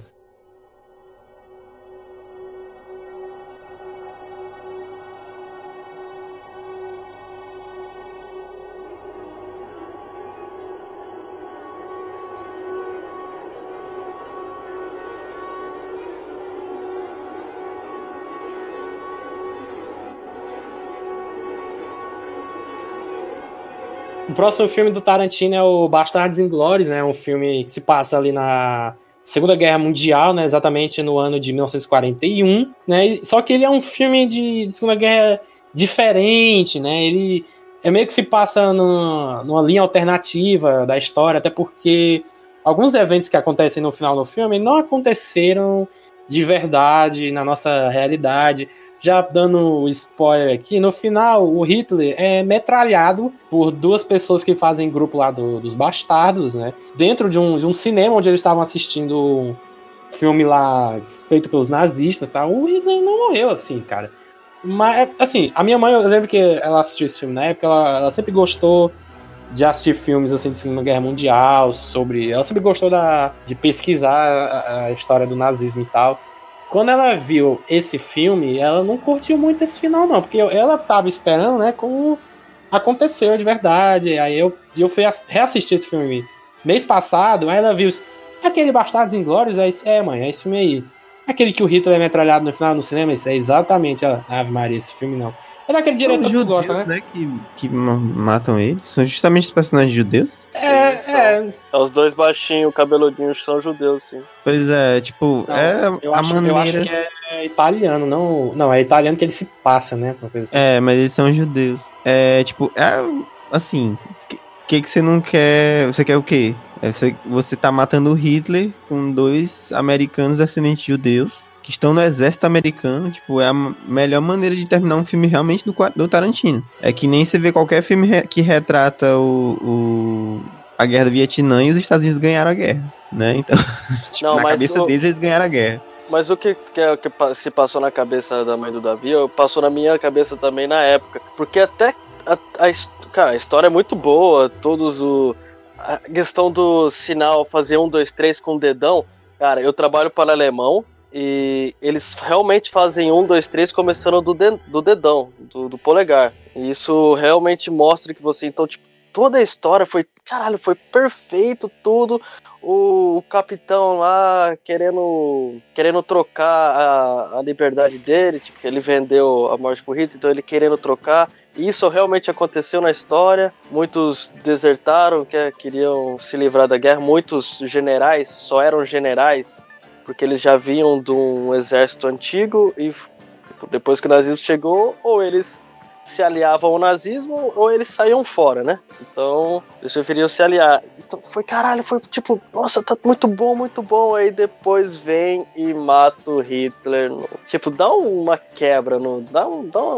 O próximo filme do Tarantino é o Bastardos Inglórios, né? Um filme que se passa ali na Segunda Guerra Mundial, né? Exatamente no ano de 1941, né? Só que ele é um filme de Segunda Guerra diferente, né? Ele meio que se passa numa linha alternativa da história, até porque alguns eventos que acontecem no final do filme não aconteceram de verdade na nossa realidade. Já dando spoiler aqui, no final o Hitler é metralhado por duas pessoas que fazem grupo lá dos bastardos, né? Dentro de um cinema onde eles estavam assistindo um filme lá feito pelos nazistas, tá? O Hitler não morreu assim, cara. Mas, assim, a minha mãe, eu lembro que ela assistiu esse filme na época, ela sempre gostou de assistir filmes assim de Segunda Guerra Mundial, ela sempre gostou de pesquisar a história do nazismo e tal. Quando ela viu esse filme, ela não curtiu muito esse final, não, porque ela tava esperando, né, como aconteceu de verdade. Aí eu fui reassistir esse filme mês passado, aí ela viu aquele Bastardos Inglórios, mãe, é esse filme aí. Aquele que o Hitler é metralhado no final no cinema, isso é exatamente a Ave Maria, esse filme não. É daquele diretor que tu judeus, gosta, né? Que matam eles. São justamente os personagens judeus. É os dois baixinhos, cabeludinhos, são judeus, sim. Pois é, tipo, Não, eu acho que é italiano, não, é italiano que ele se passa, né? Uma coisa assim. É, mas eles são judeus. Assim, que você não quer... Você quer o quê? Você tá matando o Hitler com 2 americanos descendentes de judeus que estão no exército americano. Tipo, é a melhor maneira de terminar um filme realmente do Tarantino. É que nem você vê qualquer filme que retrata a guerra do Vietnã e os Estados Unidos ganharam a guerra, né? Então, tipo, na cabeça deles, eles ganharam a guerra. Mas o que se passou na cabeça da mãe do Davi, passou na minha cabeça também na época. Porque até cara, a história é muito boa, a questão do sinal fazer 1, 2, 3 com o dedão. Cara, eu trabalho para alemão e eles realmente fazem 1, 2, 3 começando do dedão, do polegar. E isso realmente mostra que você, então, tipo, toda a história foi perfeito tudo. O capitão lá querendo trocar a liberdade dele, tipo, que ele vendeu a morte pro Hitler, então ele querendo trocar. Isso realmente aconteceu na história. Muitos desertaram, queriam se livrar da guerra. Muitos generais só eram generais porque eles já vinham de um exército antigo e depois que o nazismo chegou, ou eles se aliavam ao nazismo ou eles saíam fora, né? Então, eles preferiam se aliar. Então, foi tipo, nossa, tá muito bom. Aí depois vem e mata o Hitler. Tipo, dá uma quebra, dá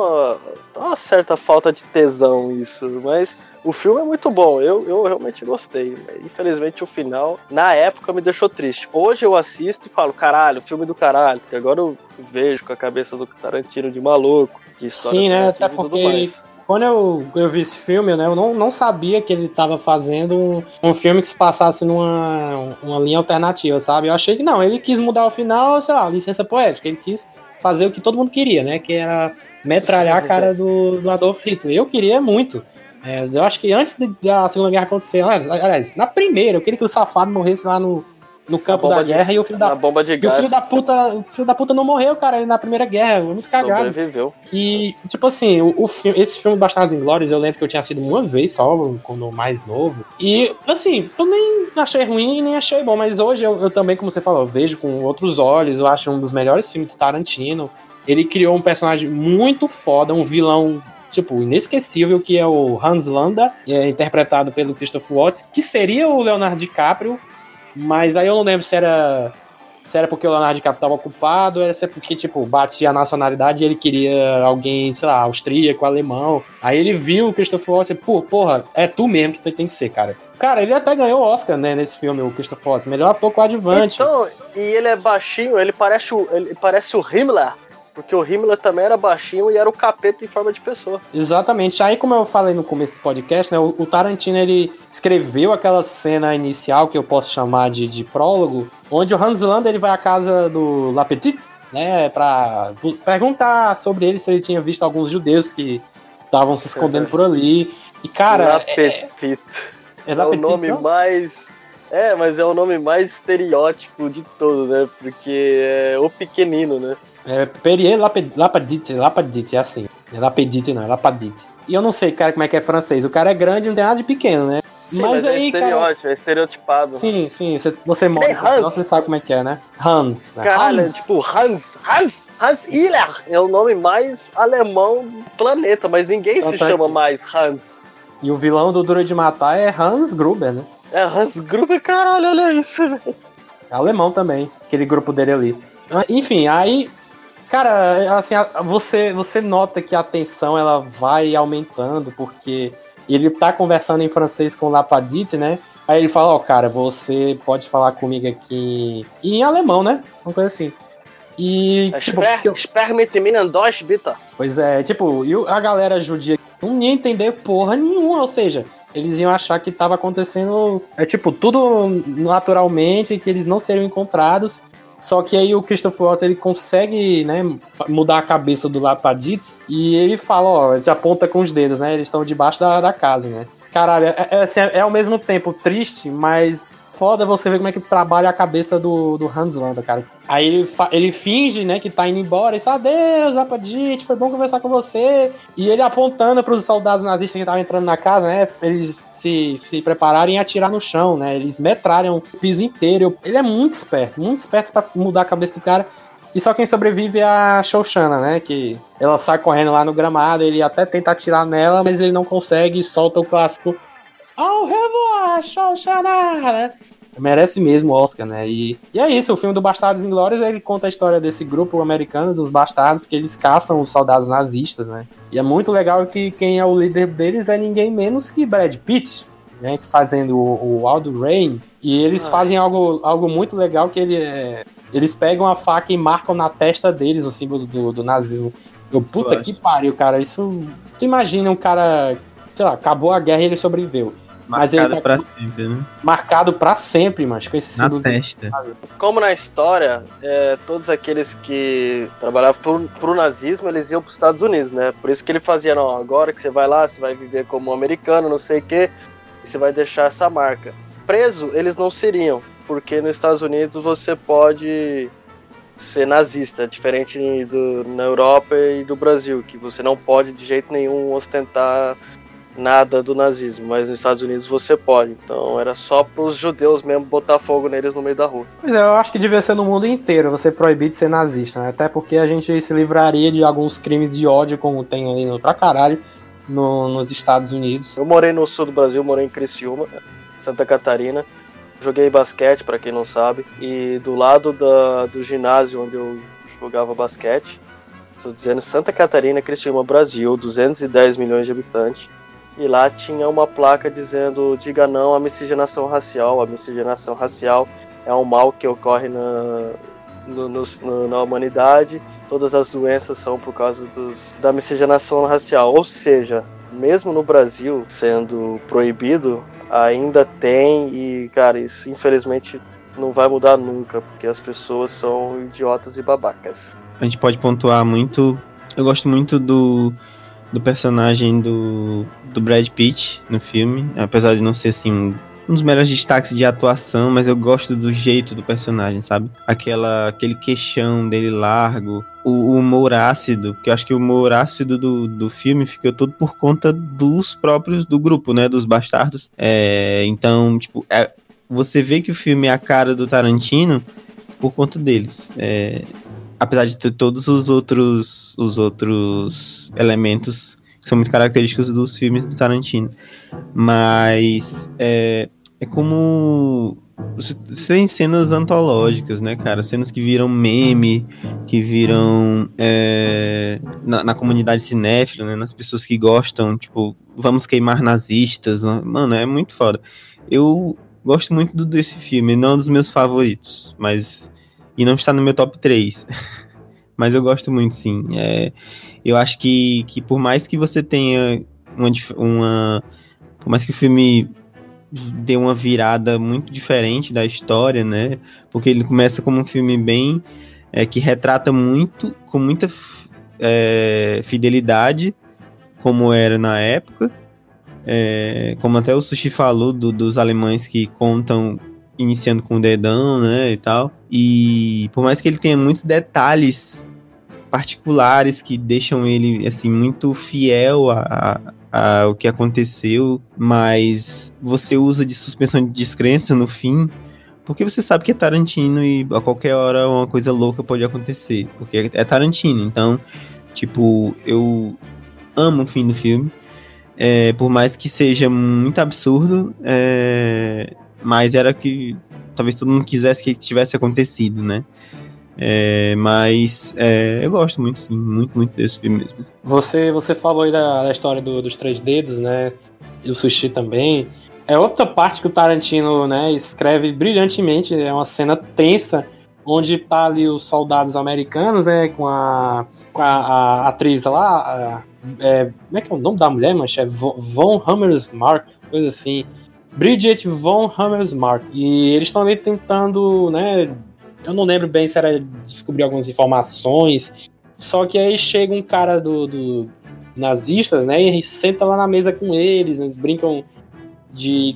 uma certa falta de tesão isso, mas o filme é muito bom, eu realmente gostei. Infelizmente o final, na época, me deixou triste. Hoje eu assisto e falo, caralho, filme do caralho, porque agora eu vejo com a cabeça do Tarantino de maluco, de história. Sim, né, até porque quando eu vi esse filme, né, eu não sabia que ele tava fazendo um filme que se passasse uma linha alternativa, sabe? Eu achei que não, ele quis mudar o final, sei lá, licença poética, ele quis fazer o que todo mundo queria, né, que era metralhar a cara do Adolf Hitler. Eu queria muito. Eu acho que antes da Segunda Guerra acontecer, aliás, na primeira, eu queria que o safado morresse lá no campo da guerra e o filho da bomba de gás. O filho da puta não morreu, cara, na Primeira Guerra, muito cagado. Sobreviveu. E, tipo assim, esse filme Bastardos Inglórios, eu lembro que eu tinha assistido uma vez só, quando mais novo. E, assim, eu nem achei ruim e nem achei bom, mas hoje eu também, como você falou, eu vejo com outros olhos, eu acho um dos melhores filmes do Tarantino. Ele criou um personagem muito foda, um vilão, tipo, inesquecível, que é o Hans Landa, interpretado pelo Christoph Waltz, que seria o Leonardo DiCaprio, mas aí eu não lembro se era porque o Leonardo DiCaprio estava ocupado, ou se é porque, tipo, batia a nacionalidade e ele queria alguém, sei lá, austríaco, alemão. Aí ele viu o Christoph Waltz e, porra, é tu mesmo que tem que ser, cara. Cara, ele até ganhou o Oscar, né, nesse filme, o Christoph Waltz, melhor ator coadjuvante. Então, e ele é baixinho, ele parece o Himmler. Porque o Himmler também era baixinho e era o capeta em forma de pessoa. Exatamente. Aí, como eu falei no começo do podcast, né, o Tarantino, ele escreveu aquela cena inicial, que eu posso chamar de prólogo, onde o Hans Landa, ele vai à casa do La Petite, né, pra perguntar sobre ele, se ele tinha visto alguns judeus que estavam se escondendo por ali. E, cara... La Petite. É o nome mais... mas é o nome mais estereótipo de todo, né? Porque é o pequenino, né? Perrier Lapadite, é assim. Não é Lapedite, não, é Lapadite. E eu não sei, cara, como é que é francês. O cara é grande, não tem nada de pequeno, né? Sim, mas aí, é estereótipo, cara... é estereotipado. Sim, você mora, então você sabe como é que é, né? Hans. Né? Caralho, Hans. Tipo, Hans Hiller é o nome mais alemão do planeta, mas ninguém se chama mais Hans. E o vilão do Duro de Matar é Hans Gruber, né? Hans Gruber, caralho, olha isso, velho. É alemão também, aquele grupo dele ali. Enfim, aí... Cara, assim, você nota que a tensão ela vai aumentando, porque ele tá conversando em francês com o Lapadite, né? Aí ele fala, cara, você pode falar comigo aqui em alemão, né? Uma coisa assim. E, Sperr mit mir in Deutsch, bitte. Pois é, tipo, e a galera judia não ia entender porra nenhuma, ou seja, eles iam achar que tava acontecendo, tudo naturalmente, que eles não seriam encontrados. Só que aí o Christoph Waltz, ele consegue, né, mudar a cabeça do Lapadite e ele fala, te aponta com os dedos, né, eles estão debaixo da casa, né. Caralho, assim, é ao mesmo tempo triste, mas foda você ver como é que trabalha a cabeça do Hans Landa, cara. Aí ele finge, né, que tá indo embora e diz, adeus, Apadite, foi bom conversar com você. E ele apontando pros soldados nazistas que estavam entrando na casa, né, eles se prepararem a atirar no chão, né, eles metralham o piso inteiro. Ele é muito esperto pra mudar a cabeça do cara. E só quem sobrevive é a Shoshana, né, que ela sai correndo lá no gramado, ele até tenta atirar nela, mas ele não consegue e solta o clássico Au revoir, Shoshana, né? Merece mesmo o Oscar, né? E é isso, o filme do Bastardos Inglórios, ele conta a história desse grupo americano, dos bastardos, que eles caçam os soldados nazistas, né? E é muito legal que quem é o líder deles é ninguém menos que Brad Pitt, né? Fazendo o Aldo Rain. E eles fazem algo muito legal, que eles pegam a faca e marcam na testa deles o símbolo do nazismo. Puta que pariu, cara. Isso... Tu imagina um cara... Sei lá, acabou a guerra e ele sobreviveu. Mas Marcado ele pra sempre, né? Marcado pra sempre, mas com esse símbolo. Na testa. Como na história, todos aqueles que trabalhavam pro nazismo, eles iam pros Estados Unidos, né? Por isso que ele fazia, não, agora que você vai lá, você vai viver como um americano, não sei o quê, e você vai deixar essa marca. Preso, eles não seriam, porque nos Estados Unidos você pode ser nazista, diferente na Europa e do Brasil, que você não pode de jeito nenhum ostentar nada do nazismo, mas nos Estados Unidos você pode. Então era só pros judeus mesmo botar fogo neles no meio da rua. Pois é, eu acho que devia ser no mundo inteiro você proibir de ser nazista, né? Até porque a gente se livraria de alguns crimes de ódio, como tem ali pra caralho nos Estados Unidos. Eu morei no sul do Brasil, morei em Criciúma, Santa Catarina. Joguei basquete, pra quem não sabe, e do lado do ginásio onde eu jogava basquete, tô dizendo Santa Catarina, Criciúma, Brasil, 210 milhões de habitantes. E lá tinha uma placa dizendo, diga não à miscigenação racial. A miscigenação racial é um mal que ocorre na humanidade. Todas as doenças são por causa da miscigenação racial. Ou seja, mesmo no Brasil sendo proibido, ainda tem. E, cara, isso infelizmente não vai mudar nunca, porque as pessoas são idiotas e babacas. A gente pode pontuar muito... Eu gosto muito do personagem do Brad Pitt no filme, apesar de não ser assim um dos melhores destaques de atuação, mas eu gosto do jeito do personagem, sabe? Aquele queixão dele largo, o humor ácido, porque eu acho que o humor ácido do filme fica todo por conta dos próprios do grupo, né, dos bastardos. Então, tipo, você vê que o filme é a cara do Tarantino por conta deles. Apesar de ter todos os outros elementos que são muito característicos dos filmes do Tarantino. Mas é como... Você tem cenas antológicas, né, cara? Cenas que viram meme, que viram na comunidade cinéfila, né? Nas pessoas que gostam, tipo, vamos queimar nazistas. Mano, é muito foda. Eu gosto muito desse filme, não dos meus favoritos, mas... E não está no meu top 3. Mas eu gosto muito, sim. Eu acho que por mais que você tenha por mais que o filme dê uma virada muito diferente da história, né? Porque ele começa como um filme bem... que retrata muito, com muita fidelidade, como era na época. Como até o Sushi falou, dos alemães que contam... iniciando com o dedão, né, e tal. E por mais que ele tenha muitos detalhes particulares que deixam ele, assim, muito fiel ao que aconteceu, mas você usa de suspensão de descrença no fim, porque você sabe que é Tarantino e a qualquer hora uma coisa louca pode acontecer, porque é Tarantino. Então, tipo, eu amo o fim do filme, por mais que seja muito absurdo, mas era que talvez todo mundo quisesse que tivesse acontecido, né? Mas eu gosto muito, sim, muito, muito desse filme mesmo. Você falou aí da história dos três dedos, né? E o Sushi também. É outra parte que o Tarantino, né, escreve brilhantemente. É uma cena tensa, onde tá ali os soldados americanos, né, com a atriz lá. Como é que é o nome da mulher, mancha? É Von Hammersmark, coisa assim. Bridget Von Hammersmark. E eles estão ali tentando, né? Eu não lembro bem se era descobrir algumas informações. Só que aí chega um cara do nazistas, né? E senta lá na mesa com eles. Eles brincam de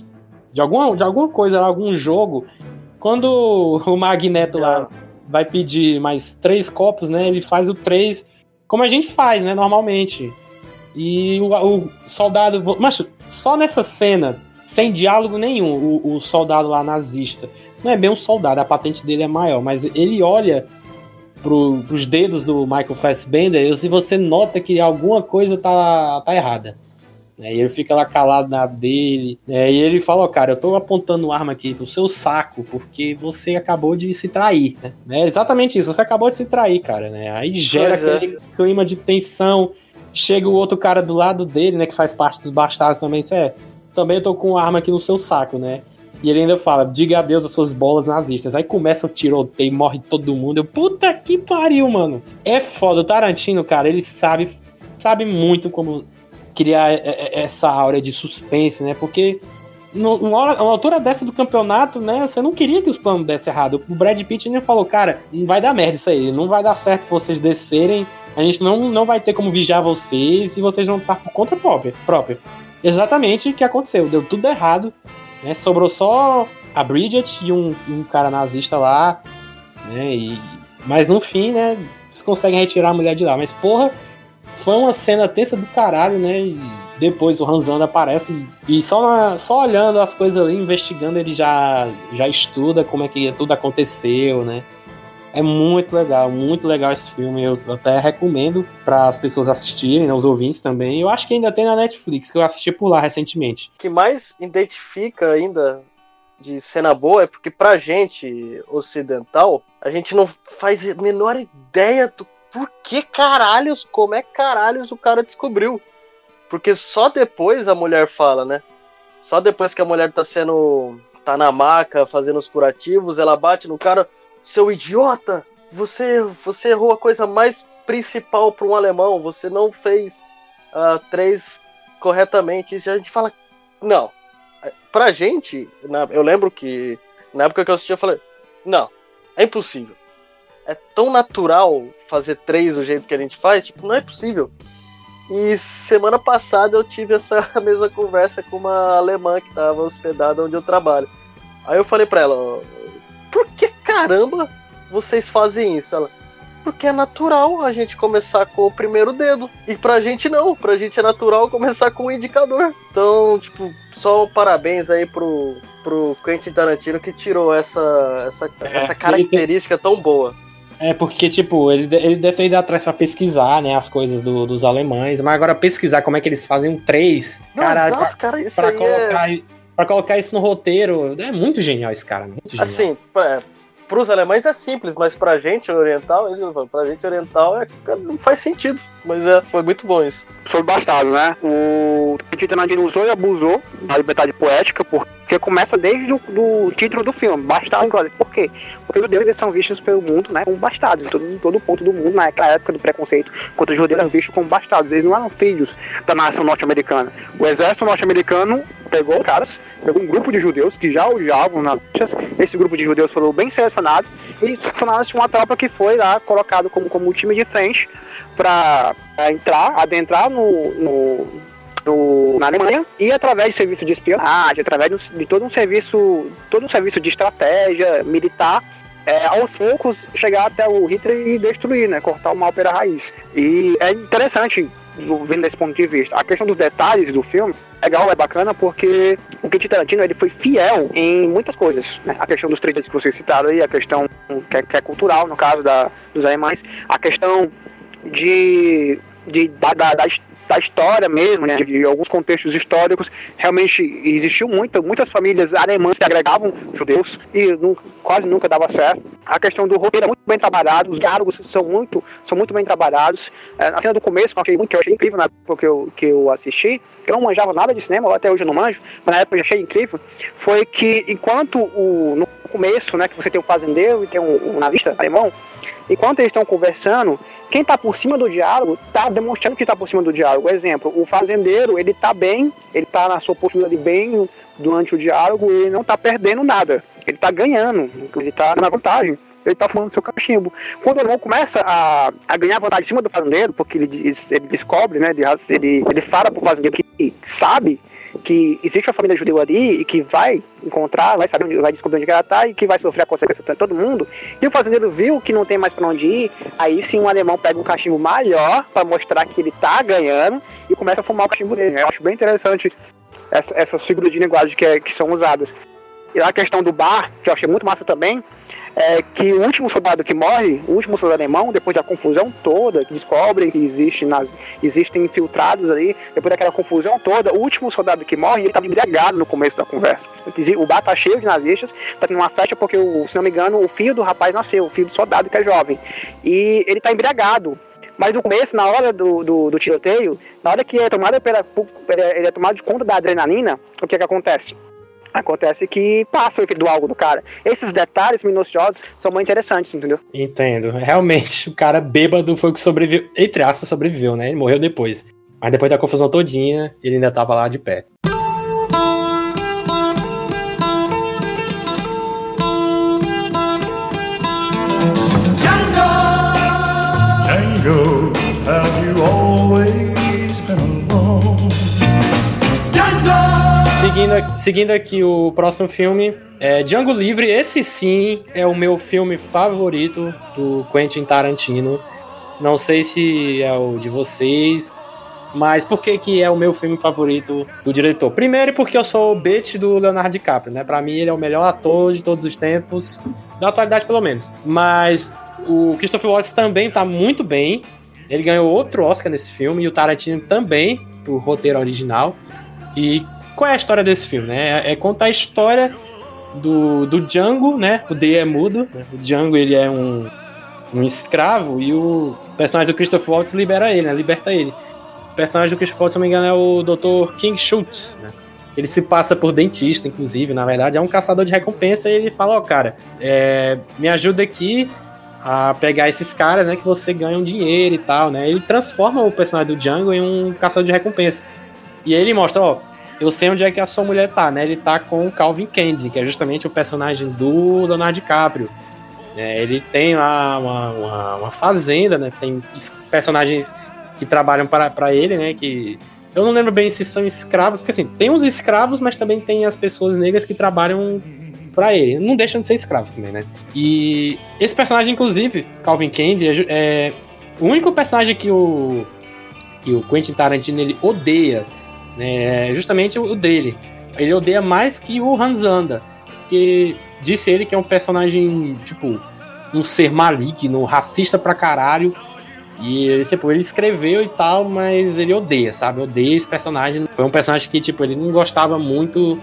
de alguma coisa, algum jogo. Quando o Magneto lá vai pedir mais 3 copos, né? Ele faz o 3 como a gente faz, né? Normalmente. E o soldado... Mas só nessa cena, sem diálogo nenhum, o soldado lá nazista, não é bem um soldado, a patente dele é maior, mas ele olha pros dedos do Michael Fassbender e você nota que alguma coisa tá errada. E ele fica lá calado na dele. E ele fala, cara, eu tô apontando arma aqui pro seu saco porque você acabou de se trair, né? É exatamente isso, você acabou de se trair, cara, né? Aí gera aquele clima de tensão. Chega o outro cara do lado dele, né, que faz parte dos bastardos também, também eu tô com arma aqui no seu saco, né? E ele ainda fala, diga adeus às suas bolas nazistas. Aí começa o tiroteio, morre todo mundo. Eu, puta que pariu, mano. É foda, o Tarantino, cara, ele sabe muito como criar essa aura de suspense, né? Porque numa altura dessa do campeonato, né? Você não queria que os planos dessem errado. O Brad Pitt ainda falou, cara, não vai dar merda isso aí. Não vai dar certo vocês descerem. A gente não vai ter como vigiar vocês e vocês vão estar por conta própria. Exatamente o que aconteceu. Deu tudo errado, né? Sobrou só a Bridget e um cara nazista lá, né? Mas no fim, né? Eles conseguem retirar a mulher de lá. Mas, porra, foi uma cena tensa do caralho, né? E depois o Hanzanda aparece e só olhando as coisas ali, investigando, ele já estuda como é que tudo aconteceu, né? É muito legal esse filme. Eu até recomendo para as pessoas assistirem, né, os ouvintes também. Eu acho que ainda tem na Netflix, que eu assisti por lá recentemente. O que mais identifica ainda de cena boa é porque pra gente ocidental, a gente não faz a menor ideia do como é caralhos o cara descobriu. Porque só depois a mulher fala, né? Só depois que a mulher tá na maca fazendo os curativos, ela bate no cara, seu idiota, você errou a coisa mais principal para um alemão, você não fez 3 corretamente. E a gente fala, não. Pra gente, eu lembro que na época que eu assisti, eu falei, não, é impossível. É tão natural fazer 3 do jeito que a gente faz, tipo, não é possível. E semana passada eu tive essa mesma conversa com uma alemã que estava hospedada onde eu trabalho. Aí eu falei pra ela, por que caramba vocês fazem isso? Ela, porque é natural a gente começar com o primeiro dedo. E pra gente não, pra gente é natural começar com o indicador. Então, tipo, só parabéns aí pro Quentin Tarantino que tirou essa característica tão boa. É, porque, tipo, ele deve ir atrás pra pesquisar, né, as coisas dos alemães, mas agora pesquisar como é que eles fazem um 3, pra colocar isso no roteiro, é muito genial esse cara, muito genial. Assim, pros alemães é simples, mas pra gente oriental, não faz sentido, mas foi muito bom isso. Sobre Bastardos, né, o Quentin Tarantino usou e abusou da liberdade poética, porque começa desde o título do filme, Bastardos. Por quê? Porque os judeus são vistos pelo mundo, né, como bastardos, em todo ponto do mundo, naquela época do preconceito contra os judeus eram vistos como bastardos, eles não eram filhos da nação norte-americana. O exército norte-americano pegou um grupo de judeus que já odiavam nazistas, esse grupo de judeus foram bem selecionados e tornaram-se uma tropa que foi lá colocado como um time de frente para adentrar na Alemanha e através de serviço de espionagem, através de todo um serviço de estratégia militar, aos poucos chegar até o Hitler e destruir, né, cortar o mal pela raiz. E é interessante, vendo desse ponto de vista, a questão dos detalhes do filme é bacana porque o Quentin Tarantino ele foi fiel em muitas coisas, né? A questão dos 3 dedos que vocês citaram aí, a questão que é cultural no caso dos alemães, a questão da história mesmo, né, de alguns contextos históricos. Realmente existiu muitas famílias alemãs que agregavam judeus e quase nunca dava certo. A questão do roteiro é muito bem trabalhado, os diálogos são muito bem trabalhados. A cena do começo, que eu achei incrível na época que eu assisti, eu não manjava nada de cinema, até hoje eu não manjo, mas na época eu achei incrível, foi que enquanto no começo, né, que você tem o fazendeiro e tem um nazista alemão, enquanto eles estão conversando, quem está por cima do diálogo está demonstrando que está por cima do diálogo. Exemplo, o fazendeiro, ele está bem, ele está na sua postura de bem durante o diálogo, ele não está perdendo nada, ele está ganhando, ele está na vantagem, ele está fumando seu cachimbo. Quando o irmão começa a ganhar vantagem em cima do fazendeiro, porque ele descobre, né, ele fala para o fazendeiro que sabe que existe uma família judeu ali e que vai encontrar, vai saber, vai descobrir onde ela tá e que vai sofrer a consequência de todo mundo. E o fazendeiro viu que não tem mais pra onde ir, aí sim o alemão pega um cachimbo maior pra mostrar que ele tá ganhando e começa a fumar o cachimbo dele. Eu acho bem interessante essas figuras de linguagem que são usadas. E a questão do bar, que eu achei muito massa também, é que o último soldado que morre, o último soldado alemão, depois da confusão toda, que descobrem que existem infiltrados ali, depois daquela confusão toda, o último soldado que morre, ele estava embriagado no começo da conversa. O bar tá cheio de nazistas, tá tendo uma festa porque, se não me engano, o filho do rapaz nasceu, o filho do soldado que é jovem. E ele tá embriagado. Mas no começo, na hora do tiroteio, na hora que ele é tomado de conta da adrenalina, o que acontece? Acontece que passa o efeito do algo do cara. Esses detalhes minuciosos são muito interessantes, entendeu? Entendo. Realmente, o cara bêbado foi o que sobreviveu, entre aspas, sobreviveu, né? Ele morreu depois. Mas depois da confusão todinha, ele ainda tava lá de pé. Django, have you always been alone? Seguindo aqui o próximo filme, é Django Livre. Esse sim é o meu filme favorito do Quentin Tarantino. Não sei se é o de vocês, mas por que é o meu filme favorito do diretor? Primeiro porque eu sou o bitch do Leonardo DiCaprio, né? Pra mim ele é o melhor ator de todos os tempos, da atualidade pelo menos. Mas o Christopher Waltz também tá muito bem. Ele ganhou outro Oscar nesse filme, e o Tarantino também, pro roteiro original. E qual é a história desse filme, né? É contar a história do Django, né? O D é mudo, né? O Django, ele é um escravo, e o personagem do Christopher Waltz libera ele, né? Liberta ele. O personagem do Christopher Waltz, se não me engano, é o Dr. King Schultz, né? Ele se passa por dentista, inclusive, na verdade, é um caçador de recompensa, e ele fala, cara, me ajuda aqui a pegar esses caras, né, que você ganha um dinheiro e tal, né? Ele transforma o personagem do Django em um caçador de recompensa. E aí ele mostra, eu sei onde é que a sua mulher tá, né? Ele tá com o Calvin Candy, que é justamente o personagem do Leonardo DiCaprio. Ele tem lá uma fazenda, né? Tem personagens que trabalham para ele, né? Que eu não lembro bem se são escravos, porque assim, tem uns escravos, mas também tem as pessoas negras que trabalham pra ele. Não deixam de ser escravos também, né? E esse personagem, inclusive, Calvin Candy, é o único personagem que o Quentin Tarantino ele odeia, né? É justamente o dele. Ele odeia mais que o Hans Landa, que disse ele que é um personagem, tipo, um ser maligno, racista pra caralho. E ele escreveu e tal, mas ele odeia, sabe? Odeia esse personagem. Foi um personagem que, tipo, ele não gostava muito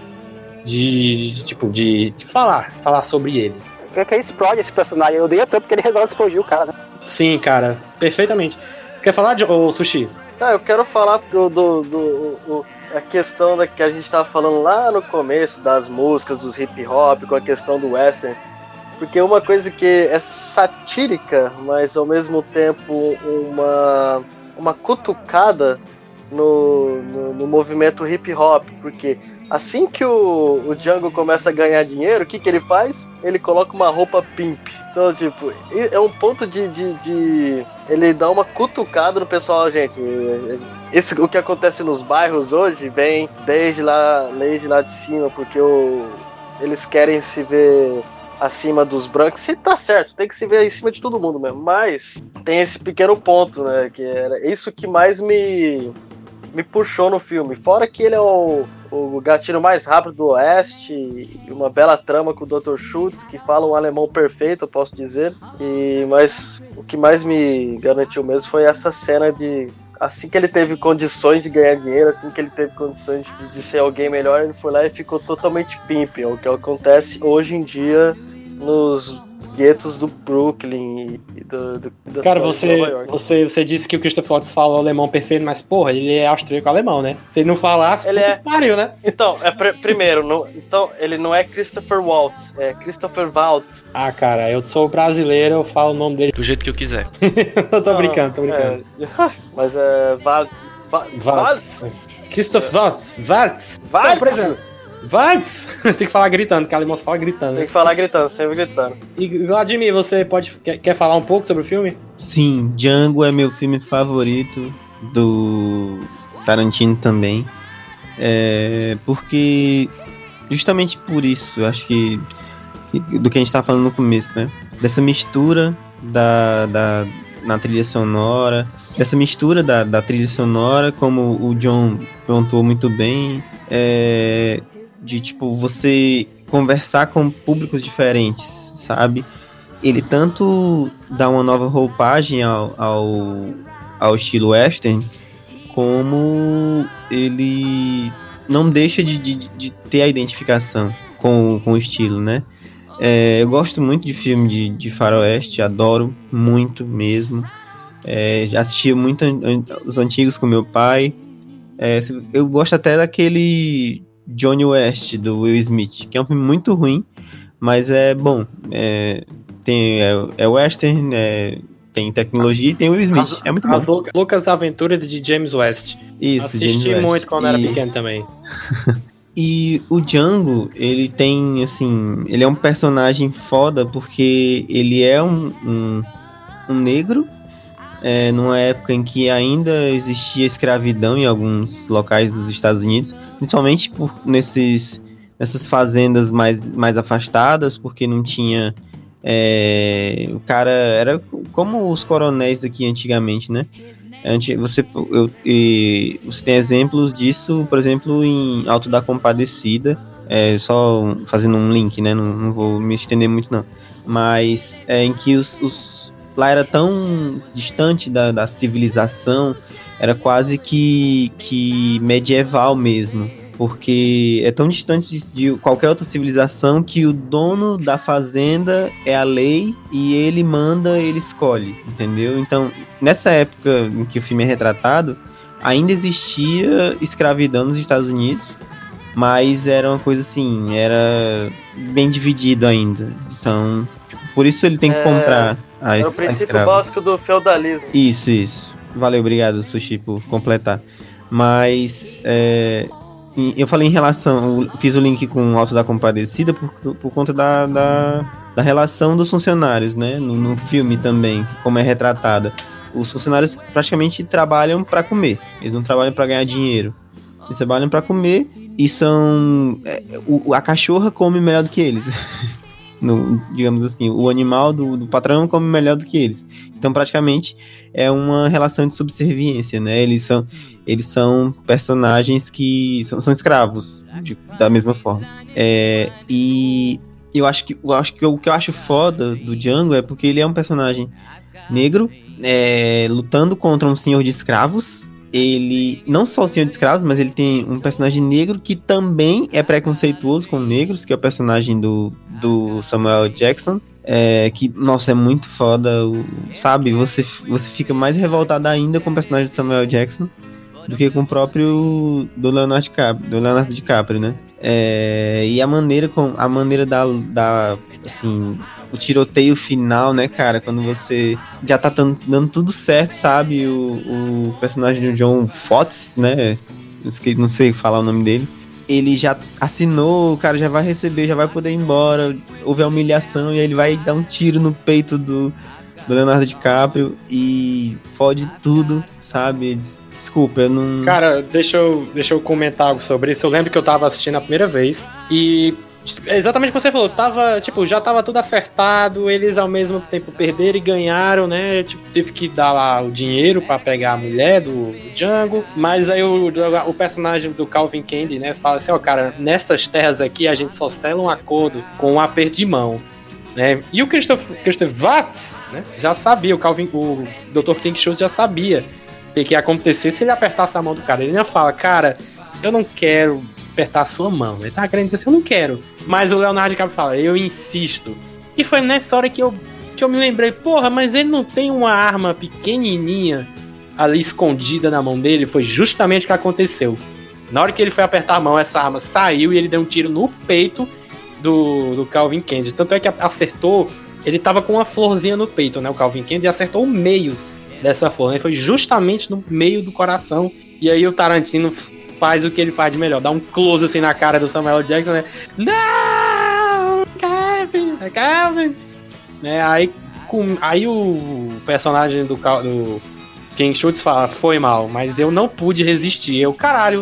de falar sobre ele. Que ele explode esse personagem. Eu odeio tanto que ele resolve explodir o cara, né? Sim, cara, perfeitamente. Quer falar, Sushi? Eu quero falar a questão que a gente tava falando lá no começo das músicas, dos hip hop, com a questão do western. Porque uma coisa que é satírica, mas ao mesmo tempo uma cutucada no movimento hip hop. Porque assim que o Django começa a ganhar dinheiro, o que ele faz? Ele coloca uma roupa pimp. Então, tipo, é um ponto de ele dá uma cutucada no pessoal, gente. O que acontece nos bairros hoje vem desde lá de cima, porque eles querem se ver acima dos brancos. Se tá certo, tem que se ver em cima de todo mundo mesmo. Mas tem esse pequeno ponto, né? Que era isso que mais me puxou no filme. Fora que ele é o gatilho mais rápido do Oeste, e uma bela trama com o Dr. Schultz, que fala um alemão perfeito, eu posso dizer. Mas o que mais me garantiu mesmo foi essa cena de... Assim que ele teve condições de ganhar dinheiro, assim que ele teve condições de ser alguém melhor, ele foi lá e ficou totalmente pimp. É o que acontece hoje em dia nos guetos do Brooklyn e da cara, de Nova York. Você disse que o Christopher Waltz fala alemão perfeito, mas porra, ele é austríaco-alemão, né? Se ele não falasse, ele pariu, né? Então, primeiro, então, ele não é Christopher Waltz, é Christopher Waltz. Ah, cara, eu sou brasileiro, eu falo o nome dele do jeito que eu quiser. Eu tô brincando. Mas é Waltz. Christopher Waltz. Então, por exemplo, Waltz! Tem que falar gritando, que a alemão fala gritando. Tem que falar gritando, sempre gritando. E Vladimir, você quer falar um pouco sobre o filme? Sim, Django é meu filme favorito do Tarantino também. Porque justamente por isso, eu acho que do que a gente tá falando no começo, né? Dessa mistura na trilha sonora, dessa mistura da trilha sonora, como o John pontuou muito bem, de tipo, você conversar com públicos diferentes, sabe? Ele tanto dá uma nova roupagem ao estilo western, como ele não deixa de ter a identificação com o estilo, né? Eu gosto muito de filme de faroeste, adoro muito mesmo. Já assisti muito os antigos com meu pai. Eu gosto até daquele Johnny West, do Will Smith, que é um filme muito ruim, mas é bom. Tem western, tem tecnologia e tem Will Smith. É muito bom. As Loucas Aventuras de James West. Isso, assisti James muito West. quando era pequeno também. E o Django, ele tem, assim, ele é um personagem foda porque ele é um negro, numa época em que ainda existia escravidão em alguns locais dos Estados Unidos, principalmente nessas fazendas mais afastadas, porque não tinha... o cara era como os coronéis daqui antigamente, né? Você tem exemplos disso, por exemplo, em Alto da Compadecida, só fazendo um link, né? Não vou me estender muito não, mas em que lá era tão distante da civilização, era quase que medieval mesmo, porque é tão distante de qualquer outra civilização que o dono da fazenda é a lei e ele manda, ele escolhe, entendeu? Então, nessa época em que o filme é retratado, ainda existia escravidão nos Estados Unidos, mas era uma coisa assim, era bem dividido ainda. Então, por isso ele tem que comprar a escrava. É o princípio básico do feudalismo. Isso. Valeu, obrigado, Sushi, por completar. Mas... eu falei em relação, fiz o link com o Alto da Compadecida por conta da relação dos funcionários, né? No filme também, como é retratada. Os funcionários praticamente trabalham para comer, eles não trabalham para ganhar dinheiro. Eles trabalham para comer e a cachorra come melhor do que eles. Digamos assim, o animal do patrão come melhor do que eles. Então praticamente é uma relação de subserviência, né? Eles são personagens que são escravos da mesma forma. E eu acho que o que eu acho foda do Django é porque ele é um personagem negro, lutando contra um senhor de escravos. Ele, não só o senhor de escravos, mas ele tem um personagem negro que também é preconceituoso com negros, que é o personagem do Samuel Jackson, que, nossa, é muito foda, sabe? Você fica mais revoltado ainda com o personagem do Samuel Jackson do que com o próprio do Leonardo DiCaprio, né? E a maneira assim, o tiroteio final, né, cara, quando você já tá dando tudo certo, sabe? O personagem do John Fox, né? Não sei falar o nome dele. Ele já assinou, o cara já vai receber, já vai poder ir embora. Houve a humilhação e aí ele vai dar um tiro no peito do Leonardo DiCaprio e fode tudo, sabe? Desculpa, eu não... Cara, deixa eu comentar algo sobre isso. Eu lembro que eu tava assistindo a primeira vez e exatamente o que você falou, já tava tudo acertado, eles ao mesmo tempo perderam e ganharam, né? Tipo, teve que dar lá o dinheiro pra pegar a mulher do Django, mas aí o personagem do Calvin Candy, né, fala assim, cara, nessas terras aqui a gente só sela um acordo com um aperto de mão, né? E o Christopher Watts, né, já sabia, o Dr. King Schultz já sabia o que ia acontecer se ele apertasse a mão do cara. Ele ainda fala, cara, eu não quero apertar a sua mão. Ele tava querendo dizer assim, eu não quero. Mas o Leonardo DiCaprio fala, eu insisto. E foi nessa hora que eu me lembrei, porra, mas ele não tem uma arma pequenininha ali escondida na mão dele? Foi justamente o que aconteceu. Na hora que ele foi apertar a mão, essa arma saiu e ele deu um tiro no peito do Calvin Candy. Tanto é que acertou, ele tava com uma florzinha no peito, né? O Calvin Candy acertou o meio dessa flor, né? Foi justamente no meio do coração. E aí o Tarantino faz o que ele faz de melhor, dá um close assim na cara do Samuel Jackson, né? Não, Kevin, né? Aí o personagem do King Schultz fala, foi mal, mas eu não pude resistir. Caralho,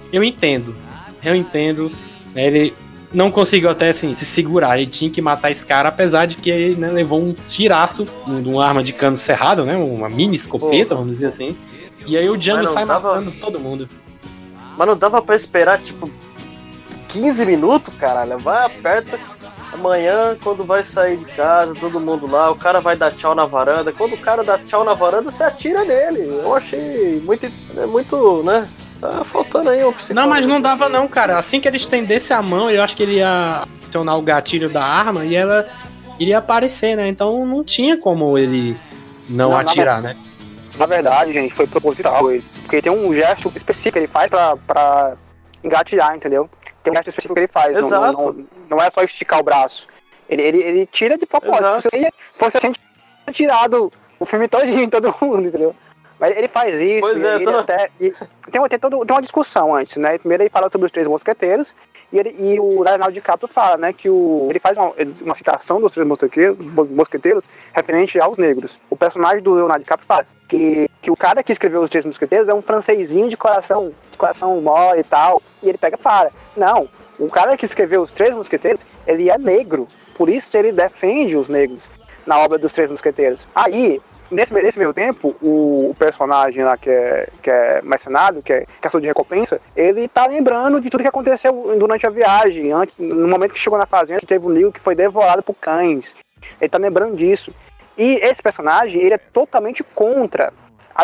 eu entendo. Né, ele não conseguiu até assim se segurar, ele tinha que matar esse cara, apesar de que ele, né, levou um tiraço de uma arma de cano cerrado, né, uma mini escopeta, vamos dizer assim. E aí o Django sai matando todo mundo. Mas não dava pra esperar, tipo, 15 minutos, caralho? Vai, aperta. Amanhã, quando vai sair de casa, todo mundo lá, o cara vai dar tchau na varanda. Quando o cara dá tchau na varanda, você atira nele. Eu achei muito, né? Tá faltando aí um psicólogo. Não, mas não dava não, cara. Assim que ele estendesse a mão, eu acho que ele ia acionar o gatilho da arma e ela iria aparecer, né? Então não tinha como ele não atirar, né? Na verdade, gente, foi proposital. Porque tem um gesto específico que ele faz pra engatilhar, entendeu? Tem um gesto específico que ele faz. Exato. Não é só esticar o braço. Ele tira de propósito. Se fosse assim, tirado o filme todinho, todo mundo, entendeu? Mas ele faz isso. Pois é, tem uma discussão antes, né? Primeiro ele fala sobre os Três Mosqueteiros. E o Leonardo DiCaprio fala, né, que ele faz uma citação dos Três Mosqueteiros referente aos negros. O personagem do Leonardo DiCaprio fala que o cara que escreveu os Três Mosqueteiros é um francesinho de coração mole e tal, e ele pega e fala, não, o cara que escreveu os Três Mosqueteiros, ele é negro, por isso ele defende os negros na obra dos Três Mosqueteiros. Aí, nesse mesmo tempo, o personagem lá que é mercenário, que é caçador de recompensa, ele tá lembrando de tudo que aconteceu durante a viagem, no momento que chegou na fazenda, teve um negro que foi devorado por cães. Ele tá lembrando disso. E esse personagem, ele é totalmente contra a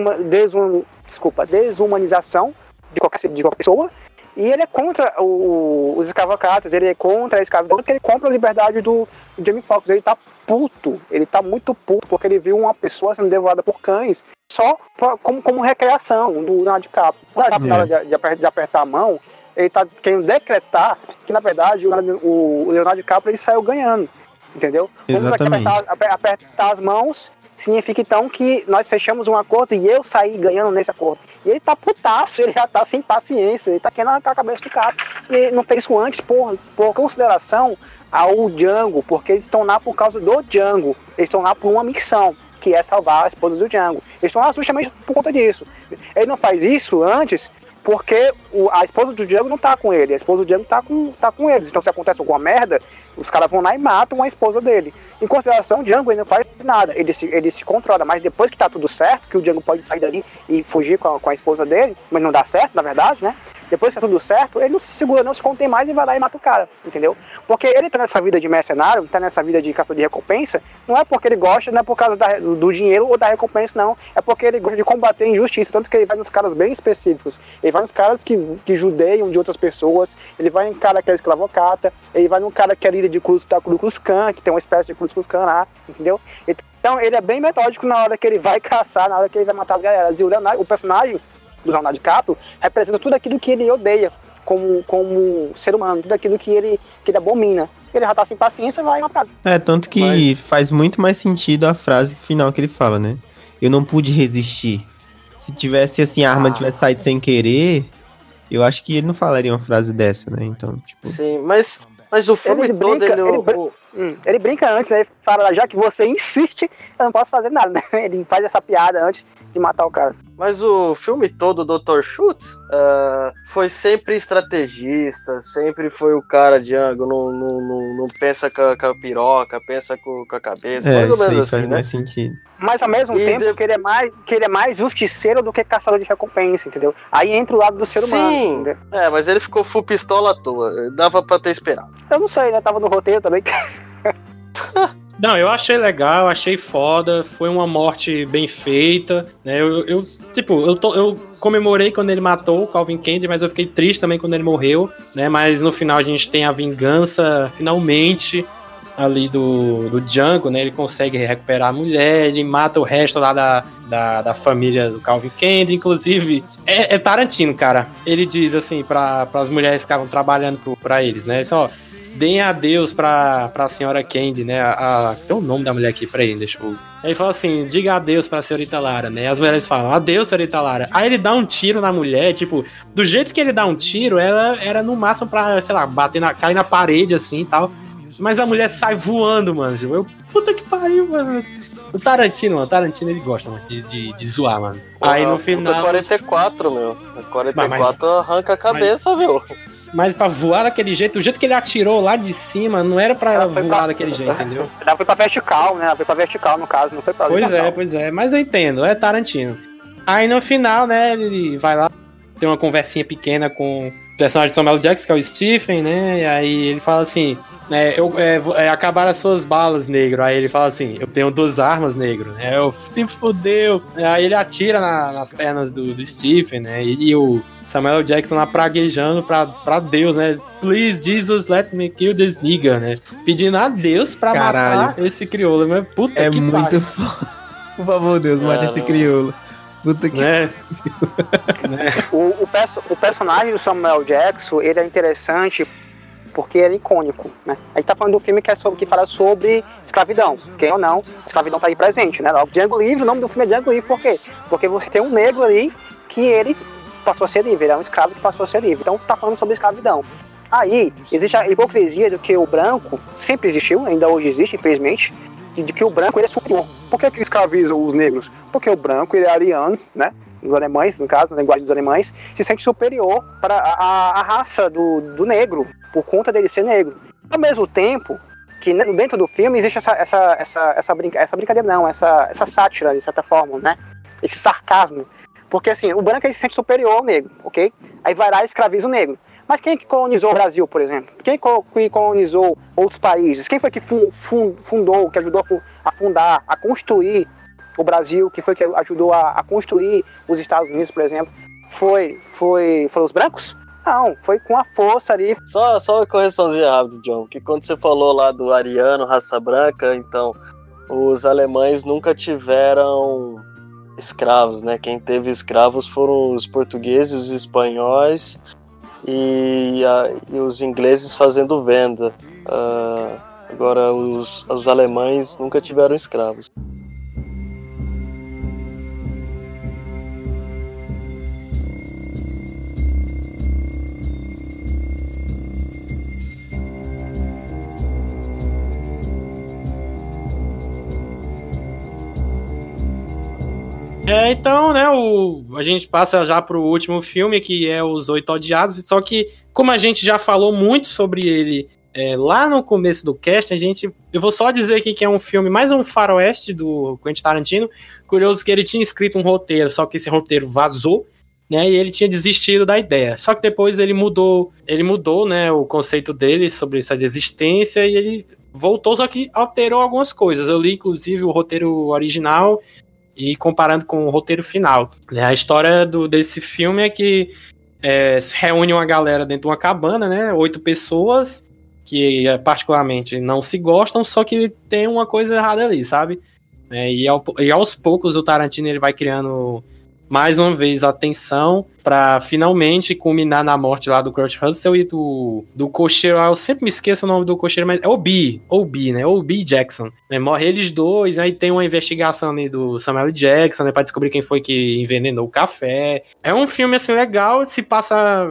desumanização de qualquer pessoa, e ele é contra os escravocratas, ele é contra a escravidão, porque ele compra a liberdade do Jamie Foxx. Ele tá puto, ele tá muito puto, porque ele viu uma pessoa sendo devorada por cães só como recreação do Leonardo DiCaprio. Na hora de apertar a mão, ele tá querendo decretar que, na verdade, o Leonardo DiCaprio ele saiu ganhando, entendeu? Exatamente. Quando apertar as mãos, significa então que nós fechamos um acordo e eu saí ganhando nesse acordo. E ele tá putaço, ele já tá sem paciência, ele tá querendo arrancar a cabeça do cara. E ele não fez isso antes por consideração ao Django, porque eles estão lá por causa do Django. Eles estão lá por uma missão, que é salvar a esposa do Django. Eles estão lá justamente por conta disso. Ele não faz isso antes porque a esposa do Django não tá com ele, a esposa do Django tá com eles. Então se acontece alguma merda, os caras vão lá e matam a esposa dele. Em consideração, o Django ele não faz nada, ele se controla, mas depois que tá tudo certo, que o Django pode sair dali e fugir com a esposa dele, mas não dá certo, na verdade, né? Depois que tá tudo certo, ele não se segura, não se contém mais e vai lá e mata o cara, entendeu? Porque ele tá nessa vida de mercenário, tá nessa vida de caçador de recompensa, não é porque ele gosta, não é por causa do dinheiro ou da recompensa, não. É porque ele gosta de combater a injustiça, tanto que ele vai nos caras bem específicos. Ele vai nos caras que judeiam de outras pessoas, ele vai em cara que é escravocrata, ele vai num cara que é líder da Ku Klux Klan, que tem uma espécie de Ku Klux Klan lá, entendeu? Então ele é bem metódico na hora que ele vai caçar, na hora que ele vai matar as galeras. E o personagem do Leonardo DiCaprio representa tudo aquilo que ele odeia como ser humano, tudo aquilo que ele abomina. Ele já tá sem paciência e vai matar. Tanto que faz muito mais sentido a frase final que ele fala, né? Eu não pude resistir. Se tivesse, assim, a arma tivesse saído sem querer, eu acho que ele não falaria uma frase dessa, né? Então, tipo... Sim, mas o filme ele brinca antes, né? Ele fala, já que você insiste, eu não posso fazer nada, né? Ele faz essa piada antes de matar o cara. Mas o filme todo do Dr. Schultz foi sempre estrategista, sempre foi o cara Django, não pensa com a piroca, pensa com a cabeça, mais ou menos assim, faz né? mais sentido. Mas ao mesmo tempo que ele é mais justiceiro do que caçador de recompensa, entendeu? Aí entra o lado do ser humano. Sim, entendeu? Mas ele ficou full pistola à toa, dava pra ter esperado. Eu não sei, né? Tava no roteiro também. Não, eu achei legal, achei foda, foi uma morte bem feita, né? Eu comemorei quando ele matou o Calvin Candy, mas eu fiquei triste também quando ele morreu, né? Mas no final a gente tem a vingança, finalmente, ali do Django, né? Ele consegue recuperar a mulher, ele mata o resto lá da família do Calvin Candy, inclusive é Tarantino, cara. Ele diz assim para as mulheres que estavam trabalhando pra eles, né? Só deem adeus pra senhora Candy, né? Tem o nome da mulher aqui, peraí, deixa eu... Ele fala assim, diga adeus pra senhorita Lara, né? As mulheres falam, adeus, senhorita Lara. Aí ele dá um tiro na mulher, tipo, do jeito que ele dá um tiro, ela era no máximo pra, sei lá, cair na parede, assim, e tal. mas a mulher sai voando, mano. Eu, puta que pariu, mano. O Tarantino, ele gosta, mano, de zoar, mano. Aí no final... 44, meu. 44 arranca a cabeça, viu? Mas pra voar daquele jeito, o jeito que ele atirou lá de cima, não era pra ela voar daquele jeito, entendeu? Ela foi pra vertical, né? Ela foi pra vertical, no caso, não foi pra horizontal. Pois é. Mas eu entendo, é Tarantino. Aí no final, né, ele vai lá, tem uma conversinha pequena com o personagem de Samuel Jackson, que é o Stephen, né? E aí ele fala assim, acabaram as suas balas, negro. Aí ele fala assim, eu tenho 2 armas, negro. Eu se fudeu. Aí ele atira nas pernas do Stephen, né? E o Samuel Jackson lá praguejando pra Deus, né? Please, Jesus, let me kill this nigga, né? Pedindo a Deus pra matar esse crioulo. Mas puta que muito foda. Por favor, Deus, mate esse crioulo. Puta que o personagem do Samuel Jackson, ele é interessante porque ele é icônico, né? A gente tá falando de um filme que fala sobre escravidão. Quem ou não, escravidão tá aí presente, né? O Django Livre, o nome do filme é Django Livre, por quê? Porque você tem um negro ali que ele passou a ser livre, ele é um escravo que passou a ser livre. Então tá falando sobre escravidão. Aí, existe a hipocrisia de que o branco sempre existiu, ainda hoje existe, infelizmente, de que o branco ele é superior. Por que escravizam os negros? Porque o branco ele é ariano, né? Os alemães, no caso, na linguagem dos alemães, se sente superior para a raça do negro, por conta dele ser negro. Ao mesmo tempo que dentro do filme existe essa brincadeira, não, essa sátira, de certa forma, né? Esse sarcasmo. Porque assim, o branco ele se sente superior ao negro, ok? Aí vai lá e escraviza o negro. Mas quem é que colonizou o Brasil, por exemplo? Quem colonizou outros países? Quem foi que fundou, que ajudou a fundar, a construir o Brasil? Que foi que ajudou a construir os Estados Unidos, por exemplo? Foram os brancos? Não, foi com a força ali. Só uma correçãozinha rápida, John. Que quando você falou lá do ariano, raça branca, então, os alemães nunca tiveram escravos, né? Quem teve escravos foram os portugueses, os espanhóis e os ingleses fazendo venda. Agora, os alemães nunca tiveram escravos. Então, né, a gente passa já pro último filme, que é Os Oito Odiados, só que, como a gente já falou muito sobre ele lá no começo do cast, eu vou só dizer aqui que é um filme, mais um faroeste do Quentin Tarantino. Curioso que ele tinha escrito um roteiro, só que esse roteiro vazou, né, e ele tinha desistido da ideia. Só que depois ele mudou, né, o conceito dele sobre essa desistência, e ele voltou, só que alterou algumas coisas. Eu li, inclusive, o roteiro original, e comparando com o roteiro final. A história desse filme é que se reúne uma galera dentro de uma cabana, né? 8 pessoas que particularmente não se gostam, só que tem uma coisa errada ali, sabe? E aos poucos o Tarantino ele vai criando mais uma vez a tensão pra finalmente culminar na morte lá do Kurt Russell e do cocheiro. Eu sempre me esqueço o nome do cocheiro, mas é O.B., né? O.B. Jackson. Morre eles dois, aí tem uma investigação ali do Samuel Jackson, né? Pra descobrir quem foi que envenenou o café. É um filme, assim, legal, se passa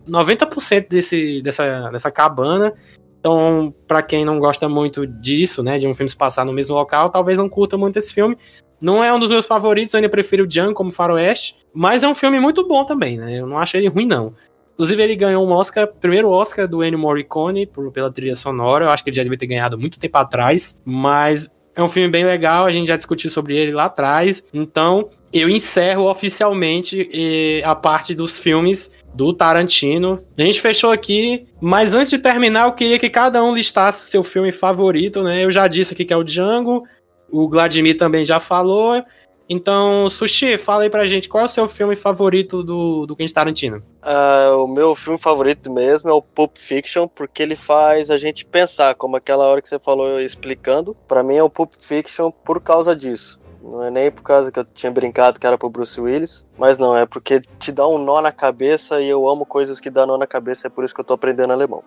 90% dessa cabana. Então, pra quem não gosta muito disso, né? De um filme se passar no mesmo local, talvez não curta muito esse filme. Não é um dos meus favoritos, eu ainda prefiro o Django como faroeste, mas é um filme muito bom também, né? Eu não acho ele ruim, não. Inclusive, ele ganhou um Oscar, primeiro Oscar do Ennio Morricone pela trilha sonora. Eu acho que ele já devia ter ganhado muito tempo atrás, mas é um filme bem legal, a gente já discutiu sobre ele lá atrás. Então, eu encerro oficialmente a parte dos filmes do Tarantino. A gente fechou aqui, mas antes de terminar, eu queria que cada um listasse o seu filme favorito, né? Eu já disse aqui que é o Django, o Vladimir também já falou. Então, Sushi, fala aí pra gente, qual é o seu filme favorito do Quentin Tarantino? O meu filme favorito mesmo é o Pulp Fiction, porque ele faz a gente pensar, como aquela hora que você falou explicando. Pra mim é o Pulp Fiction por causa disso. Não é nem por causa que eu tinha brincado que era pro Bruce Willis, mas não, é porque te dá um nó na cabeça e eu amo coisas que dão nó na cabeça, é por isso que eu tô aprendendo alemão.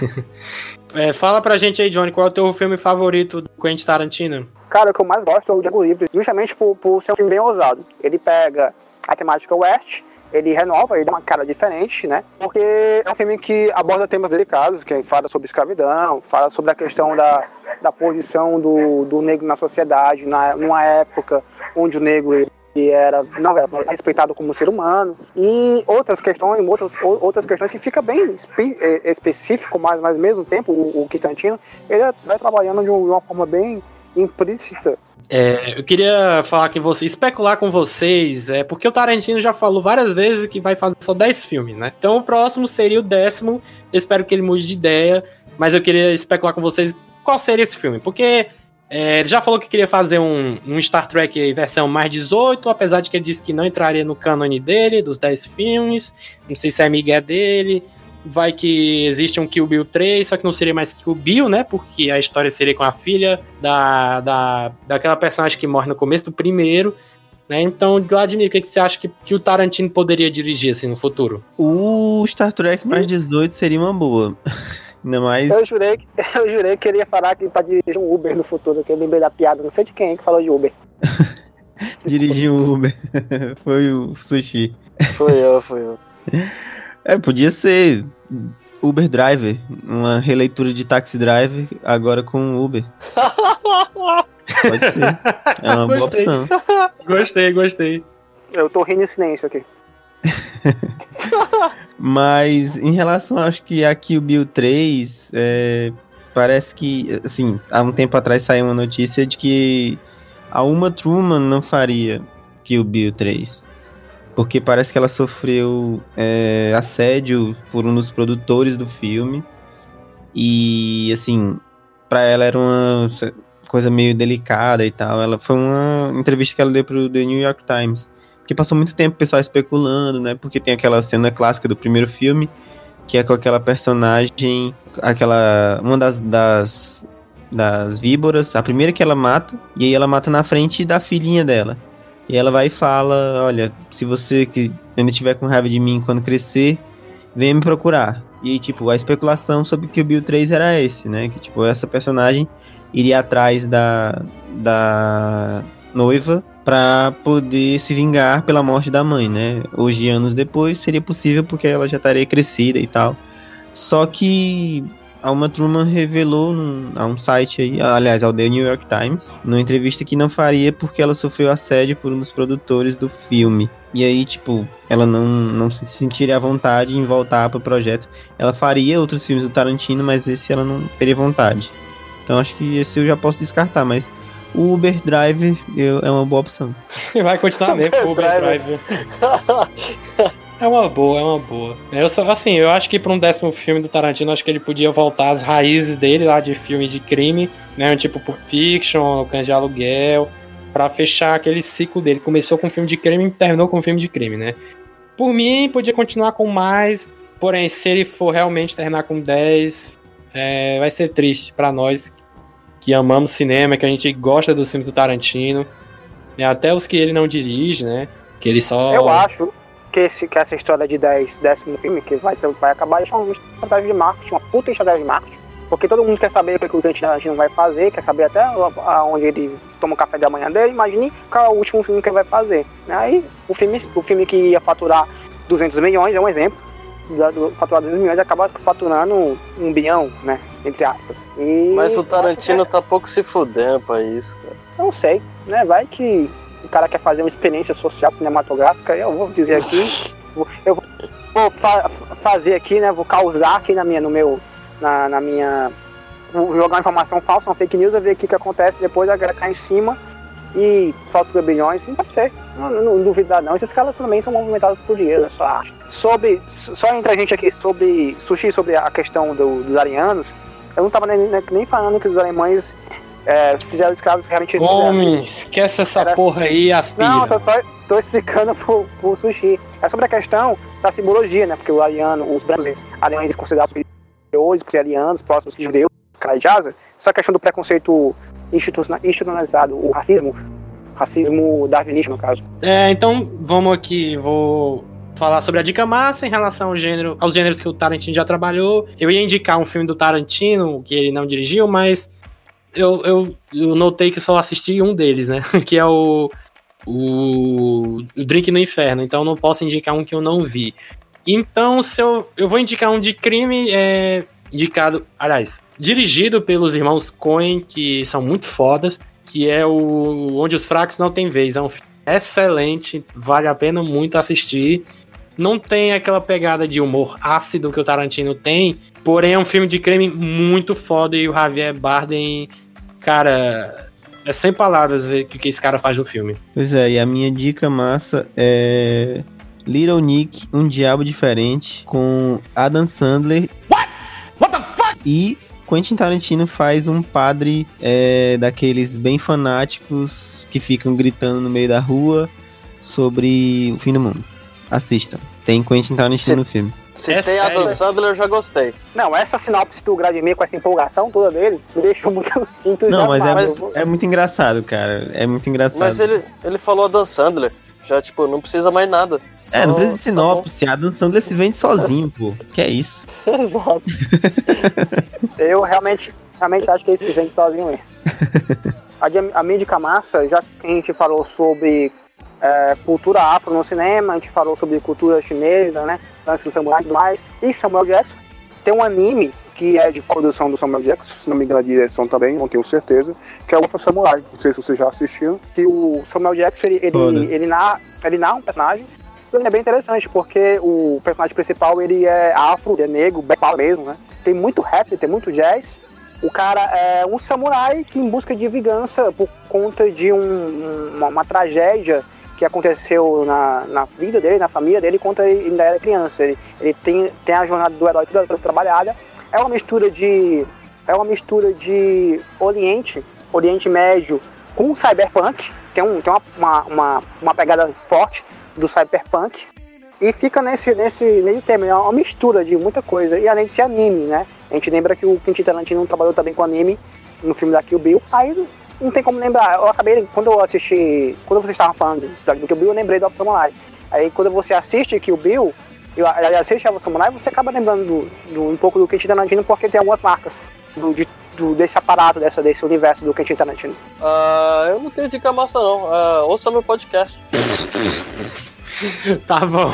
Fala pra gente aí, Johnny, qual é o teu filme favorito do Quentin Tarantino? Cara, o que eu mais gosto é o Django Livre, justamente por ser um filme bem ousado. Ele pega a temática West ele renova, ele dá uma cara diferente, né? Porque é um filme que aborda temas delicados, que fala sobre escravidão, fala sobre a questão da posição do negro na sociedade, numa época onde o negro não era respeitado como ser humano, e outras questões que fica bem específico, mas ao mesmo tempo o Tarantino ele vai trabalhando de uma forma bem implícita. Eu queria falar especular com vocês, porque o Tarantino já falou várias vezes que vai fazer só 10 filmes, né? Então o próximo seria o 10º, espero que ele mude de ideia, mas eu queria especular com vocês qual seria esse filme, porque ele já falou que queria fazer um Star Trek versão mais 18, apesar de que ele disse que não entraria no cânone dele, dos 10 filmes, não sei se é amiga dele. Vai que existe um Kill Bill 3, só que não seria mais Kill Bill, né? Porque a história seria com a filha daquela personagem que morre no começo do primeiro, né? Então, Vladimir, o que você acha que o Tarantino poderia dirigir assim no futuro? O Star Trek mais 18 seria uma boa. Ainda mais... Eu jurei que ele ia falar que pra dirigir um Uber no futuro, que eu lembrei da piada, não sei de quem que falou de Uber. Dirigir um Uber. Foi o Sushi. Foi eu. Podia ser Uber Driver, uma releitura de Taxi Driver, agora com Uber. Pode ser. É uma boa opção. Gostei. Eu tô rindo em silêncio aqui. Mas em relação, acho que a Kill Bill 3, parece que, assim, há um tempo atrás saiu uma notícia de que a Uma Thurman não faria Kill Bill 3. Porque parece que ela sofreu assédio por um dos produtores do filme. E, assim, pra ela era uma coisa meio delicada e tal. Foi uma entrevista que ela deu pro The New York Times. Porque passou muito tempo o pessoal especulando, né? Porque tem aquela cena clássica do primeiro filme, que é com aquela personagem, uma das víboras, a primeira que ela mata, e aí ela mata na frente da filhinha dela. E ela vai e fala, olha, se você que ainda estiver com raiva de mim quando crescer, venha me procurar. E aí, tipo, a especulação sobre que o Bill 3 era esse, né? Que, tipo, essa personagem iria atrás da noiva pra poder se vingar pela morte da mãe, né? Hoje, anos depois, seria possível porque ela já estaria crescida e tal. Só que a Uma Thurman revelou a um site aí, aliás, ao The New York Times, numa entrevista que não faria porque ela sofreu assédio por um dos produtores do filme. E aí, tipo, ela não se sentiria à vontade em voltar pro projeto. Ela faria outros filmes do Tarantino, mas esse ela não teria vontade. Então acho que esse eu já posso descartar, mas o Uber Driver é uma boa opção. Vai continuar mesmo com o Uber Driver. É uma boa. Eu acho que para um 10º filme do Tarantino, acho que ele podia voltar às raízes dele lá de filme de crime, né? Tipo Pulp Fiction, Cães de Aluguel, pra fechar aquele ciclo dele. Começou com um filme de crime e terminou com um filme de crime, né? Por mim, podia continuar com mais, porém, se ele for realmente terminar com 10, vai ser triste pra nós que amamos cinema, que a gente gosta dos filmes do Tarantino, né? Até os que ele não dirige, né? Que ele só... Eu acho que essa história de 10º filme que vai acabar é uma estratégia de marketing, uma puta estratégia de marketing, porque todo mundo quer saber o que o Tarantino vai fazer, quer saber até onde ele toma o café da manhã dele. Imagine qual é o último filme que ele vai fazer. Aí o filme que ia faturar 200 milhões, é um exemplo, faturar 200 milhões acaba faturando 1 bilhão, né, entre aspas. Mas o Tarantino tá pouco se fudendo pra isso, cara. Eu não sei, né, vai que o cara quer fazer uma experiência social cinematográfica, eu vou dizer aqui, eu vou fazer aqui, né, vou causar aqui na minha, vou jogar uma informação falsa, uma fake news, ver o que acontece, depois a galera cai em cima e fatura bilhões, não vai ser, não duvidar não, esses caras também são movimentados por dinheiro, eu só acho. Só entre a gente aqui, sobre a questão dos arianos, eu não tava nem falando que os alemães fizeram os casos realmente... Homem, esquece essa porra aí, aspira. Não, tô explicando pro Sushi. É sobre a questão da simbologia, né? Porque os brancos alemães considerados superiores, porque arianos, próximos de judeus, cara de asa. Essa questão do preconceito institucionalizado, o racismo darwinista, no caso. Então, vou falar sobre a dica massa em relação aos gêneros que o Tarantino já trabalhou. Eu ia indicar um filme do Tarantino, que ele não dirigiu, mas... Eu notei que só assisti um deles, né? Que é o o Drink no Inferno, então não posso indicar um que eu não vi. Então, eu vou indicar um de crime, dirigido pelos irmãos Coen, que são muito fodas, que é o Onde os Fracos Não Têm Vez. É um filme excelente, vale a pena muito assistir. Não tem aquela pegada de humor ácido que o Tarantino tem, porém é um filme de crime muito foda e o Javier Bardem, cara, é sem palavras o que esse cara faz no filme. Pois é, e a minha dica massa é Little Nick, Um Diabo Diferente, com Adam Sandler. What the fuck? E Quentin Tarantino faz um padre daqueles bem fanáticos que ficam gritando no meio da rua sobre o fim do mundo. Assistam. Tem Quentin Tarantino no filme. Se tem Adam Sandler, eu já gostei. Não, essa sinopse do Gradimir com essa empolgação toda dele me deixou muito entusiasmado. Não, mas é muito engraçado, cara. É muito engraçado. Mas ele falou Adam Sandler. Já, tipo, não precisa mais nada. Não precisa de sinopse. Adam Sandler se vende sozinho, pô. Que é isso? Exato. Eu realmente acho que ele se vende sozinho mesmo. A minha dica massa, já que a gente falou sobre cultura afro no cinema, a gente falou sobre cultura chinesa, né? Lance do samurai e tudo mais. E Samuel Jackson. Tem um anime que é de produção do Samuel Jackson, se não me engano a direção também, não tenho certeza, que é o Afro Samurai. Não sei se vocês já assistiram. Que o Samuel Jackson, ele narra um personagem. Ele é bem interessante, porque o personagem principal, ele é afro, ele é negro, black power mesmo, né? Tem muito rap, tem muito jazz. O cara é um samurai que em busca de vingança por conta de uma tragédia que aconteceu na vida dele, na família dele, quando ele ainda era criança. Ele tem a jornada do herói toda trabalhada. É uma mistura de Oriente Médio com cyberpunk. Tem uma pegada forte do cyberpunk. E fica nesse tema, é uma mistura de muita coisa. E além de ser anime, né? A gente lembra que o Quentin Tarantino trabalhou também com anime no filme da Kill Bill. Aí não tem como lembrar. Eu acabei, quando vocês estavam falando do Kill Bill, eu lembrei do Afro Samurai. Aí quando você assiste Kill Bill, assiste Afro Samurai, você acaba lembrando um pouco do Quentin Tarantino, porque tem algumas marcas desse aparato, desse universo do Quentin Tarantino. Eu não tenho dica massa não. Ouça meu podcast. Tá bom.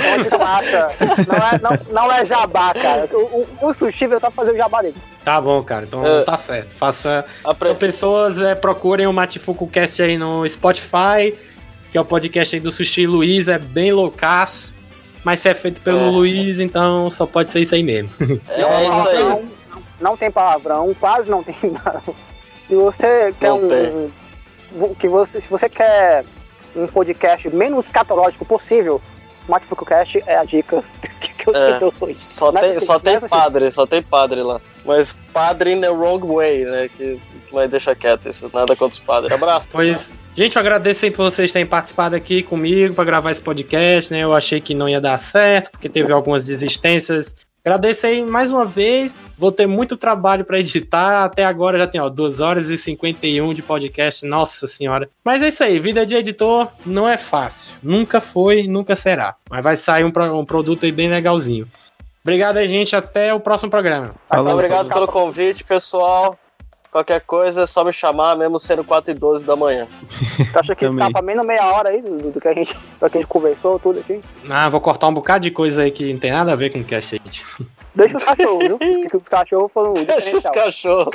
Não é jabá, cara. O Sushi veio só fazer o jabá dele. Tá bom, cara. Então tá certo. Então, pessoas procurem o Matifuku Cast aí no Spotify, que é o podcast aí do Sushi Luiz. É bem loucaço, mas se é feito pelo Luiz, então só pode ser isso aí mesmo. É isso aí. Não tem palavrão, quase não tem palavrão. Se você quer se você quer um podcast menos escatológico possível, o Matifuku Cast é a dica que eu tenho hoje. Só tem padre lá. Mas padre in the wrong way, né? Mas deixa quieto isso, nada contra os padres. Abraço. Pois, gente, eu agradeço por vocês terem participado aqui comigo para gravar esse podcast, né? Eu achei que não ia dar certo, porque teve algumas desistências. Agradeço aí mais uma vez, vou ter muito trabalho para editar, até agora já tem 2 horas e 51 de podcast, nossa senhora. Mas é isso aí, vida de editor não é fácil, nunca foi, nunca será, mas vai sair um produto aí bem legalzinho. Obrigado aí, gente, até o próximo programa. Obrigado pelo convite, pessoal. Qualquer coisa é só me chamar, mesmo sendo 4h12 da manhã. Tu acha que escapa menos meia hora aí do que a gente conversou, tudo aqui? Vou cortar um bocado de coisa aí que não tem nada a ver com o cast, gente. Deixa os cachorros, viu? Os cachorros foram... Deixa os cachorros.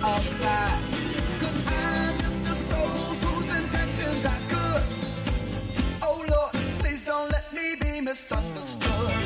outside. 'Cause I'm just a soul whose intentions are good. Oh Lord, please don't let me be misunderstood.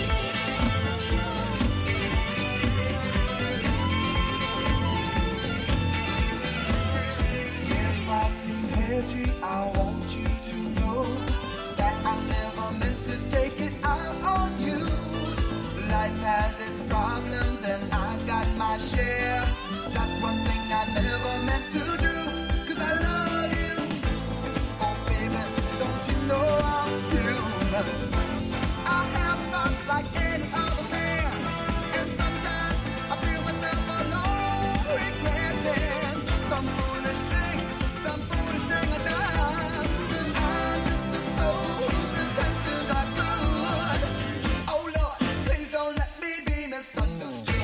If I seem edgy, I want you to know that I never meant to take it out on you. Life has its problems and I've got my share. That's one thing I never meant to do. 'Cause I love you. Oh baby, don't you know I'm human? I have thoughts like any other man. And sometimes I feel myself alone, regretting some foolish thing I done. 'Cause I'm just a soul whose intentions are good. Oh Lord, please don't let me be misunderstood.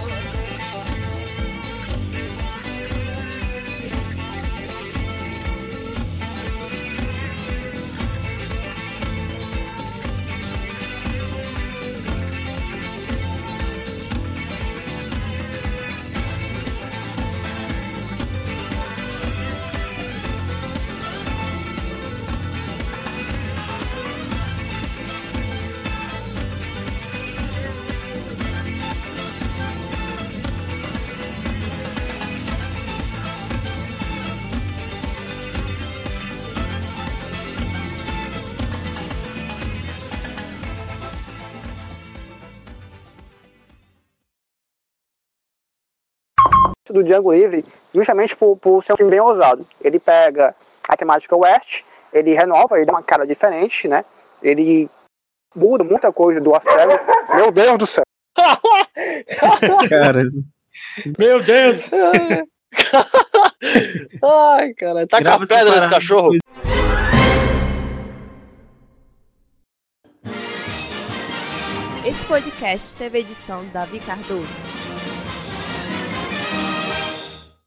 Do Django Livre, justamente por ser um filme bem ousado. Ele pega a temática West, ele renova, ele dá uma cara diferente, né? Ele muda muita coisa do Austrália. Meu Deus do céu! Cara. Meu Deus! Ai, cara, taca a pedra nesse cachorro. Esse podcast teve edição de Davi Cardoso.